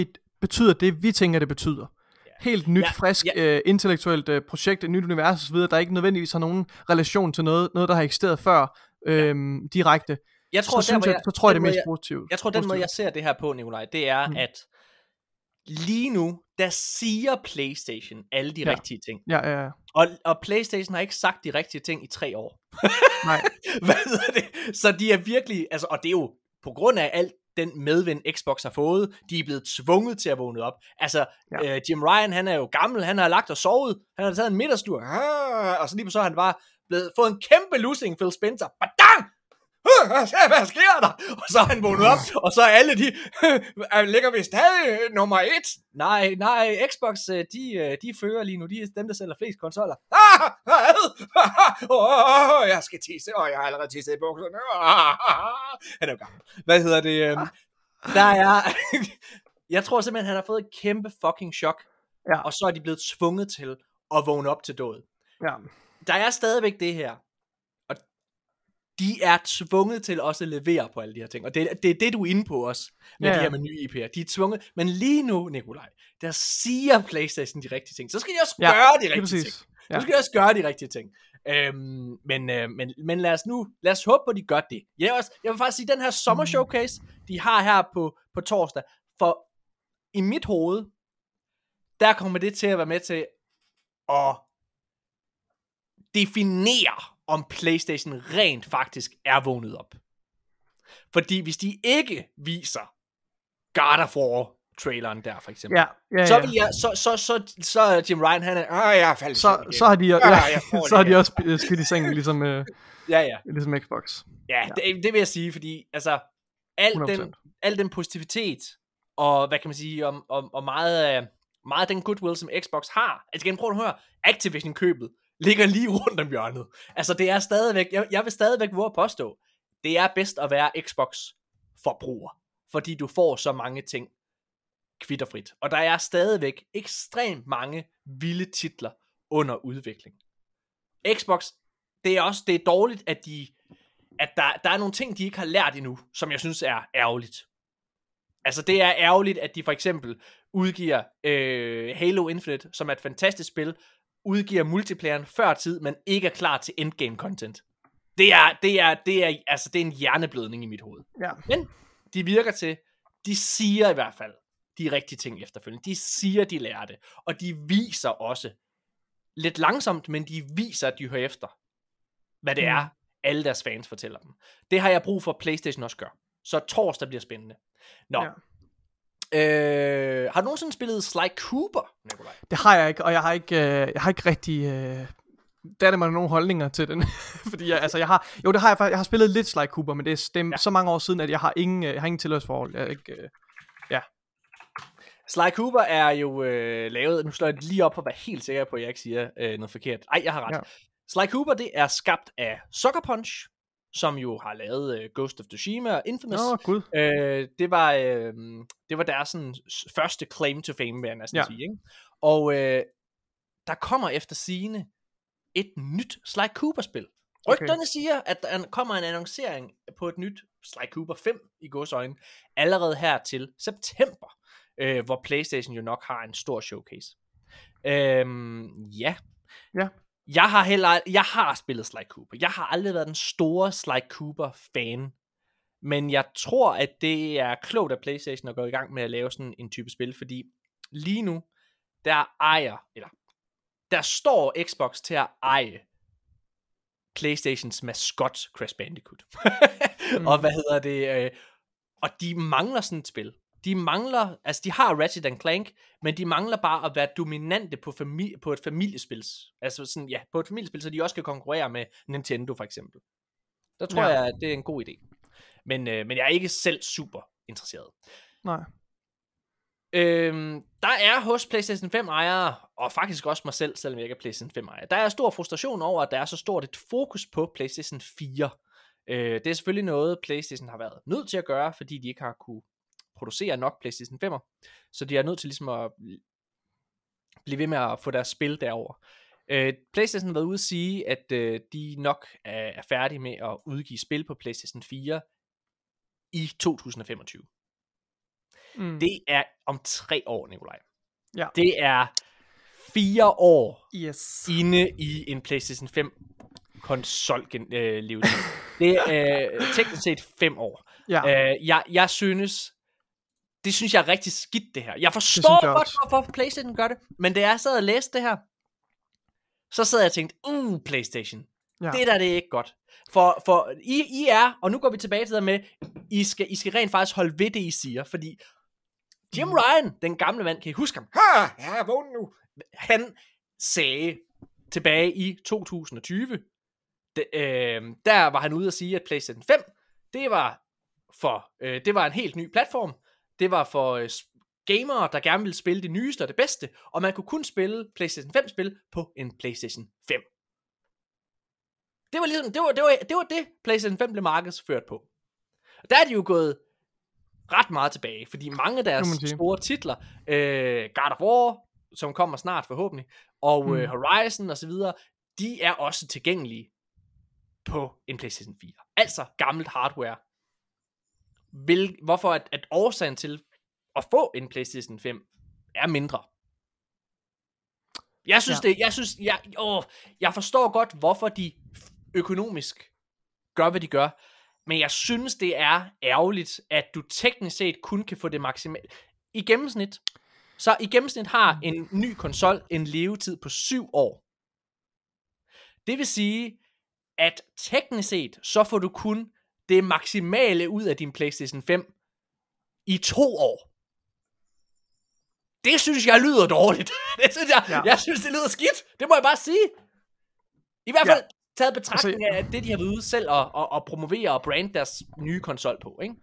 betyder det, vi tænker, det betyder. Helt nyt, Ja, frisk, ja. øh, intellektuelt øh, projekt, et nyt univers osv., der ikke nødvendigvis har nogen relation til noget, noget der har eksisteret før øhm, direkte. Jeg tror, så, der, synes jeg, jeg, så tror jeg, det den er måde, mest positivt. Jeg tror, den måde, jeg ser det her på, Nikolaj, det er, mm. at lige nu, der siger PlayStation alle de ja. rigtige ting. Ja, ja, ja. Og, og PlayStation har ikke sagt de rigtige ting i tre år. Nej. Hvad er det? Så de er virkelig, altså, og det er jo på grund af alt den medvind Xbox har fået, de er blevet tvunget til at vågne op. Altså, ja. øh, Jim Ryan, han er jo gammel, han har lagt og sovet, han har taget en middagslur, og så lige på så har han bare blevet, fået en kæmpe losing, Phil Spencer, badang! Hvad sker der? Og så er han vågnet op, og så er alle de, ligger vi stadig nummer et? Nej, nej, Xbox, de, de fører lige nu, de er dem, der sælger flest konsoller. Ah, oh, jeg skal tisse, og jeg har allerede tisset i bukserne. Han er jo gammel. Hvad hedder det? Der er, jeg tror simpelthen, han har fået et kæmpe fucking chok, ja. og så er de blevet tvunget til at vågne op til død. Ja. Der er stadigvæk det her, de er tvunget til også at levere på alle de her ting. Og det, det er det, du er inde på også, med ja, ja. de her med nye I P'er. De er tvunget. Men lige nu, Nikolaj, der siger PlayStation de rigtige ting. Så skal de også ja, gøre de rigtige præcis. ting. Ja. Så skal de også gøre de rigtige ting. Øhm, men, øh, men, men lad os nu, lad os håbe på, at de gør det. Jeg vil, også, jeg vil faktisk sige, den her sommer showcase, de har her på, på torsdag, for i mit hoved, der kommer det til at være med til at definere, om PlayStation rent faktisk er vågnet op. Fordi hvis de ikke viser God of War traileren der for eksempel, ja, ja, ja. så vil jeg så så så så er Jim Ryan han er, ah jeg er faldet så så har de ja, ja, så har de også skidt i sengen ligesom øh, ja ja ligesom Xbox. Ja, ja. Det, det vil jeg sige, fordi altså al den al den positivitet og hvad kan man sige om om og meget meget den goodwill som Xbox har. Altså igen, prøv at høre, Activision købet ligger lige rundt om hjørnet. Altså det er stadigvæk, jeg, jeg vil stadigvæk våge at påstå, det er bedst at være Xbox forbruger, fordi du får så mange ting kvitterfrit. Og der er stadigvæk ekstremt mange vilde titler under udvikling. Xbox, det er også, det er dårligt, at de, at der, der er nogle ting, de ikke har lært endnu, som jeg synes er ærgerligt. Altså det er ærgerligt, at de for eksempel udgiver øh, Halo Infinite, som er et fantastisk spil, udgiver multiplayeren før tid, men ikke er klar til endgame content. Det er, det er, det er, altså det er en hjerneblødning i mit hoved. Ja. Men de virker til, de siger i hvert fald de rigtige ting efterfølgende. De siger, de lærer det. Og de viser også, lidt langsomt, men de viser, at de hører efter, hvad det mm. er, alle deres fans fortæller dem. Det har jeg brug for, at PlayStation også gør. Så torsdag bliver spændende. Nå. Ja. Øh, har du nogensinde spillet Sly Cooper, Nikolaj? Det har jeg ikke, og jeg har ikke, øh, jeg har ikke rigtig, øh, der er mig nogle holdninger til den, fordi jeg, altså jeg har, jo det har jeg faktisk, jeg har spillet lidt Sly Cooper, men det er, det er ja. så mange år siden, at jeg har ingen, jeg har ingen tilhørsforhold, jeg er ikke, øh, ja. Sly Cooper er jo øh, lavet, nu slår jeg lige op for at være helt sikker på, at jeg ikke siger øh, noget forkert. Ej, jeg har ret. Ja. Sly Cooper, det er skabt af Sucker Punch, som jo har lavet øh, Ghost of Tsushima og Infamous. Åh, Gud. Øh, det var øh, det var deres sådan, første claim to fame, vil jeg næsten ja. sige. Ikke? Og øh, der kommer efter sigende et nyt Sly Cooper-spil. Rygterne okay. siger, at der kommer en annoncering på et nyt Sly Cooper fem i gåseøjne allerede her til september, øh, hvor PlayStation jo nok har en stor showcase. Øh, ja. Ja. Jeg har heller jeg har spillet Sly Cooper. Jeg har aldrig været den store Sly Cooper fan. Men jeg tror, at det er klogt af PlayStation at gå i gang med at lave sådan en type spil, fordi lige nu der ejer eller der står Xbox til at eje PlayStations maskot Crash Bandicoot. mm. Og hvad hedder det? Øh, og de mangler sådan et spil. De mangler, altså de har Ratchet and Clank, men de mangler bare at være dominante på, fami- på et familiespil. Altså sådan, ja, på et familiespil, så de også kan konkurrere med Nintendo for eksempel. Der tror ja. jeg, at det er en god idé. Men, øh, men jeg er ikke selv super interesseret. Nej. Øhm, der er hos PlayStation fem ejere, og faktisk også mig selv, selvom jeg ikke er PlayStation fem ejer, der er stor frustration over, at der er så stort et fokus på PlayStation fire. Øh, det er selvfølgelig noget, PlayStation har været nødt til at gøre, fordi de ikke har kunne producere nok PlayStation fem'er, så de er nødt til ligesom at blive ved med at få deres spil derover. Øh, PlayStation har været ude at sige, at øh, de nok er, er færdige med at udgive spil på PlayStation fire i to tusind femogtyve. Mm. Det er om tre år, Nikolaj. Ja. Det er fire år Yes. inde i en PlayStation fem konsol øh, levetid. Det er øh, teknisk set fem år. Ja. Øh, jeg, jeg synes, det synes jeg er rigtig skidt, det her. Jeg forstår synes jeg godt, også. hvorfor PlayStation gør det, men da jeg sad og læste det her, så sad jeg og tænkte, uh, PlayStation, Ja. det der, det er ikke godt. For, for I, I er, og nu går vi tilbage til det med, I skal, I skal rent faktisk holde ved det, I siger, fordi Jim Ryan, den gamle mand, kan I huske ham? Ha, ja, vågn nu. Han sagde tilbage i to tusind og tyve, de, øh, der var han ude at sige, at PlayStation fem, det var for, øh, det var en helt ny platform. Det var for øh, gamere, der gerne ville spille det nyeste og det bedste, og man kunne kun spille PlayStation fem-spil på en PlayStation fem. Det var ligesom, det var, det var, det var det, PlayStation fem blev markedsført på. Og der er de jo gået ret meget tilbage, fordi mange af deres store titler, øh, God of War, som kommer snart forhåbentlig, og mm. øh, Horizon og så videre, de er også tilgængelige på en PlayStation fire. Altså gammelt hardware. Vil, hvorfor at, at årsagen til at få en PlayStation fem er mindre. Jeg synes ja. det, jeg synes, jeg, åh, jeg forstår godt, hvorfor de økonomisk gør, hvad de gør, men jeg synes, det er ærgerligt, at du teknisk set kun kan få det maksimalt. I gennemsnit, så i gennemsnit har en ny konsol en levetid på syv år. Det vil sige, at teknisk set, så får du kun det maksimale ud af din PlayStation fem i to år. Det synes jeg lyder dårligt. Det synes jeg, ja. jeg synes, det lyder skidt. Det må jeg bare sige. I hvert fald ja. taget betragtning af det, de har været ude selv og, og, og promovere og brande deres nye konsol på, ikke?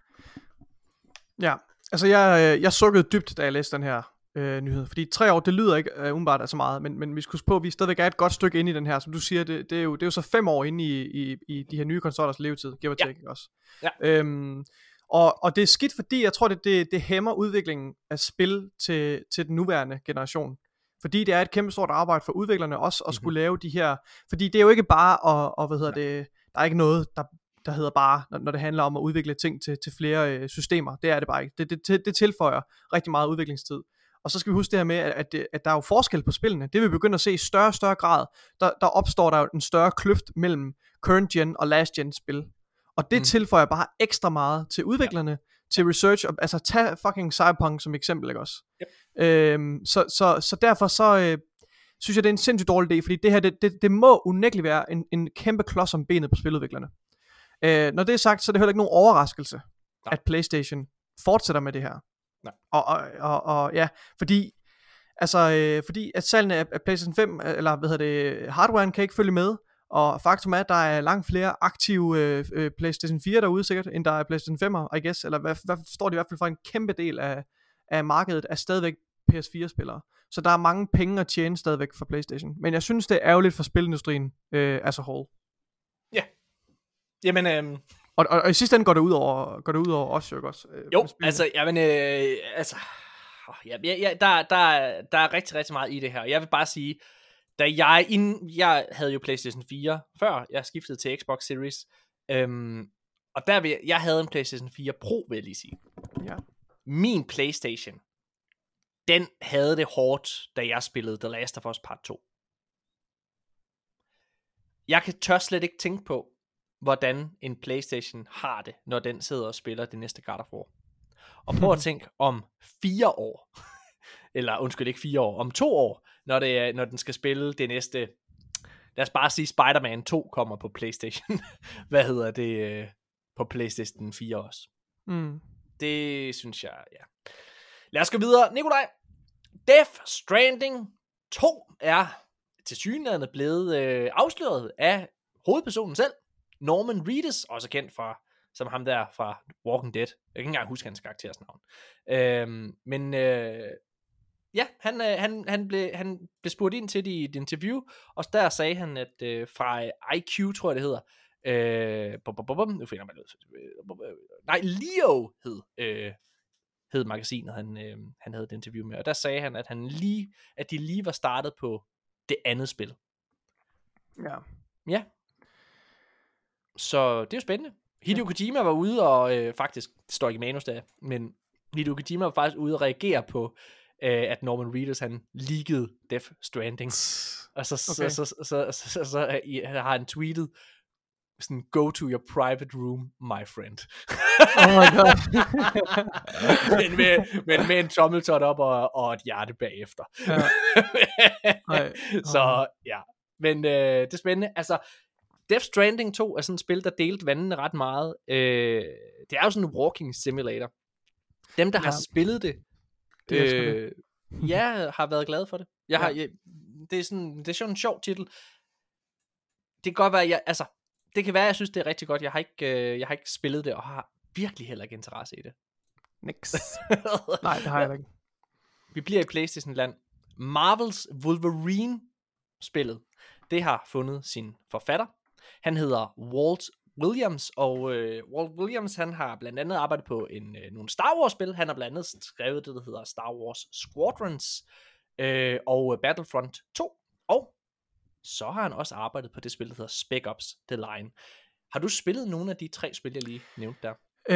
Ja, altså jeg, jeg sukkede dybt, da jeg læste den her øh, nyhed. Fordi tre år, det lyder ikke øh, umiddelbart af så meget, men, men vi skal huske på, at vi stadigvæk er et godt stykke inde i den her. Som du siger, det, det, er, jo, det er jo så fem år inde i, i, i de her nye konsollers levetid, give or take, ja. også. Ja. Øhm, og, og det er skidt, fordi jeg tror, det, det, det hæmmer udviklingen af spil til, til den nuværende generation. Fordi det er et kæmpe stort arbejde for udviklerne også at mm-hmm. skulle lave de her. Fordi det er jo ikke bare at, og, hvad hedder ja. det, der er ikke noget, der, der hedder bare, når, når det handler om at udvikle ting til, til flere øh, systemer. Det er det bare ikke. Det, det, det tilføjer rigtig meget udviklingstid. Og så skal vi huske det her med, at, at, at der er jo forskel på spillene. Det vil vi begynde at se i større og større grad. Der, der opstår der jo en større kløft mellem current gen og last gen spil. Og det mm. tilføjer bare ekstra meget til udviklerne, ja. til research. Altså tag fucking Cyberpunk som eksempel, ikke også? Yep. Øhm, så, så, så derfor så øh, synes jeg, det er en sindssygt dårlig idé, fordi det her, det, det, det må unægteligt være en, en kæmpe klods om benet på spiludviklerne. Øh, når det er sagt, så er det heller ikke nogen overraskelse, Nej. at PlayStation fortsætter med det her. Nej. Og, og, og, og ja, fordi altså, øh, fordi at salgene af, af PlayStation fem, eller hvad hedder det, hardwaren kan ikke følge med, og faktum er, at der er langt flere aktive øh, øh, PlayStation fire derude sikkert, end der er PlayStation fem'er, I guess, eller hvad, hvad står de i hvert fald for en kæmpe del af, af markedet, er stadigvæk P S fire spillere. Så der er mange penge at tjene stadigvæk for PlayStation. Men jeg synes, det er ærgerligt for spilindustrien øh, as a whole. Ja. Jamen, øhm... Og, og, og i sidste ende går det ud over, går det ud over os, jo også. Øh, jo, altså, jamen, øh, altså, ja, ja, der, der, der er rigtig, rigtig meget i det her. Jeg vil bare sige, da jeg, inden, jeg havde jo PlayStation fire før, jeg skiftede til Xbox Series, øhm, og der vil, jeg havde en PlayStation fire Pro, vil jeg lige sige. Ja. Min PlayStation, den havde det hårdt, da jeg spillede The Last of Us Part to. Jeg kan tør slet ikke tænke på, hvordan en PlayStation har det, når den sidder og spiller det næste God of War. Og prøv at tænke om fire år, eller undskyld ikke fire år, om to år, når, det er, når den skal spille det næste, lad os bare sige Spider-Man to kommer på PlayStation. Hvad hedder det på PlayStation fire også? Mm. Det synes jeg, ja. Lad os gå videre. Nikolaj, Death Stranding to er tilsyneladende blevet øh, afsløret af hovedpersonen selv, Norman Reedus, også kendt fra, som ham der fra Walking Dead. Jeg kan ikke engang huske hans karakters navn. Øhm, men øh, ja, han, øh, han, han, blev, han blev spurgt ind til det i et interview, og der sagde han, at øh, fra I Q, tror jeg det hedder, øh, bum, bum, bum, nu finder man ud. Nej, Leo hed, øh, hed magasinet, han, øh, han havde et interview med, og der sagde han, at, han lige, at de lige var startet på det andet spil. Ja. Ja. Så det er jo spændende. Hideo Kojima var ude og øh, faktisk, det står ikke i manus der, men Hideo Kojima var faktisk ude og reagere på, øh, at Norman Reedus, han leakede Death Stranding. Og så, okay. så, så, så, så, så, så, så har han tweetet, sådan, go to your private room, my friend. Oh my god. men, med, men med en tommeltot op og, og et hjerte bagefter. Ja. Ej. Så ja, men øh, det er spændende. Altså, Death Stranding to er sådan et spil, der delte vandene ret meget. Øh, det er jo sådan en walking simulator. Dem, der ja. har spillet det, det øh, ja, har været glade for det. Jeg ja. har, jeg, det er sådan, det er sådan en sjov titel. Det kan godt være, jeg, altså, det kan være, jeg synes, det er rigtig godt. Jeg har ikke, øh, jeg har ikke spillet det, og har virkelig heller ikke interesse i det. Niks. Nej, det har jeg ikke. Vi bliver i PlayStation-land. Marvels Wolverine-spillet, det har fundet sin forfatter. Han hedder Walt Williams, og øh, Walt Williams, han har blandt andet arbejdet på en, øh, nogle Star Wars-spil. Han har blandt andet skrevet det, der hedder Star Wars Squadrons øh, og Battlefront to. Og så har han også arbejdet på det spil, der hedder Spec Ops The Line. Har du spillet nogle af de tre spil, jeg lige nævnte der?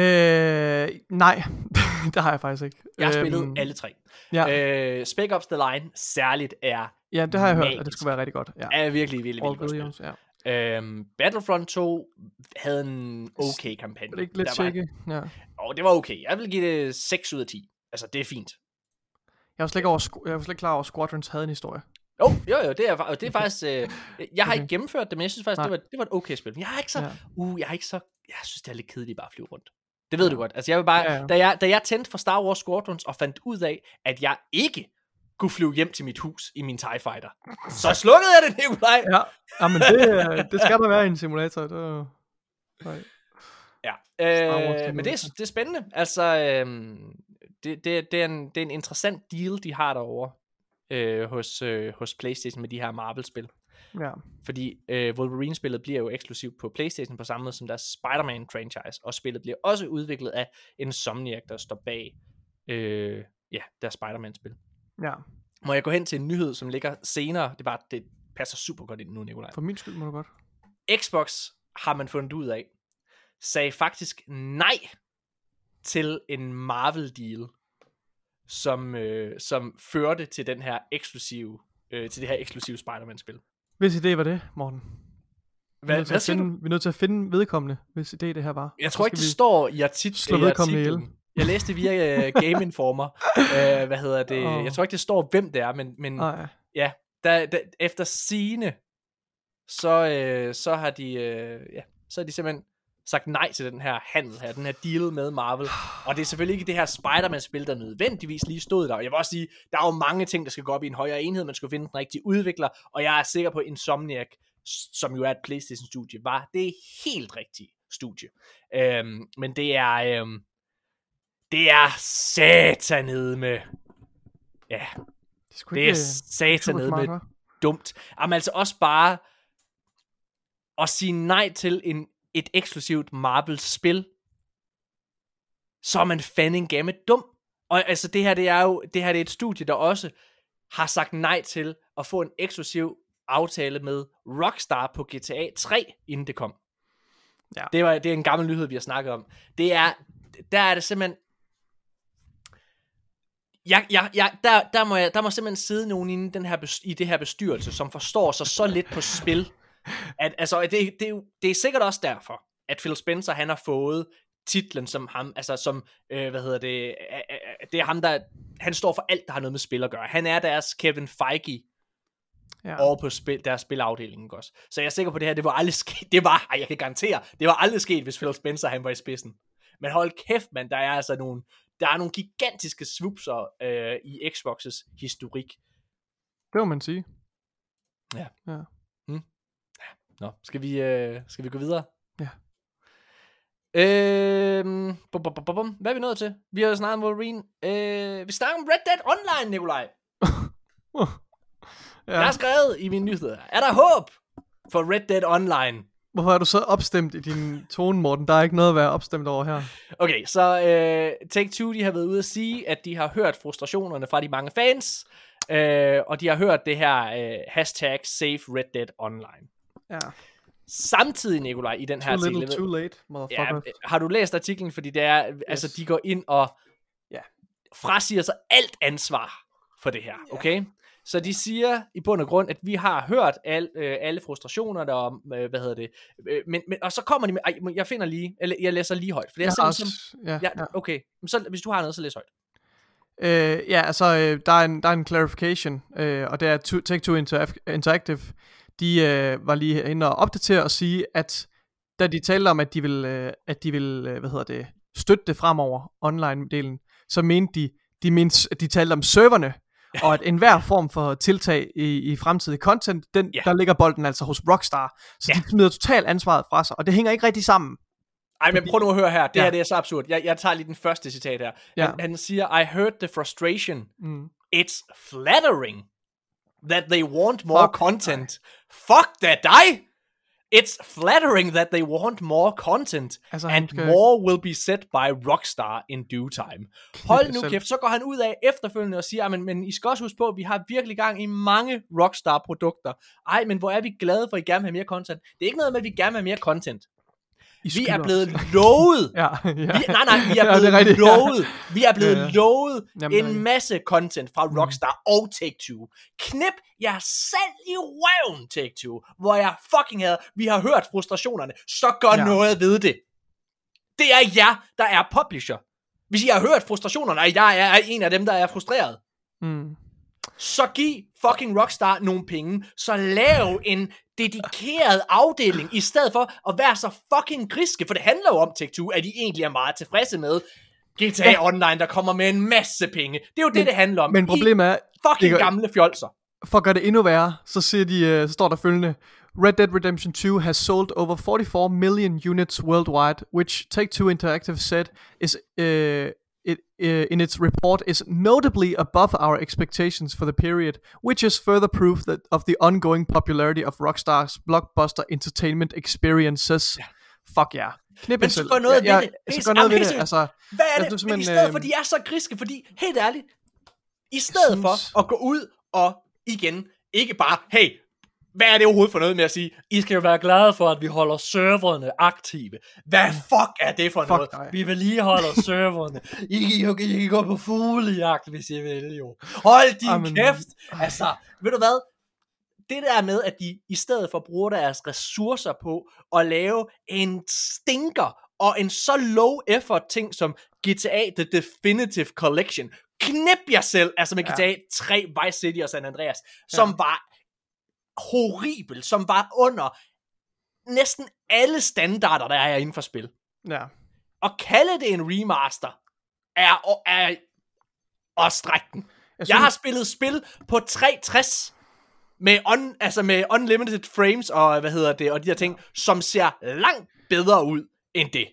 Øh, nej, det har jeg faktisk ikke. Jeg har spillet øhm, alle tre. Ja. Øh, Spec Ops The Line særligt er Ja, det har jeg magisk. hørt, at det skulle være rigtig godt. Ja. Er virkelig, virkelig, virkelig godt Williams, ja. Øhm, Battlefront to havde en okay kampagne. Det er ikke lidt tjekke? Ja. Og det var okay. Jeg vil give det seks ud af ti. Altså, det er fint. Jeg var slet ikke, over, jeg var slet ikke klar over, at Squadrons havde en historie. Jo, jo, jo, det er, det er faktisk, øh, jeg har okay. ikke gennemført det, men jeg synes faktisk, det var, det var et okay spil. Men jeg er ikke så, ja. uh, jeg er ikke så, jeg synes, det er lidt kedeligt bare at flyve rundt. Det ved ja. du godt. Altså, jeg vil bare, ja, ja. Da, jeg, da jeg tændte for Star Wars Squadrons og fandt ud af, at jeg ikke kunne flyve hjem til mit hus i min TIE Fighter, så slukkede jeg det, Nikolaj. Ja, ja men det, det skal der være i en simulator. Det er... Nej. Ja, øh, men det er, det er spændende. Altså, øh, det, det, det, er en, det er en interessant deal, de har derovre. Øh, hos, øh, hos PlayStation med de her Marvel-spil. Ja. Fordi øh, Wolverine-spillet bliver jo eksklusivt på PlayStation på samme måde som deres Spider-Man-franchise, og spillet bliver også udviklet af Insomniac, der står bag øh, ja, deres Spider-Man-spil. Ja. Må jeg gå hen til en nyhed, som ligger senere? Det, er bare, det passer super godt ind nu, Nikolaj. For min skyld må du godt. Xbox har man fundet ud af, sagde faktisk nej til en Marvel-deal, som, øh, som førte til den her eksklusive, øh, til det her eksklusive Spider-Man-spil. Hvis idé var det, Morten? Hvad, vi, hvad siger finde, vi er nødt til at finde vedkommende, hvis idé det her var. Jeg tror ikke, det står i artiklen. Slå vedkommende ihjel. Jeg læste det via uh, Game Informer. uh, hvad hedder det? Oh. Jeg tror ikke, det står, hvem det er, men, men oh, ja, ja der, der, efter sigende, så, øh, så har de, øh, ja, så har de simpelthen sagt nej til den her handel her, den her deal med Marvel. Og det er selvfølgelig ikke det her Spider-Man-spil, der nødvendigvis lige stod der. Og jeg vil også sige, der er jo mange ting, der skal gå op i en højere enhed. Man skal finde den rigtige udvikler. Og jeg er sikker på, at Insomniac, som jo er et PlayStation-studie, var det helt rigtige studie. Øhm, men det er, øhm, det er satanede med, ja, det, det er satanede med dumt. Jamen altså også bare at sige nej til en et eksklusivt Marvel-spil, så er man fanding gamme dum. Og altså det her, det er jo det her det er et studie, der også har sagt nej til at få en eksklusiv aftale med Rockstar på G T A tre, inden det kom. Ja. Det, var, det er en gammel nyhed, vi har snakket om. Det er, der er det simpelthen, jeg, jeg, jeg, der, der, må jeg, der må simpelthen sidde nogen inde i, den her, i det her bestyrelse, som forstår sig så lidt på spil, at altså, det, det, er jo, det er sikkert også derfor, at Phil Spencer, han har fået titlen som ham, altså som, øh, hvad hedder det, det er ham, der, han står for alt, der har noget med spil at gøre. Han er deres Kevin Feige, ja, over på spil, deres spilafdeling også. Så jeg er sikker på det her, det var aldrig sket, det var, ej, jeg kan garantere, det var aldrig sket, hvis Phil Spencer, han var i spidsen. Men hold kæft, man, der er altså nogle, der er nogle gigantiske swoopser øh, i Xbox's historik. Det må man sige. Ja. Ja. Hmm. Nå, skal vi, øh, skal vi gå videre? Ja. Øhm, bum, bum, bum, bum. Hvad er vi nået til? Vi har jo snakket om Wolverine. Øh, vi snakker om Red Dead Online, Nikolaj. uh, ja. Jeg har skrevet i mine nyheder. Er der håb for Red Dead Online? Hvorfor er du så opstemt i din tone, Morten? Der er ikke noget at være opstemt over her. Okay, så øh, Take-Two, de har været ude at sige, at de har hørt frustrationerne fra de mange fans, øh, og de har hørt det her øh, hashtag Save Red Dead Online. Ja. Samtidig, Nikolaj, i den her too artikel, little, too late, motherfucker. Ja, har du læst artiklen, fordi det er, altså de går ind og, ja, frasiger sig alt ansvar for det her, okay? Så de siger i bund og grund, at vi har hørt al, øh, alle frustrationer der, øh, hvad hedder det, øh, men, men, og så kommer de med, ej, jeg finder lige, eller jeg læser lige højt, for det er Jeg har simpelthen, også, ja, ja, ja. okay, men så hvis du har noget, så læs højt. Øh, ja, altså, øh, der, er en, der er en clarification, øh, og det er to, Take-Two Interaf- Interactive, de øh, var lige inde og opdatere og sige, at da de talte om, at de vil, øh, at de vil øh, hvad hedder det, støtte det fremover, online-delen, så mente de, de, mente, de talte om serverne, og at enhver form for tiltag i, i fremtidig content, den, Ja. der ligger bolden altså hos Rockstar, så Ja. de smider totalt ansvaret fra sig, og det hænger ikke rigtig sammen. Ej, men prøv nu at høre her, det Ja. her det er så absurd. Jeg, jeg tager lige den første citat her. Ja. Han, han siger, I heard the frustration. Mm. It's flattering that they want more Fuck content. Fuck da dig! It's flattering that they want more content, Altså, han and skal- more will be set by Rockstar in due time. Hold nu selv. kæft, så går han ud af efterfølgende og siger, men, men I skal også huske på, at vi har virkelig gang i mange Rockstar-produkter. Ej, men hvor er vi glade for, at I gerne vil have mere content. Det er ikke noget med, at vi gerne vil have mere content. I Vi skylder er os. blevet lovet. Ja, ja. Vi, nej, nej, vi er Ja, det blevet er rigtigt, ja. lovet. Vi er blevet Ja, ja. lovet Jamen, en det er masse content fra Rockstar mm. og Take-Two. Knip jer selv i røven, Take-Two, hvor jeg fucking havde. Vi har hørt frustrationerne, så gør Ja. ja. noget ved det. Det er jer, der er publisher. Hvis I har hørt frustrationerne, og jeg er en af dem, der er frustreret, Mm. så giv fucking Rockstar nogle penge, så lav en dedikeret afdeling, i stedet for at være så fucking griske, for det handler jo om Take-Two, at de egentlig er meget tilfredse med G T A ja. Online, der kommer med en masse penge. Det er jo men, det, det handler om. Men problemet er, I fucking det gør- gamle fjolser. for at gøre det endnu værre, så siger de, øh, så står der følgende: Red Dead Redemption two has sold over forty-four million units worldwide, which Take-Two Interactive said is uh, it uh, in its report is notably above our expectations for the period, which is further proof that of the ongoing popularity of Rockstar's blockbuster entertainment experiences. Ja. Fuck ja. Yeah. Knip Men så gør noget ved det. Så Helt- gør noget jamen, ved helt det. Altså, Hvad er jeg det? synes Men i simpelthen, stedet øh, for, de er så griske, fordi, helt ærligt, i stedet synes- for at gå ud og igen, ikke bare, hey, hvad er det overhovedet for noget med at sige, I skal jo være glade for, at vi holder serverne aktive. Hvad fuck er det for Fuck noget? dig. Vi vedligeholder serverne. I, I, I, I kan gå på fuglejagt, hvis I vil jo. Hold din Amen. kæft. Altså, ved du hvad? Det der med, at de i stedet for bruger deres ressourcer på at lave en stinker og en så low effort ting som G T A The Definitive Collection. Knip jer selv, altså med G T A tre, Vice City og San Andreas, som Ja. var horribel, som var under næsten alle standarder, der er inden for spil. ja. Og kalde det en remaster, er, er, er at strække den. Jeg, jeg har spillet spil på tre tres med, un, altså med unlimited frames og hvad hedder det, og de her ting, som ser langt bedre ud end det.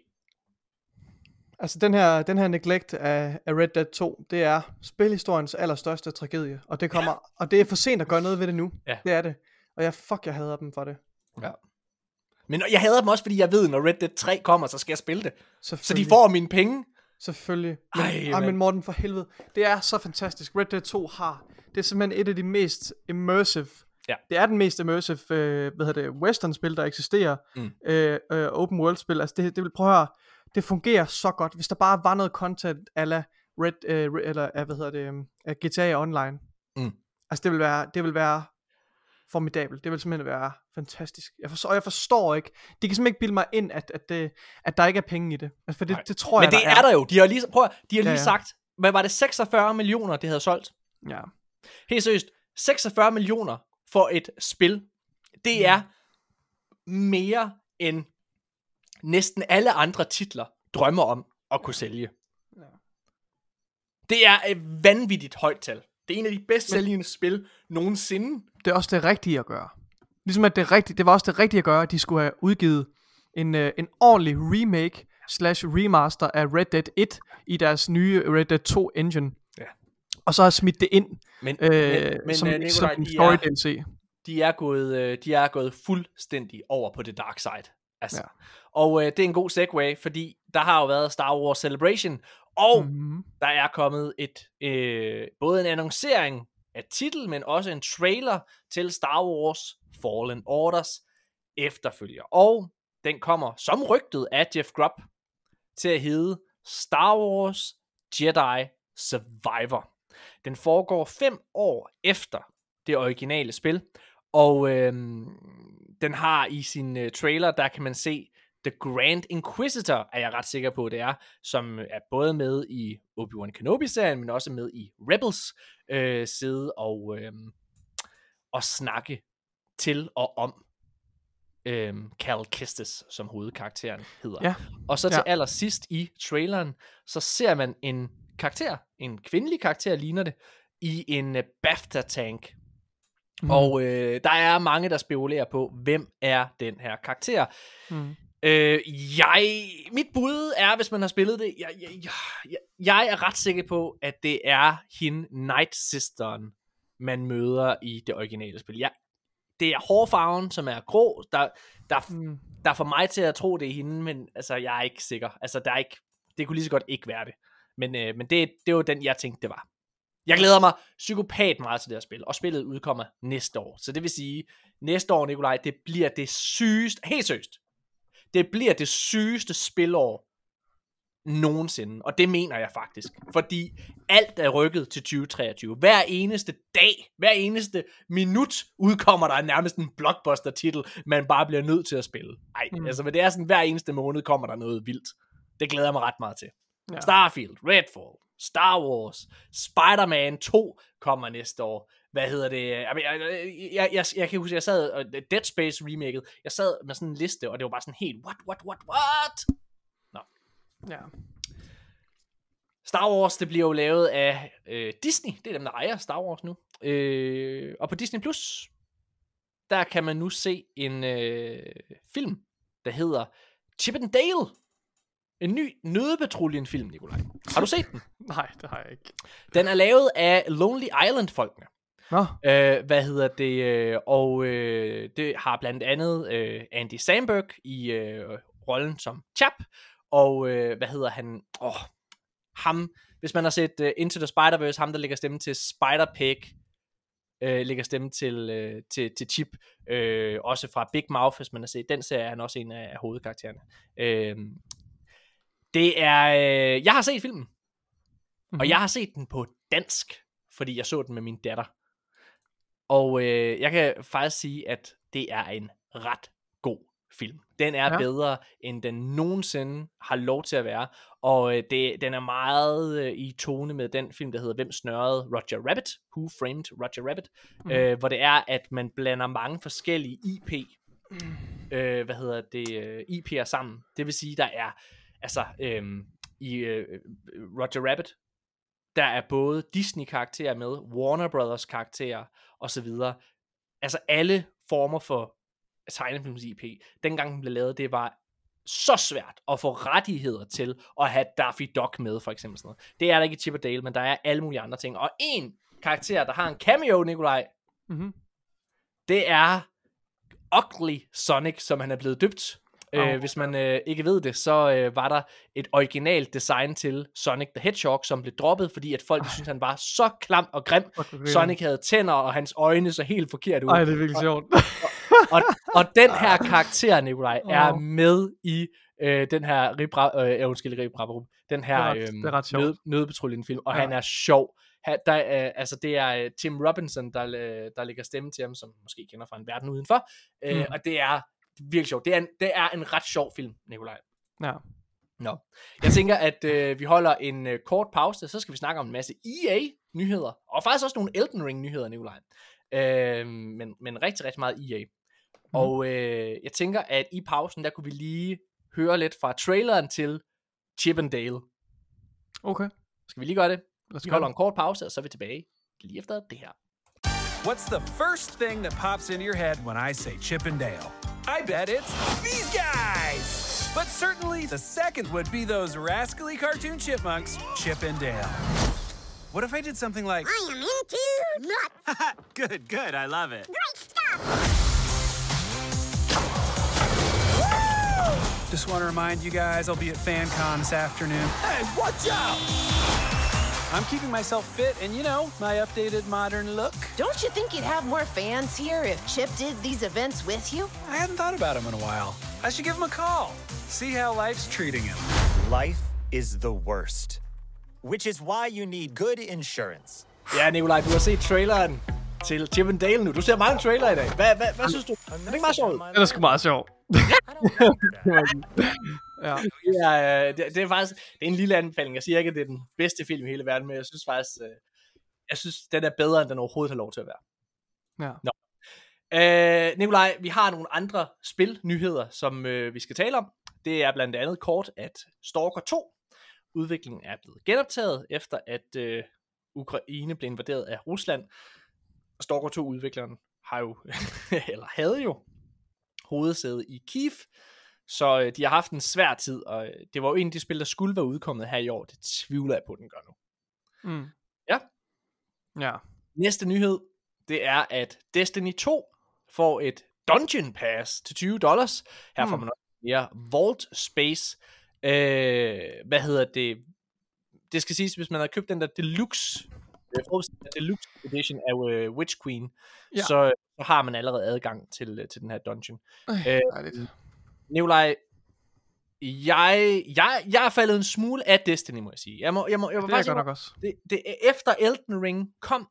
Altså den her, den her neglect af, af Red Dead to, det er spilhistoriens allerstørste tragedie, og det kommer, ja. og det er for sent at gøre noget ved det nu. Ja. Det er det. Og jeg fuck, jeg hader dem for det. Ja. Men jeg hader dem også, fordi jeg ved, når Red Dead tre kommer, så skal jeg spille det. Så de Selvfølgelig. får mine penge. Selvfølgelig. Men, Ej, ej, mand. men Morten, for helvede. Det er så fantastisk. Red Dead to har, det er simpelthen et af de mest immersive, Ja. det er den mest immersive, øh, hvad hedder det, western spil, der eksisterer. Mm. Øh, øh, open world spil. Altså det, det vil, prøv at høre, det fungerer så godt. Hvis der bare var noget content ala Red, øh, eller øh, hvad hedder det, øh, G T A Online. Mm. Altså det vil være, det vil være formidabelt. Det vil simpelthen være fantastisk. Jeg forstår, og jeg forstår ikke. De kan simpelthen ikke bilde mig ind, at, at, det, at der ikke er penge i det. Altså for det, det tror Men jeg, det der er der jo. De har lige, prøv, at- de har lige Ja, ja. sagt, hvad var det, seksogfyrre millioner, det havde solgt? Ja. Helt seriøst, seksogfyrre millioner for et spil, det er mere end næsten alle andre titler drømmer om at kunne sælge. Ja. Det er et vanvittigt højt tal. Det er en af de bedst sælgende spil nogensinde. Det er også det rigtige at gøre. Ligesom at det, rigtige, det var også det rigtige at gøre, at de skulle have udgivet en, øh, en ordentlig remake slash remaster af Red Dead et i deres nye Red Dead to engine. Ja. Og så have smidt det ind Men, øh, men, men som, øh, som Nikolaj, en de story er, D L C. de, er gået, øh, de er gået fuldstændig over på det dark side. Altså. Ja. Og øh, det er en god segue, fordi der har jo været Star Wars Celebration, og Mm-hmm. der er kommet et øh, både en annoncering af titel, men også en trailer til Star Wars Fallen Orders efterfølger. Og den kommer som rygtet af Jeff Grubb til at hedde Star Wars Jedi Survivor. Den foregår fem år efter det originale spil, og øhm, den har i sin øh, trailer, der kan man se The Grand Inquisitor, er jeg ret sikker på, det er, som er både med i Obi-Wan Kenobi-serien, men også med i Rebels, øh, sidde og, øh, og snakke til og om øh, Cal Kestis, som hovedkarakteren hedder. Ja. Og så til Ja. allersidst i traileren, så ser man en karakter, en kvindelig karakter ligner det, i en uh, BAFTA-tank. Mm. Og øh, der er mange, der spekulerer på, hvem er den her karakter. Mm. Øh, jeg, mit bud er, hvis man har spillet det, jeg, jeg, jeg, jeg er ret sikker på, at det er hende, Night Sisteren, man møder i det originale spil. Jeg, det er hårfarven, som er grå, der, der, Mm. der får mig til at tro, det er hende, men altså, jeg er ikke sikker. Altså, der er ikke, det kunne lige så godt ikke være det. Men, øh, men det, det var den, jeg tænkte, det var. Jeg glæder mig psykopat meget til det her spil, og spillet udkommer næste år. Så det vil sige, næste år, Nikolaj, det bliver det sygeste, helt seriøst, det bliver det sygeste spilår nogensinde, og det mener jeg faktisk, fordi alt er rykket til tyve treogtyve. Hver eneste dag, hver eneste minut udkommer der nærmest en blockbuster-titel, man bare bliver nødt til at spille. Ej, mm. altså, men det er sådan, hver eneste måned kommer der noget vildt. Det glæder jeg mig ret meget til. Ja. Starfield, Redfall, Star Wars, Spider-Man to kommer næste år. Hvad hedder det? Jeg, jeg, jeg, jeg, jeg kan huske, jeg sad, og Dead Space remaket, jeg sad med sådan en liste, og det var bare sådan helt, what, what, what, what? Nå. Ja. Star Wars, det bliver jo lavet af øh, Disney, det er dem, der ejer Star Wars nu. Øh, og på Disney Plus, der kan man nu se en øh, film, der hedder Chip and Dale. En ny Nødepatruljen-film, Nikolaj. Har du set den? Nej, det har jeg ikke. Den er lavet af Lonely Island-folkene. Nå. Øh, hvad hedder det? Øh, og øh, det har blandt andet øh, Andy Samberg i øh, rollen som Chap. Og øh, hvad hedder han? Åh, ham. Hvis man har set uh, Into the Spider-Verse, ham der lægger stemme til Spider-Pig, øh, lægger stemme til, øh, til, til Chip. Øh, også fra Big Mouth, hvis man har set den serie, er han også en af, af hovedkaraktererne. Øh, Det er, øh, jeg har set filmen, mm-hmm. og jeg har set den på dansk, fordi jeg så den med min datter. Og øh, jeg kan faktisk sige, at det er en ret god film. Den er ja. bedre, end den nogensinde har lov til at være. Og øh, det, den er meget øh, i tone med den film, der hedder Hvem snørrede Roger Rabbit? Who Framed Roger Rabbit? Mm. Øh, hvor det er, at man blander mange forskellige I P, mm. øh, hvad hedder det, øh, I P'er sammen. Det vil sige, der er Altså, øhm, i øh, Roger Rabbit, der er både Disney-karakterer med, Warner Brothers karakterer, og så videre. Altså, alle former for tegnefilms I P. Dengang den blev lavet, det var så svært at få rettigheder til at have Daffy Duck med, for eksempel sådan noget. Det er der ikke i Chip and Dale, men der er alle mulige andre ting. Og en karakter, der har en cameo, Nikolaj, mm-hmm. det er Ugly Sonic, som han er blevet døbt. Oh. Øh, hvis man øh, ikke ved det, så øh, var der et originalt design til Sonic the Hedgehog, som blev droppet, fordi at folk syntes, han var så klam og grim. Okay. Sonic havde tænder, og hans øjne så helt forkert ud. Ej, det er virkelig sjovt. Og, og, og, og den her karakter, Nikolaj, oh. er med i øh, den her Ribra, øh, undskyld, Ribra, den her øh, nød, Nødepatruljen-film, og ja. han er sjov. Ha, der, øh, altså det er uh, Tim Robinson, der, øh, der lægger stemme til ham, som måske kender fra en verden udenfor, øh, mm. og det er virkelig sjovt. Det er en, det er en ret sjov film, Nikolaj. Ja. Nå. Jeg tænker, at øh, vi holder en øh, kort pause, så skal vi snakke om en masse E A-nyheder, og faktisk også nogle Elden Ring-nyheder, Nikolaj. Øh, men, men rigtig, rigtig meget E A. Mm. Og øh, jeg tænker, at i pausen, der kunne vi lige høre lidt fra traileren til Chip and Dale. Okay. Skal vi lige gøre det? Vi holder en kort pause, og så er vi tilbage lige efter det her. What's the first thing that pops into your head when I say Chip and Dale? I bet it's these guys! But certainly the second would be those rascally cartoon chipmunks, Chip and Dale. What if I did something like... I am into nuts! Good, good, I love it. Great stuff! Just want to remind you guys I'll be at FanCon this afternoon. Hey, watch out! I'm keeping myself fit and, you know, my updated modern look. Don't you think you'd have more fans here if Chip did these events with you? I hadn't thought about him in a while. I should give him a call. See how life's treating him. Life is the worst. which is why you need good insurance. Ja, Nikolaj, du har set traileren til Chip and Dale nu. Du ser mange trailer i dag. Hvad, hvad, hvad synes du? Er det ikke meget sjovt? Det er sgu meget sjovt. Ja. Det, er, det, det er faktisk det er en lille anbefaling. Jeg siger ikke, at det er den bedste film i hele verden, men jeg synes faktisk, øh, jeg synes, den er bedre, end den overhovedet har lov til at være. Ja. Nå. Øh, Nikolaj, vi har nogle andre spilnyheder, som øh, vi skal tale om. Det er blandt andet kort, at Stalker to, udviklingen er blevet genoptaget, efter at øh, Ukraine blev invaderet af Rusland. Stalker to udvikleren har jo, eller havde jo, hovedsæde i Kiev, så øh, de har haft en svær tid, og øh, det var jo en af de spil, der skulle være udkommet her i år. Det tvivler jeg på, den gør nu. Mm. Ja. Ja. Næste nyhed, det er, at Destiny to får et Dungeon Pass til tyve dollars. Her får man også mere Vault Space. Øh, hvad hedder det? Det skal siges, hvis man har købt den der Deluxe, øh, Deluxe Edition af uh, Witch Queen, ja. så, så har man allerede adgang til, til den her dungeon. Øh, øh, Nikolaj, jeg, jeg, jeg er faldet en smule af Destiny, må jeg sige. Jeg må, jeg må, jeg må det faktisk, er godt nok også. Det, det, efter Elden Ring kom,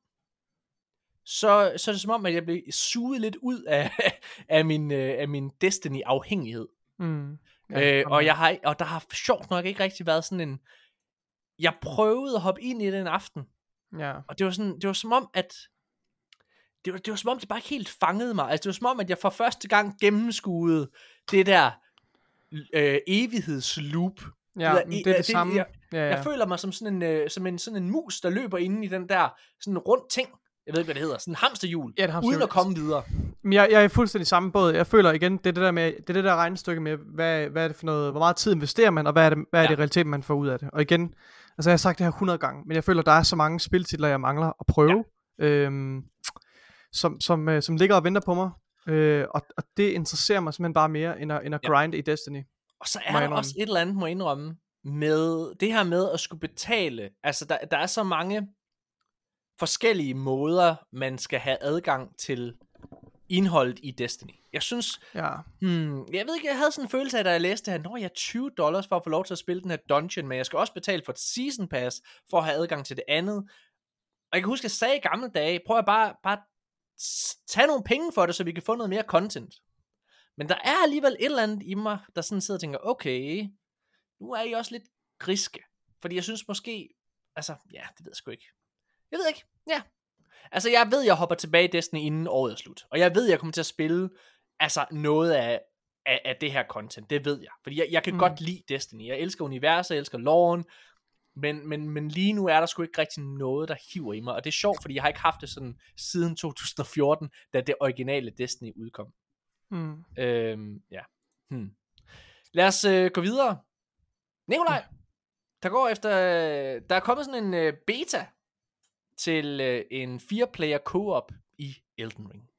så, så er det som om, at jeg blev suget lidt ud af, af min, af min Destiny-afhængighed. Mm. Ja, øh, og, jeg har, og der har sjovt nok ikke rigtig været sådan en... Jeg prøvede at hoppe ind i den aften. Ja. Og det var sådan, det var som om, at... Det var, det var som om, det bare ikke helt fangede mig. Altså, det var som om, at jeg for første gang gennemskuede det der øh, evighedsloop. Ja, det, der, det er det, det samme. Jeg, ja, ja. jeg føler mig som sådan en, øh, som en, sådan en mus, der løber inde i den der sådan rund ting. Jeg ved ikke, hvad det hedder. Sådan en hamsterhjul. Ja, hamsterhjul. Uden at komme videre. Men jeg, jeg er fuldstændig samme båd. Jeg føler igen, det er det der, med, det er det der regnestykke med, hvad, hvad er det for noget, hvor meget tid investerer man, og hvad er det, hvad er det ja. i realiteten, man får ud af det. Og igen, altså jeg har sagt det her hundrede gange, men jeg føler, der er så mange spiltitler, jeg mangler at prøve, ja. øhm, som, som, øh, som ligger og venter på mig. Øh, og, og det interesserer mig simpelthen bare mere, end at, end at ja. grinde i Destiny. Og så er der også et eller andet, må jeg indrømme, med det her med at skulle betale. Altså, der, der er så mange forskellige måder, man skal have adgang til indholdet i Destiny. Jeg synes, ja. hmm, jeg ved ikke, jeg havde sådan en følelse af, da jeg læste det her, når jeg har tyve dollars for at få lov til at spille den her dungeon, men jeg skal også betale for et season pass, for at have adgang til det andet. Og jeg kan huske, at jeg sagde i gamle dage, prøv at bare, bare tage nogle penge for det, så vi kan få noget mere content. Men der er alligevel et eller andet i mig, der sådan sidder og tænker, okay, nu er I også lidt griske. Fordi jeg synes måske, altså, ja, det ved jeg sgu ikke. Jeg ved ikke, ja. Altså, jeg ved, jeg hopper tilbage i Destiny inden året er slut. Og jeg ved, jeg kommer til at spille, altså, noget af, af, af det her content. Det ved jeg. Fordi jeg, jeg kan mm. godt lide Destiny. Jeg elsker universet, jeg elsker loven. Men, men, men lige nu er der sgu ikke rigtig noget, der hiver i mig. Og det er sjovt, fordi jeg har ikke haft det sådan siden to tusind og fjorten, da det originale Destiny udkom. Mm. Øhm, ja. Hmm. Lad os øh, gå videre. Nikolaj, mm. der går efter, øh, der er kommet sådan en øh, beta til øh, en fire-player co-op i Elden Ring.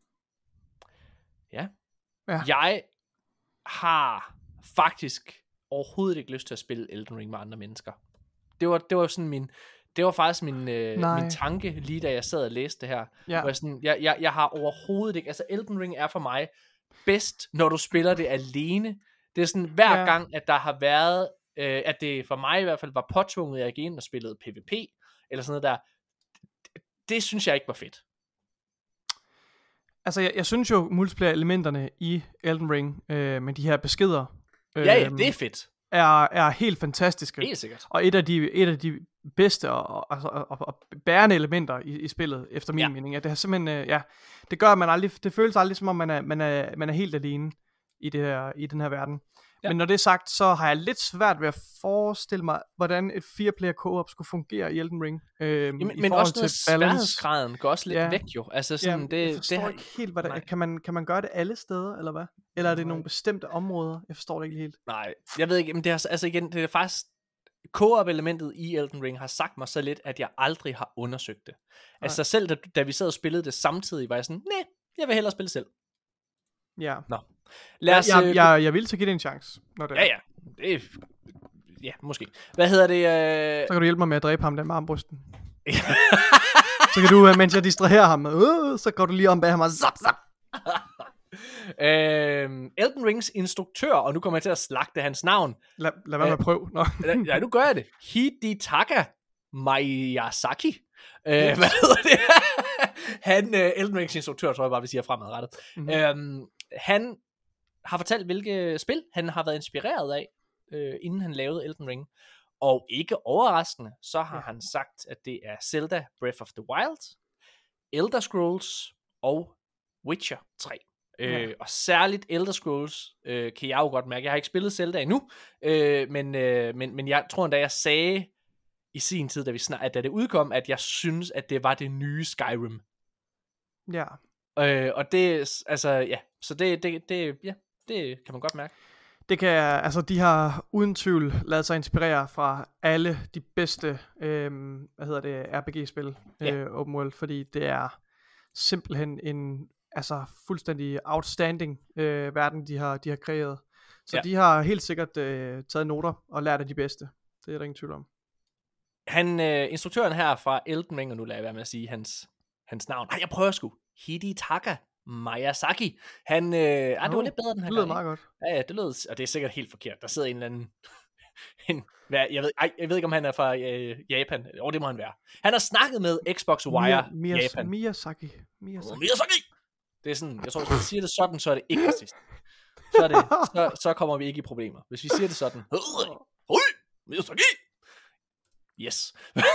Ja. ja. Jeg har faktisk overhovedet ikke lyst til at spille Elden Ring med andre mennesker. Det var, det var sådan min, det var faktisk min, øh, min tanke, lige da jeg sad og læste det her. Ja. Hvor jeg, sådan, jeg, jeg, jeg har overhovedet ikke, altså Elden Ring er for mig bedst, når du spiller det alene. Det er sådan, hver ja. gang, at der har været, øh, at det for mig i hvert fald var påtvunget, at jeg gik ind og spillede PvP, eller sådan noget der, det, det synes jeg ikke var fedt. Altså, jeg, jeg synes jo, multiplayer-elementerne i Elden Ring, øh, med de her beskeder, øh, ja, ja, det er fedt. Er, er helt fantastiske. Helt sikkert. Og et af de, et af de bedste og, og, og, og bærende elementer i, i spillet, efter min ja. mening. At det har simpelthen, øh, ja, det gør, at man aldrig, det føles aldrig, som om man er, man er, man er helt alene i, det her, i den her verden. Ja. Men når det er sagt, så har jeg lidt svært ved at forestille mig, hvordan et fire-player co-op skulle fungere i Elden Ring. Øh, Jamen, i men forhold også til sværhedsgraden går også lidt ja. væk jo. Altså sådan, ja, det, jeg forstår det ikke helt, hvad det, kan, man, kan man gøre det alle steder, eller hvad? Eller er det nogle bestemte områder? Jeg forstår det ikke helt. Nej, jeg ved ikke, men det er altså igen, det er faktisk co-op-elementet i Elden Ring har sagt mig så lidt, at jeg aldrig har undersøgt det. Nej. Altså selv da, da vi sad og spillede det samtidig, var jeg sådan, nej, jeg vil hellere spille selv. Ja. Nå. Lad os, jeg, jeg, jeg, jeg vil så give det en chance. Når det ja, ja. Det er, ja, måske. Hvad hedder det? Øh... Så kan du hjælpe mig med at dræbe ham der med armbrysten. Så kan du, mens jeg distraherer ham, øh, så går du lige om bag ham og zap, zap. øhm, Elden Rings instruktør, og nu kommer jeg til at slagte hans navn. Lad, lad være med at prøve. Nå. Ja, nu gør jeg det. Hidetaka Miyazaki. Øh, hvad hedder det? Han, uh, Elden Rings instruktør, tror jeg bare, vi siger fremadrettet. Mm-hmm. Øhm, han har fortalt, hvilke spil han har været inspireret af, øh, inden han lavede Elden Ring. Og ikke overraskende, så har ja. han sagt, at det er Zelda Breath of the Wild, Elder Scrolls og Witcher tre. Ja. Øh, og særligt Elder Scrolls øh, kan jeg jo godt mærke. Jeg har ikke spillet Zelda endnu, øh, men, øh, men, men jeg tror endda, jeg sagde i sin tid, da, vi snak, da det udkom, at jeg synes, at det var det nye Skyrim. Ja. Øh, og det, altså, ja, så det, det, det, ja, det kan man godt mærke. Det kan, altså de har uden tvivl ladet sig inspirere fra alle de bedste, øh, hvad hedder det, R P G-spil, ja. øh, open world, fordi det er simpelthen en, altså fuldstændig outstanding øh, verden, de har, de har kreeret. Så ja. de har helt sikkert øh, taget noter og lært af de bedste. Det er der ingen tvivl om. Han, øh, instruktøren her fra Elden Ring, og nu lader jeg være med at sige hans, hans navn. Nej, jeg prøver sgu. Hidetaka Miyazaki. Han, øh, ah, det var lidt bedre den her det lød gang. meget godt. Ja, ja, det lød, og det er sikkert helt forkert. Der sidder en eller anden, en, hvad, jeg, ved, ej, jeg ved ikke, om han er fra øh, Japan. Åh, det må han være. Han har snakket med Xbox Wire Mia, Mia, Japan. Miyazaki. Miyazaki. Oh, Miyazaki! Det er sådan, jeg tror, hvis vi siger det sådan, så er det ikke racist. Så, er det, så, så kommer vi ikke i problemer. Hvis vi siger det sådan, Høj, Miyazaki! Yes.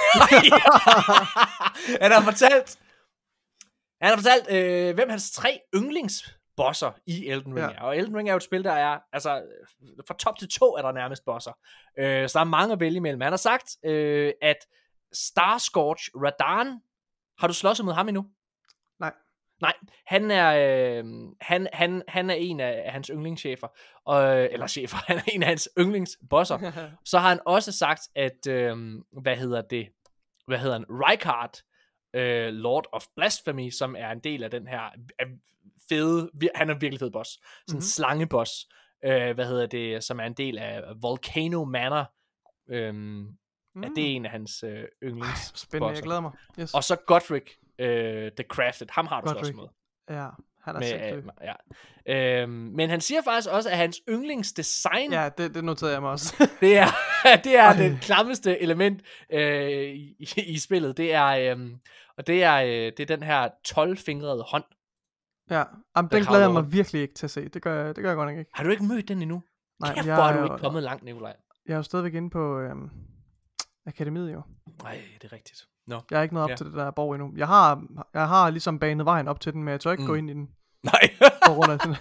Han har fortalt, han har fortalt, øh, hvem hans tre yndlingsbosser i Elden Ring ja. er. Og Elden Ring er jo et spil, der er, altså, fra top til to er der nærmest bosser. Øh, så der er mange at vælge imellem. Han har sagt, øh, at Starscorch Radahn, har du slåsset mod ham endnu? Nej. Nej, han er, øh, han, han, han er en af hans yndlingschefer, og, eller chefer, han er en af hans yndlingsbosser. Så har han også sagt, at, øh, hvad hedder det, hvad hedder han, Rykard, øh, Lord of Blasphemy, som er en del af den her fede, han er en virkelig fed boss, sådan en mm-hmm. slangeboss, øh, hvad hedder det, som er en del af Volcano Manor, øh, mm. at det er en af hans øh, yndlingsbosser. Spændende, jeg glæder mig. Yes. Og så Godric, Uh, The Crafted, ham har du slås med. Ja, han er med, sindssyg. uh, ja. uh, Men han siger faktisk også, at hans yndlingsdesign, ja, det, det noterede jeg mig også. det er, det er det klammeste element uh, i, i spillet. Det er, um, og det er, uh, det er den her tolv-fingrede hånd. Ja, Jamen, den glæder jeg mig virkelig ikke til at se. Det gør, det gør jeg godt nok ikke. Har du ikke mødt den endnu? Nej, Kæft, jeg, hvor er du ikke kommet langt, Nikolaj. Jeg er jo stadigvæk inde på øhm, akademiet jo. Nej, det er rigtigt. No. Jeg er ikke nået op ja. til det der borg endnu. Jeg har, jeg har ligesom banet vejen op til den, men jeg tør ikke mm. gå ind i den. Nej. På grund af den.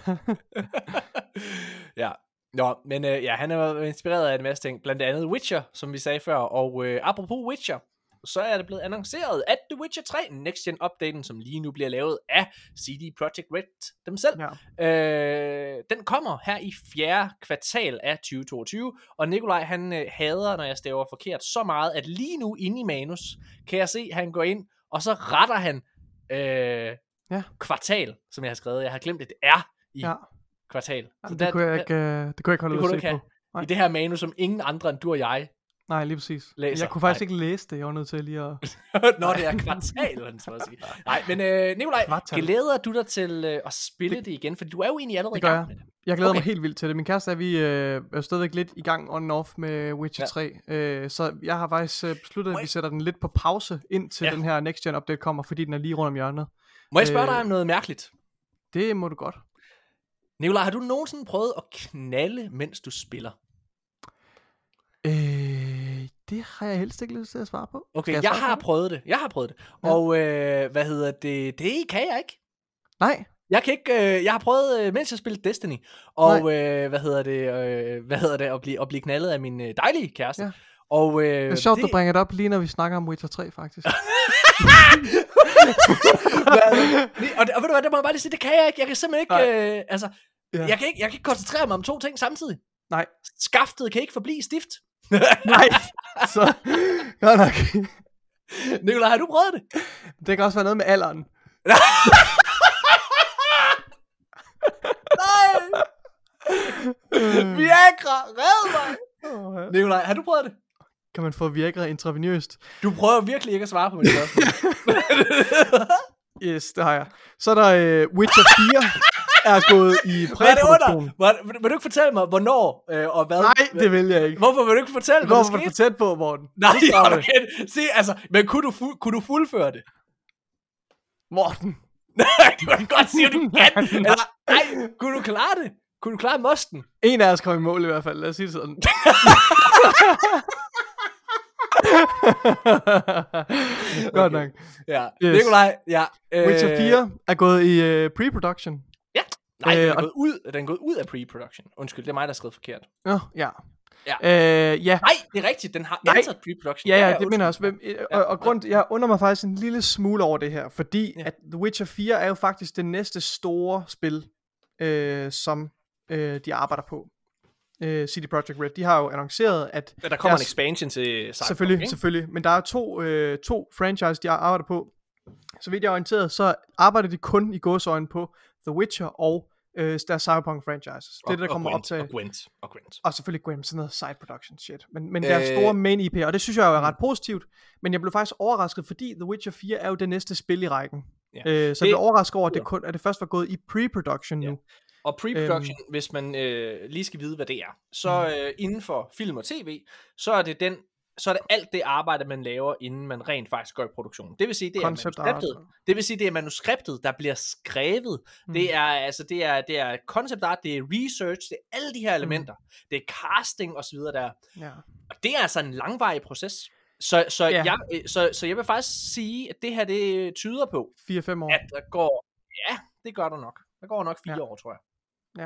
Ja. Nå, men øh, ja, han er inspireret af en masse ting. Blandt andet Witcher, som vi sagde før. Og øh, apropos Witcher, så er det blevet annonceret, at The Witcher tre, Next Gen updaten, som lige nu bliver lavet af C D Projekt Red dem selv, ja. øh, den kommer her i fjerde kvartal af tyve toogtyve, og Nikolaj, han øh, hader, når jeg staver forkert, så meget, at lige nu inde i manus, kan jeg se, at han går ind, og så retter han øh, ja. kvartal, som jeg har skrevet. Jeg har glemt, at det er i ja. kvartal. Så det, der, kunne jeg ikke, øh, det kunne jeg ikke holde ud at se på. I det her manus, som ingen andre end du og jeg Nej, lige præcis. Læser. Jeg kunne faktisk Nej. ikke læse det. Jeg var nødt til lige at... Nå, det er kvartal, så at sige. Nej, men øh, Nikolaj, kvartal. Glæder du dig til øh, at spille det, det igen? For du er jo egentlig allerede i gang jeg. med det. Jeg glæder okay. mig helt vildt til det. Min kæreste er, vi øh, er stadigvæk lidt i gang on and off med Witcher ja. tre. Øh, så jeg har faktisk øh, besluttet, at vi sætter den lidt på pause, indtil ja. den her Next Gen update kommer, fordi den er lige rundt om hjørnet. Må jeg spørge øh, dig om noget mærkeligt? Det må du godt. Nikolaj, har du nogensinde prøvet at knalde, mens du spiller? Øh, det har jeg helst ikke lyst til at svare på. Okay, jeg, jeg har prøvet det. Jeg har prøvet det. Ja. Og øh, hvad hedder det? Det kan jeg ikke. Nej. Jeg kan ikke. Øh, jeg har prøvet, øh, mens jeg spillede Destiny, og øh, hvad hedder det? Øh, hvad hedder det? At blive, at blive knaldet af min øh, dejlige kæreste. Ja. Og, øh, det er sjovt, det... du bringer det op lige når vi snakker om Witcher tre, faktisk. og, og ved du hvad, det må jeg bare lige sige, det kan jeg ikke. Jeg kan simpelthen ikke. Øh, altså, ja. jeg kan ikke. Jeg kan ikke koncentrere mig om to ting samtidig. Nej. Skaftet kan ikke forblive stift. Nej, så godt nok. Nikolaj, har du prøvet det? Det kan også være noget med alderen. Nej! Viagra, red mig! Oh, ja. Nikolaj, har du prøvet det? Kan man få Viagra intravenøst? Du prøver virkelig ikke at svare på mit spørgsmål. Yes, det har jeg. Så er der uh, Witcher fire. er gået i præproduktion. Vil, vil du ikke fortælle mig, hvornår øh, og hvad? Nej, det vil jeg ikke. Hvorfor vil du ikke fortælle mig, Hvorfor var du for tæt på, Morten? Nej, okay. Se, altså, men kunne du, fu- kunne du fuldføre det? Morten. Nej, det var godt sige, at du kan. Eller, nej, kunne du klare det? Kunne du klare mosten? En af os kom i mål i hvert fald, lad os sige det sådan. Godt nok. Ja, Yes. Nikolaj, ja. Øh, Witcher fire er gået i uh, pre-production. Ja, nej, Øh, den, er og- gået ud, den er gået ud af pre-production. Undskyld, det er mig, der har skrevet forkert. Nå, ja. Ja. Øh, ja. Nej, det er rigtigt, den har Nej. entered pre-production. Ja, ja, ja, det mener jeg også. Hvem- øh, Og, og grund, jeg undrer mig faktisk en lille smule over det her, fordi Ja. at The Witcher fire er jo faktisk det næste store spil, øh, som øh, de arbejder på. Øh, C D Projekt Red, de har jo annonceret, at Ja, der kommer en deres- expansion til Cyberpunk, Selvfølgelig, ikke? selvfølgelig. Men der er to, øh, to franchise, de arbejder på. Så vidt jeg er orienteret, så arbejder de kun i gåseøjne på The Witcher og øh, deres Cyberpunk franchises. Det er det, der Og- kommer og op til. Gwent, Og Gwent, og Gwent. Og selvfølgelig Gwent, sådan noget side production shit. Men, men deres Øh, store main I P, og det synes jeg jo er ret positivt. Men jeg blev faktisk overrasket, fordi The Witcher fire er jo det næste spil i rækken. Ja. Øh, så jeg Det- blev overrasket over, at det, kun, at det først var gået i pre-production nu. Og pre-production, øhm, hvis man øh, lige skal vide, hvad det er, så øh, inden for film og tv, så er det den, så er det alt det arbejde, man laver, inden man rent faktisk går i produktion. Det vil sige, det er Concept art. manuskriptet. Det vil sige, det er manuskriptet, der bliver skrevet. Mm. Det er altså det er det er concept art, det er research, det er alle de her elementer. Mm. Det er casting og så videre der. Ja. Og det er altså en langvarig proces. Så så Ja. jeg øh, så så jeg vil faktisk sige, at det her det tyder på, fire fem år. at der går ja, det gør der nok. Der går nok fire Ja. år, tror jeg. Ja.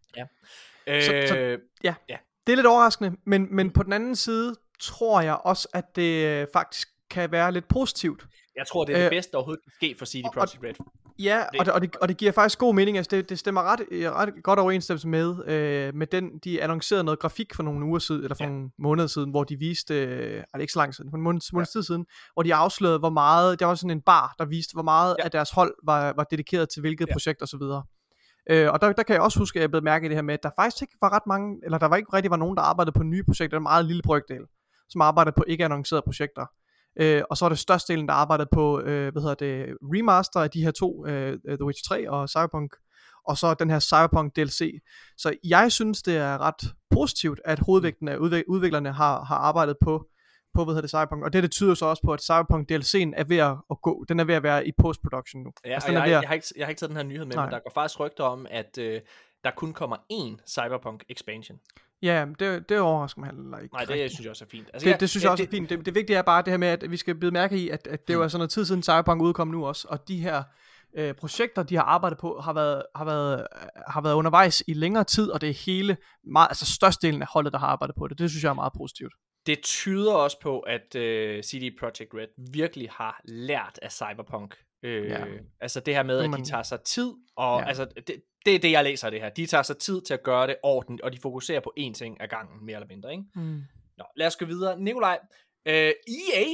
Ja. Så- så- Øh, Ja. Ja. Det er lidt overraskende, men, men på den anden side tror jeg også, at det øh, faktisk kan være lidt positivt. Jeg tror, det er det Øh, bedste, der overhovedet kan ske for C D og- Projekt Red. Ja, Det- og det, og, det, og det giver faktisk god mening. Altså det, det stemmer ret, ret godt overensstemmelse med, øh, med den, de annoncerede noget grafik for nogle uger siden, eller for Ja. nogle måneder siden, hvor de viste, øh, altså ikke så lang tid, for en måneds, måneds tid siden, hvor de afslørede, hvor meget, der var sådan en bar, der viste, hvor meget Ja. af deres hold var, var dedikeret til hvilket Ja. projekt og så videre. Øh, og der, der kan jeg også huske, at jeg blev mærke i det her med, at der faktisk ikke var ret mange, eller der var ikke rigtig var nogen, der arbejdede på nye projekter, en meget lille projektdel, som arbejdede på ikke annoncerede projekter. Øh, og så er det størstedelen, der arbejdede på, øh, hvad hedder det, remaster af de her to, øh, The Witcher tre og Cyberpunk, og så den her Cyberpunk D L C. Så jeg synes, det er ret positivt, at hovedvægten af udvik- udviklerne har, har arbejdet på, på, hvad hedder det, Cyberpunk, og det, det tyder så også på, at Cyberpunk D L C'en er ved at gå, den er ved at være i post-production nu. Ja, altså, og den jeg, er jeg, ved at, jeg, har ikke, jeg har ikke taget den her nyhed med, Nej. men der går faktisk rygter om, at øh, der kun kommer én Cyberpunk expansion. ja, det, det overrasker mig heller ikke. Nej, det rigtigt. synes jeg også er fint. Altså, Det, jeg, det synes jeg også det, er fint. Det, det vigtige er bare det her med, at vi skal bide mærke i, at, at det jo er sådan noget tid siden Cyberpunk udkom nu også, og de her øh, projekter, de har arbejdet på, har været, har, været, har været undervejs i længere tid, og det er hele, meget, altså størstedelen af holdet, der har arbejdet på det. Det synes jeg er meget positivt. Det tyder også på, at øh, C D Projekt Red virkelig har lært af Cyberpunk. Øh, Ja. Altså det her med, at Men- de tager sig tid, og Ja. altså, det, det er det, jeg læser af det her. De tager sig tid til at gøre det ordentligt, og de fokuserer på én ting ad gangen, mere eller mindre, ikke? Mm. Nå, lad os gå videre. Nikolaj, øh, E A,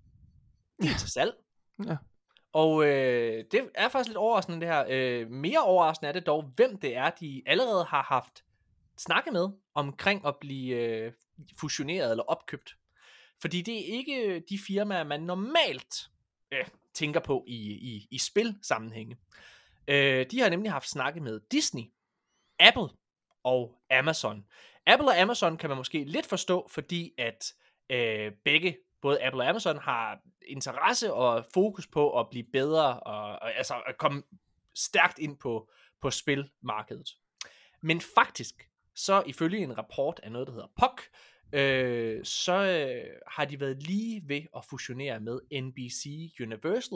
de er til salg. Ja. Og øh, det er faktisk lidt overraskende det her. Øh, mere overraskende er det dog, hvem det er, de allerede har haft snakket med omkring at blive øh, fusioneret eller opkøbt. Fordi det er ikke de firmaer, man normalt øh, tænker på i, i, i spilsammenhænge. Øh, de har nemlig haft snakket med Disney, Apple og Amazon. Apple og Amazon kan man måske lidt forstå, fordi at øh, begge, både Apple og Amazon, har interesse og fokus på at blive bedre og, og altså at komme stærkt ind på, på spilmarkedet. Men faktisk, så ifølge en rapport af noget, der hedder P O C, øh, så øh, har de været lige ved at fusionere med N B C Universal.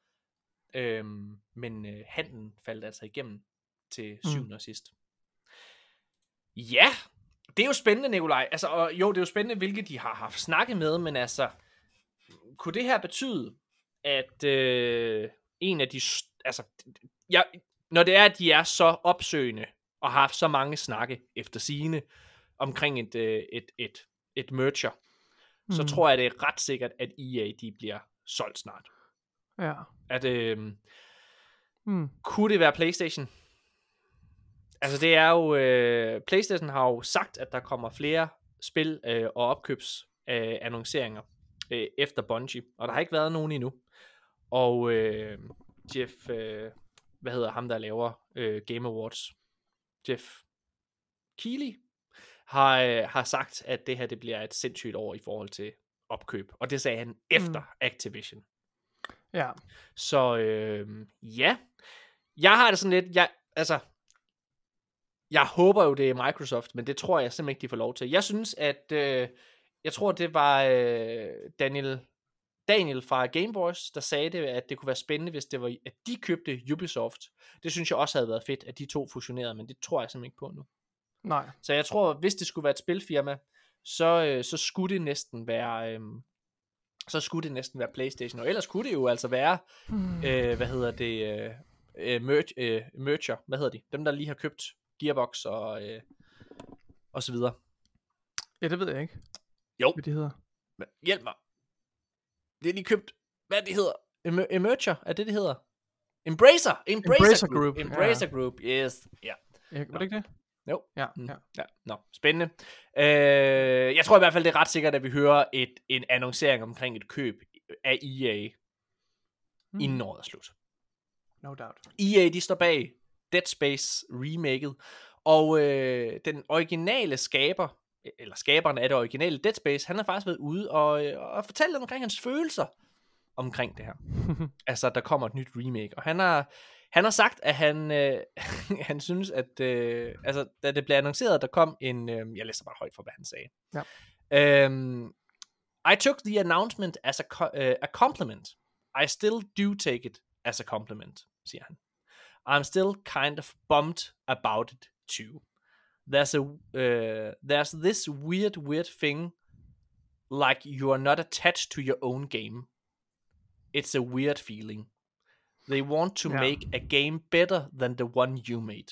Øh, men øh, handlen faldt altså igennem til syvende mm. og sidst. Ja, det er jo spændende, Nikolaj. Altså, og jo, det er jo spændende, hvilke de har haft snakket med, men altså, kunne det her betyde, at øh, en af de, altså, ja, når det er, at de er så opsøgende, og har haft så mange snakke efter sigende, omkring et, øh, et, et, et merger, mm. så tror jeg, det er ret sikkert, at E A, de bliver solgt snart. Ja. At, øh, Mm. kunne det være PlayStation? Altså det er jo, øh, PlayStation har jo sagt, at der kommer flere spil øh, og opkøbs øh, annonceringer øh, efter Bungie, og der har ikke været nogen endnu. Og øh, Jeff øh, hvad hedder ham, der laver øh, Game Awards, Jeff Keighley, har, øh, har sagt, at det her det bliver et sindssygt år i forhold til opkøb. Og det sagde han efter mm. Activision. Ja. Så øh, ja, jeg har det sådan lidt, jeg, altså, jeg håber jo, det er Microsoft, men det tror jeg simpelthen ikke, de får lov til. Jeg synes, at, øh, jeg tror, det var øh, Daniel, Daniel fra Game Boys, der sagde det, at det kunne være spændende, hvis det var, at de købte Ubisoft. Det synes jeg også havde været fedt, at de to fusionerede, men det tror jeg simpelthen ikke på nu. Nej. Så jeg tror, hvis det skulle være et spilfirma, så, øh, så skulle det næsten være... Øh, så skulle det næsten være PlayStation, og ellers kunne det jo altså være, hmm. øh, hvad hedder det, øh, øh, merch, øh, mercher, hvad hedder de? Dem, der lige har købt Gearbox og, øh, og så videre. Ja, det ved jeg ikke. Jo. Hvad de hedder. Hjælp mig. Det er lige købt, hvad det hedder? Em- Emerger, er det det hedder? Embracer, Embracer, Embracer Group. Group. Embracer Ja. Group, yes. Ja. Ja, var det ikke det? Jo. Ja, Mm. ja. Ja. Nå, spændende. Øh, jeg tror i hvert fald, det er ret sikkert, at vi hører et, en annoncering omkring et køb af E A, mm. inden året er slut. No doubt. E A, de står bag Dead Space remaket, og øh, den originale skaber, eller skaberen af det originale Dead Space, han har faktisk været ude og, øh, og fortalt lidt omkring hans følelser omkring det her. Altså, der kommer et nyt remake, og han har, han har sagt, at han, øh, han synes, at øh, altså, da det blev annonceret, der kom en, øh, jeg læser bare højt for, hvad han sagde. Ja. Um, I took the announcement as a, co- uh, a compliment. I still do take it as a compliment, siger han. I'm still kind of bummed about it too. There's a uh, there's this weird, weird thing, like you are not attached to your own game. It's a weird feeling. They want to Ja. make a game better than the one you made.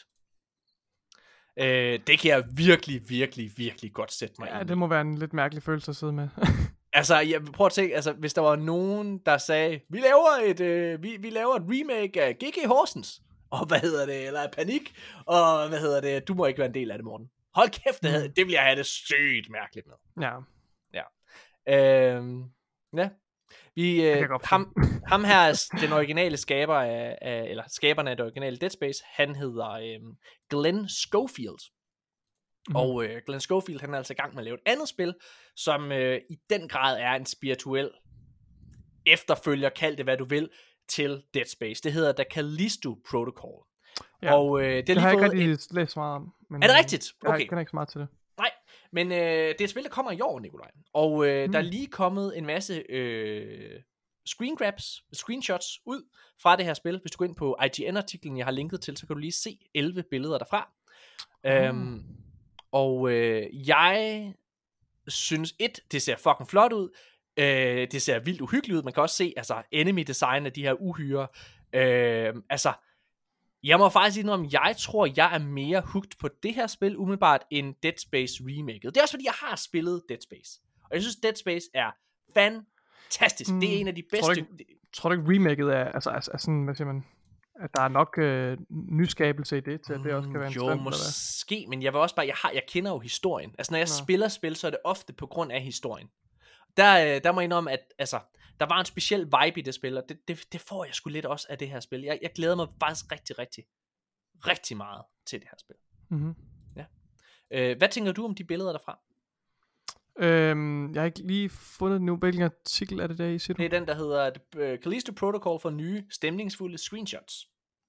Uh, det kan jeg virkelig, virkelig, virkelig godt sætte mig Ja, ind i. det må være en lidt mærkelig følelse at sidde med. Altså, jeg prøver at tænke, altså, hvis der var nogen, der sagde, vi laver et, øh, vi, vi laver et remake af G G Horsens, og hvad hedder det, eller Panik, og hvad hedder det, du må ikke være en del af det, Morten. Hold kæft, det, havde, det ville jeg have det sygt mærkeligt med. Ja. Ja. Øhm, ja. Vi, øh, ham, ham her er den originale skaber af, af, eller skaberne af det originale Dead Space, han hedder øh, Glenn Schofield. Mm. Og øh, Glenn Schofield, han er altså i gang med at lave et andet spil, som øh, i den grad er en spirituel efterfølger, kald det hvad du vil, til Dead Space. Det hedder The Callisto Protocol. Ja. Og øh, det, det er har jeg lige ikke fået rigtig en... læst meget om. Men, er det rigtigt? Okay. Okay. Jeg kender ikke så meget til det. Nej, men øh, det er et spil, der kommer i år, Nikolaj. Og øh, mm. der er lige kommet en masse øh, screen grabs, screenshots ud fra det her spil. Hvis du går ind på I G N-artiklen, jeg har linket til, så kan du lige se elleve billeder derfra. Mm. Øhm, og øh, jeg synes, et, det ser fucking flot ud. Øh, det ser vildt uhyggeligt ud. Man kan også se, altså, enemy design af de her uhyre. Øh, altså, jeg må faktisk sige noget om, jeg tror, jeg er mere hooked på det her spil, umiddelbart, end Dead Space remaket. Det er også fordi, jeg har spillet Dead Space. Og jeg synes, Dead Space er fantastisk. Mm, det er en af de bedste... Tror du ikke, tror du ikke remaket er, altså, altså, altså sådan, hvad siger man, at der er nok øh, nyskabelse i det, til at det også kan være en jo, måske, men jeg vil også bare, jeg, har, jeg kender jo historien. Altså, når jeg Nå. spiller spil, så er det ofte på grund af historien. Der, der må jeg indrømme, at altså, der var en speciel vibe i det spil, og det, det, det får jeg sgu lidt også af det her spil. Jeg, jeg glæder mig faktisk rigtig, rigtig, rigtig meget til det her spil. Mm-hmm. Ja. Øh, hvad tænker du om de billeder derfra? Øhm, jeg har ikke lige fundet nu, hvilken artikel er det der i, siger du? Det er den, der hedder uh, Callisto Protocol for nye, stemningsfulde screenshots.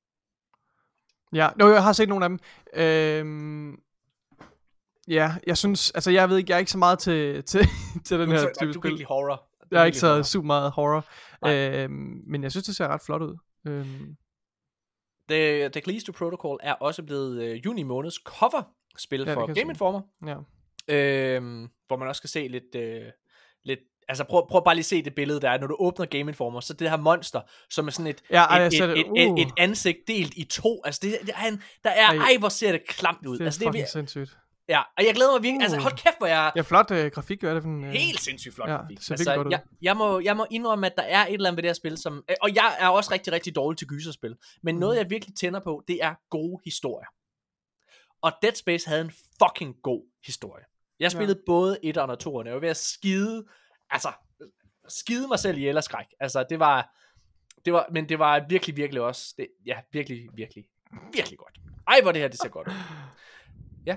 Ja, no, jeg har set nogle af dem. Øhm, ja, jeg synes, altså jeg ved ikke, jeg er ikke så meget til, til, til den du, her så, type du spil. kan ikke lide horror. Du jeg er ikke så horror. super meget horror. Øhm, men jeg synes, det ser ret flot ud. Øhm. The, The Callisto Protocol er også blevet uh, juni måneds cover-spil ja, for Game Informer. Ja. Øhm, hvor man også kan se lidt, øh, lidt altså prøv, prøv bare lige se det billede der er, når du åbner Game Informer, så det her monster, som er sådan et, ja, ej, et, et, det, et, uh. et, et ansigt delt i to, altså det, det er en, der er, ej, ej hvor ser det klamt ud. Det er altså, fucking det er, sindssygt. Ja, og jeg glæder mig virkelig, uh. altså hold kæft hvor jeg... Ja, flot øh, grafik, hvad er det for en... Øh... Helt sindssygt flot ja, grafik. Det ser altså, godt ud. jeg, jeg, må, jeg må indrømme, at der er et eller andet ved det her spil, som... Øh, og jeg er også rigtig, rigtig dårlig til gyserspil, men mm. noget jeg virkelig tænder på, det er gode historier. Og Dead Space havde en fucking god historie. Jeg spillede ja. både etteren og toeren. Jeg var ved at skide, altså, skide mig selv ihjel af skræk. Altså, det var det var, men det var virkelig, virkelig også, det, ja, virkelig, virkelig, virkelig godt. Ej, hvor det her, det ser godt ud. Ja.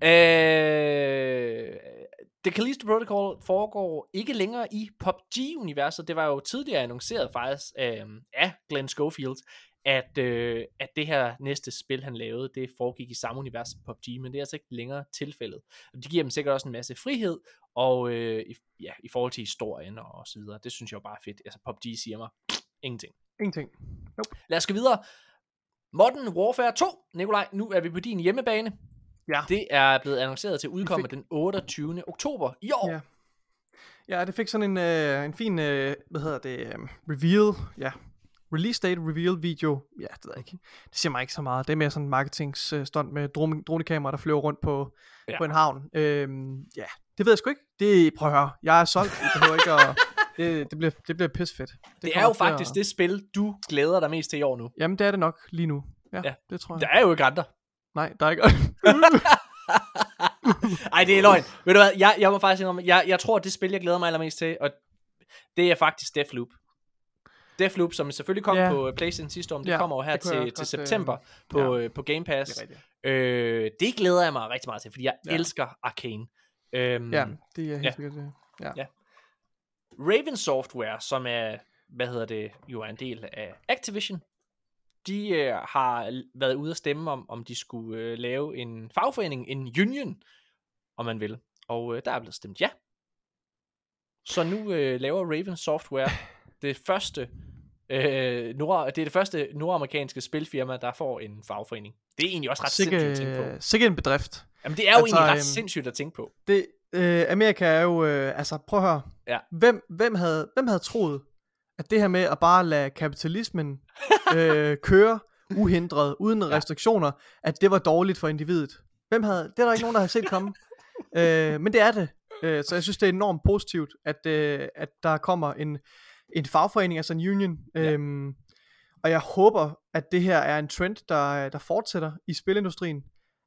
Øh, The Callisto Protocol foregår ikke længere i P U B G-universet. Det var jo tidligere annonceret faktisk øh, af Glenn Schofield, at, øh, at det her næste spil, han lavede, det foregik i samme univers som P U B G, men det er altså ikke længere tilfældet. Og det giver dem sikkert også en masse frihed, og øh, i, ja, i forhold til historien og så videre. Det synes jeg jo bare er fedt. Altså P U B G siger mig ingenting. Ingenting. Nope. Lad os gå videre. Modern Warfare to, Nikolaj, nu er vi på din hjemmebane. Ja. Det er blevet annonceret til udkomme fik... den otteogtyvende oktober i år. Ja, ja det fik sådan en, øh, en fin, øh, hvad hedder det, øh, reveal, ja, release date reveal video. Ja, det ved jeg ikke. Det siger mig ikke så meget. Det er mere sådan en marketingstunt med drone, dronekamera, der flyver rundt på, ja. på en havn. Øhm, ja, det ved jeg sgu ikke. Det, prøv at høre, jeg er solgt. Jeg behøver ikke at... Det, det, bliver, det bliver pissefedt. Det, det er jo faktisk at... det spil, du glæder dig mest til i år nu. Jamen, det er det nok lige nu. Ja, ja. Det tror jeg. Der er jo ikke andre. Nej, der er ikke Ej, det er løgn. Ved du hvad, jeg, jeg må faktisk indrømme, jeg, jeg tror, det spil, jeg glæder mig allermest til, og det er faktisk Deathloop. Deathloop, som selvfølgelig kom yeah. på PlayStation sidste år, det yeah, kommer jo her til, til godt, september øh, på, ja. på Game Pass. Det, øh, det glæder jeg mig rigtig meget til, fordi jeg ja. elsker Arcane. Øhm, ja, det er helt ja. sikkert det. Ja. Ja. Raven Software, som er, hvad hedder det, jo er en del af Activision, de øh, har været ude at stemme om, om de skulle øh, lave en fagforening, en union, om man vil. Og øh, der er blevet stemt ja. Så nu øh, laver Raven Software det første, øh, nord, det er det første nordamerikanske spilfirma, der får en fagforening. Det er egentlig også ret sikke, sindssygt at tænke på. Sikke en bedrift. Jamen det er jo altså, egentlig ret øhm, sindssygt at tænke på. Det, øh, Amerika er jo, øh, altså prøv at høre. Ja. Hvem, hvem, havde, hvem havde troet, at det her med at bare lade kapitalismen øh, køre uhindret, uden ja. restriktioner, at det var dårligt for individet? Hvem havde, det er der ikke nogen, der har set komme. øh, men det er det. Øh, så jeg synes, det er enormt positivt, at, øh, at der kommer en, en fagforening, altså en union. Ja. Øhm, og jeg håber, at det her er en trend, der, der fortsætter i spilindustrien.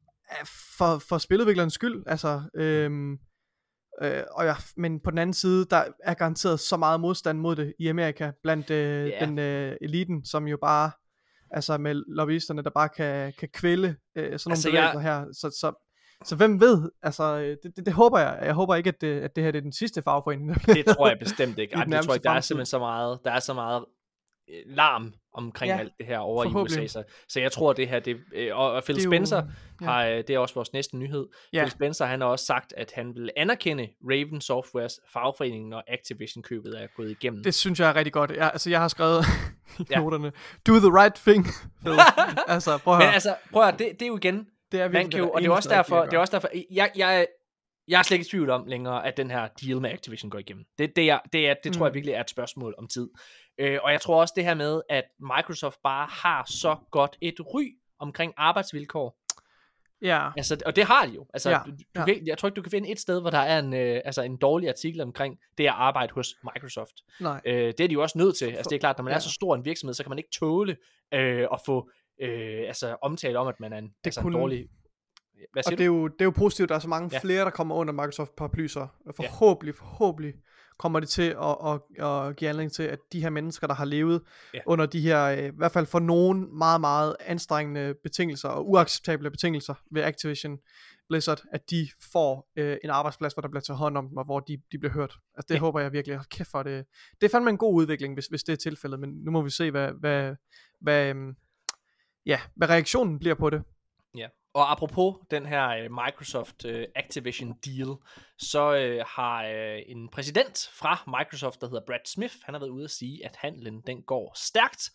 For, for spiludviklerens skyld. Altså, øhm, øh, og jeg, men på den anden side, der er garanteret så meget modstand mod det i Amerika, blandt øh, yeah. den øh, eliten, som jo bare, altså med lobbyisterne, der bare kan, kan kvæle øh, sådan nogle altså, bevægelser jeg... her. Så, så, så hvem ved, altså det, det, det håber jeg. Jeg håber ikke, at det, at det her det er den sidste fagforening. Det tror jeg bestemt ikke. Ej, det tror jeg, der er simpelthen så meget, der er så meget larm omkring ja, alt det her over i U S A, så, så jeg tror det her det, og, og Phil det Spencer jo, ja. har, det er også vores næste nyhed. Ja. Phil Spencer, han har også sagt, at han vil anerkende Raven Softwares fagforening, når Activision købet er gået igennem. Det synes jeg er rigtig godt. Jeg, altså jeg har skrevet i ja. noterne, do the right thing. altså prøv at høre. Men altså prøv at høre, det, det er jo igen det er virkelig, jo, og det er også derfor, det er også derfor jeg, jeg Jeg er slet ikke i tvivl om længere, at den her deal med Activision går igennem. Det, det, er, det, er, det mm. tror jeg virkelig er et spørgsmål om tid. Øh, og jeg tror også det her med, at Microsoft bare har så godt et ry omkring arbejdsvilkår. Ja. Altså, og det har de jo. Altså, ja. du, du ja. kan, jeg tror ikke, du kan finde et sted, hvor der er en, øh, altså en dårlig artikel omkring det at arbejde hos Microsoft. Nej. Øh, det er de jo også nødt til. Altså, det er klart, når man ja. er så stor en virksomhed, så kan man ikke tåle øh, at få øh, altså, omtale om, at man er en, altså, kunne... en dårlig... Og det er, jo, det er jo positivt, der er så mange ja. flere, der kommer under Microsoft paraply, så forhåbentlig, forhåbentlig kommer det til at, at, at give anledning til, at de her mennesker, der har levet ja. under de her, i hvert fald for nogen meget, meget anstrengende betingelser og uacceptable betingelser ved Activision Blizzard, at de får øh, en arbejdsplads, hvor der bliver taget hånd om dem, og hvor de, de bliver hørt. Altså det ja. håber jeg virkelig. Kæft for det. Det er fandme en god udvikling, hvis, hvis det er tilfældet, men nu må vi se, hvad, hvad, hvad, øhm, ja, hvad reaktionen bliver på det. Ja. Og apropos den her uh, Microsoft uh, Activision deal, så uh, har uh, en præsident fra Microsoft, der hedder Brad Smith, han har været ude at sige, at handlen den går stærkt.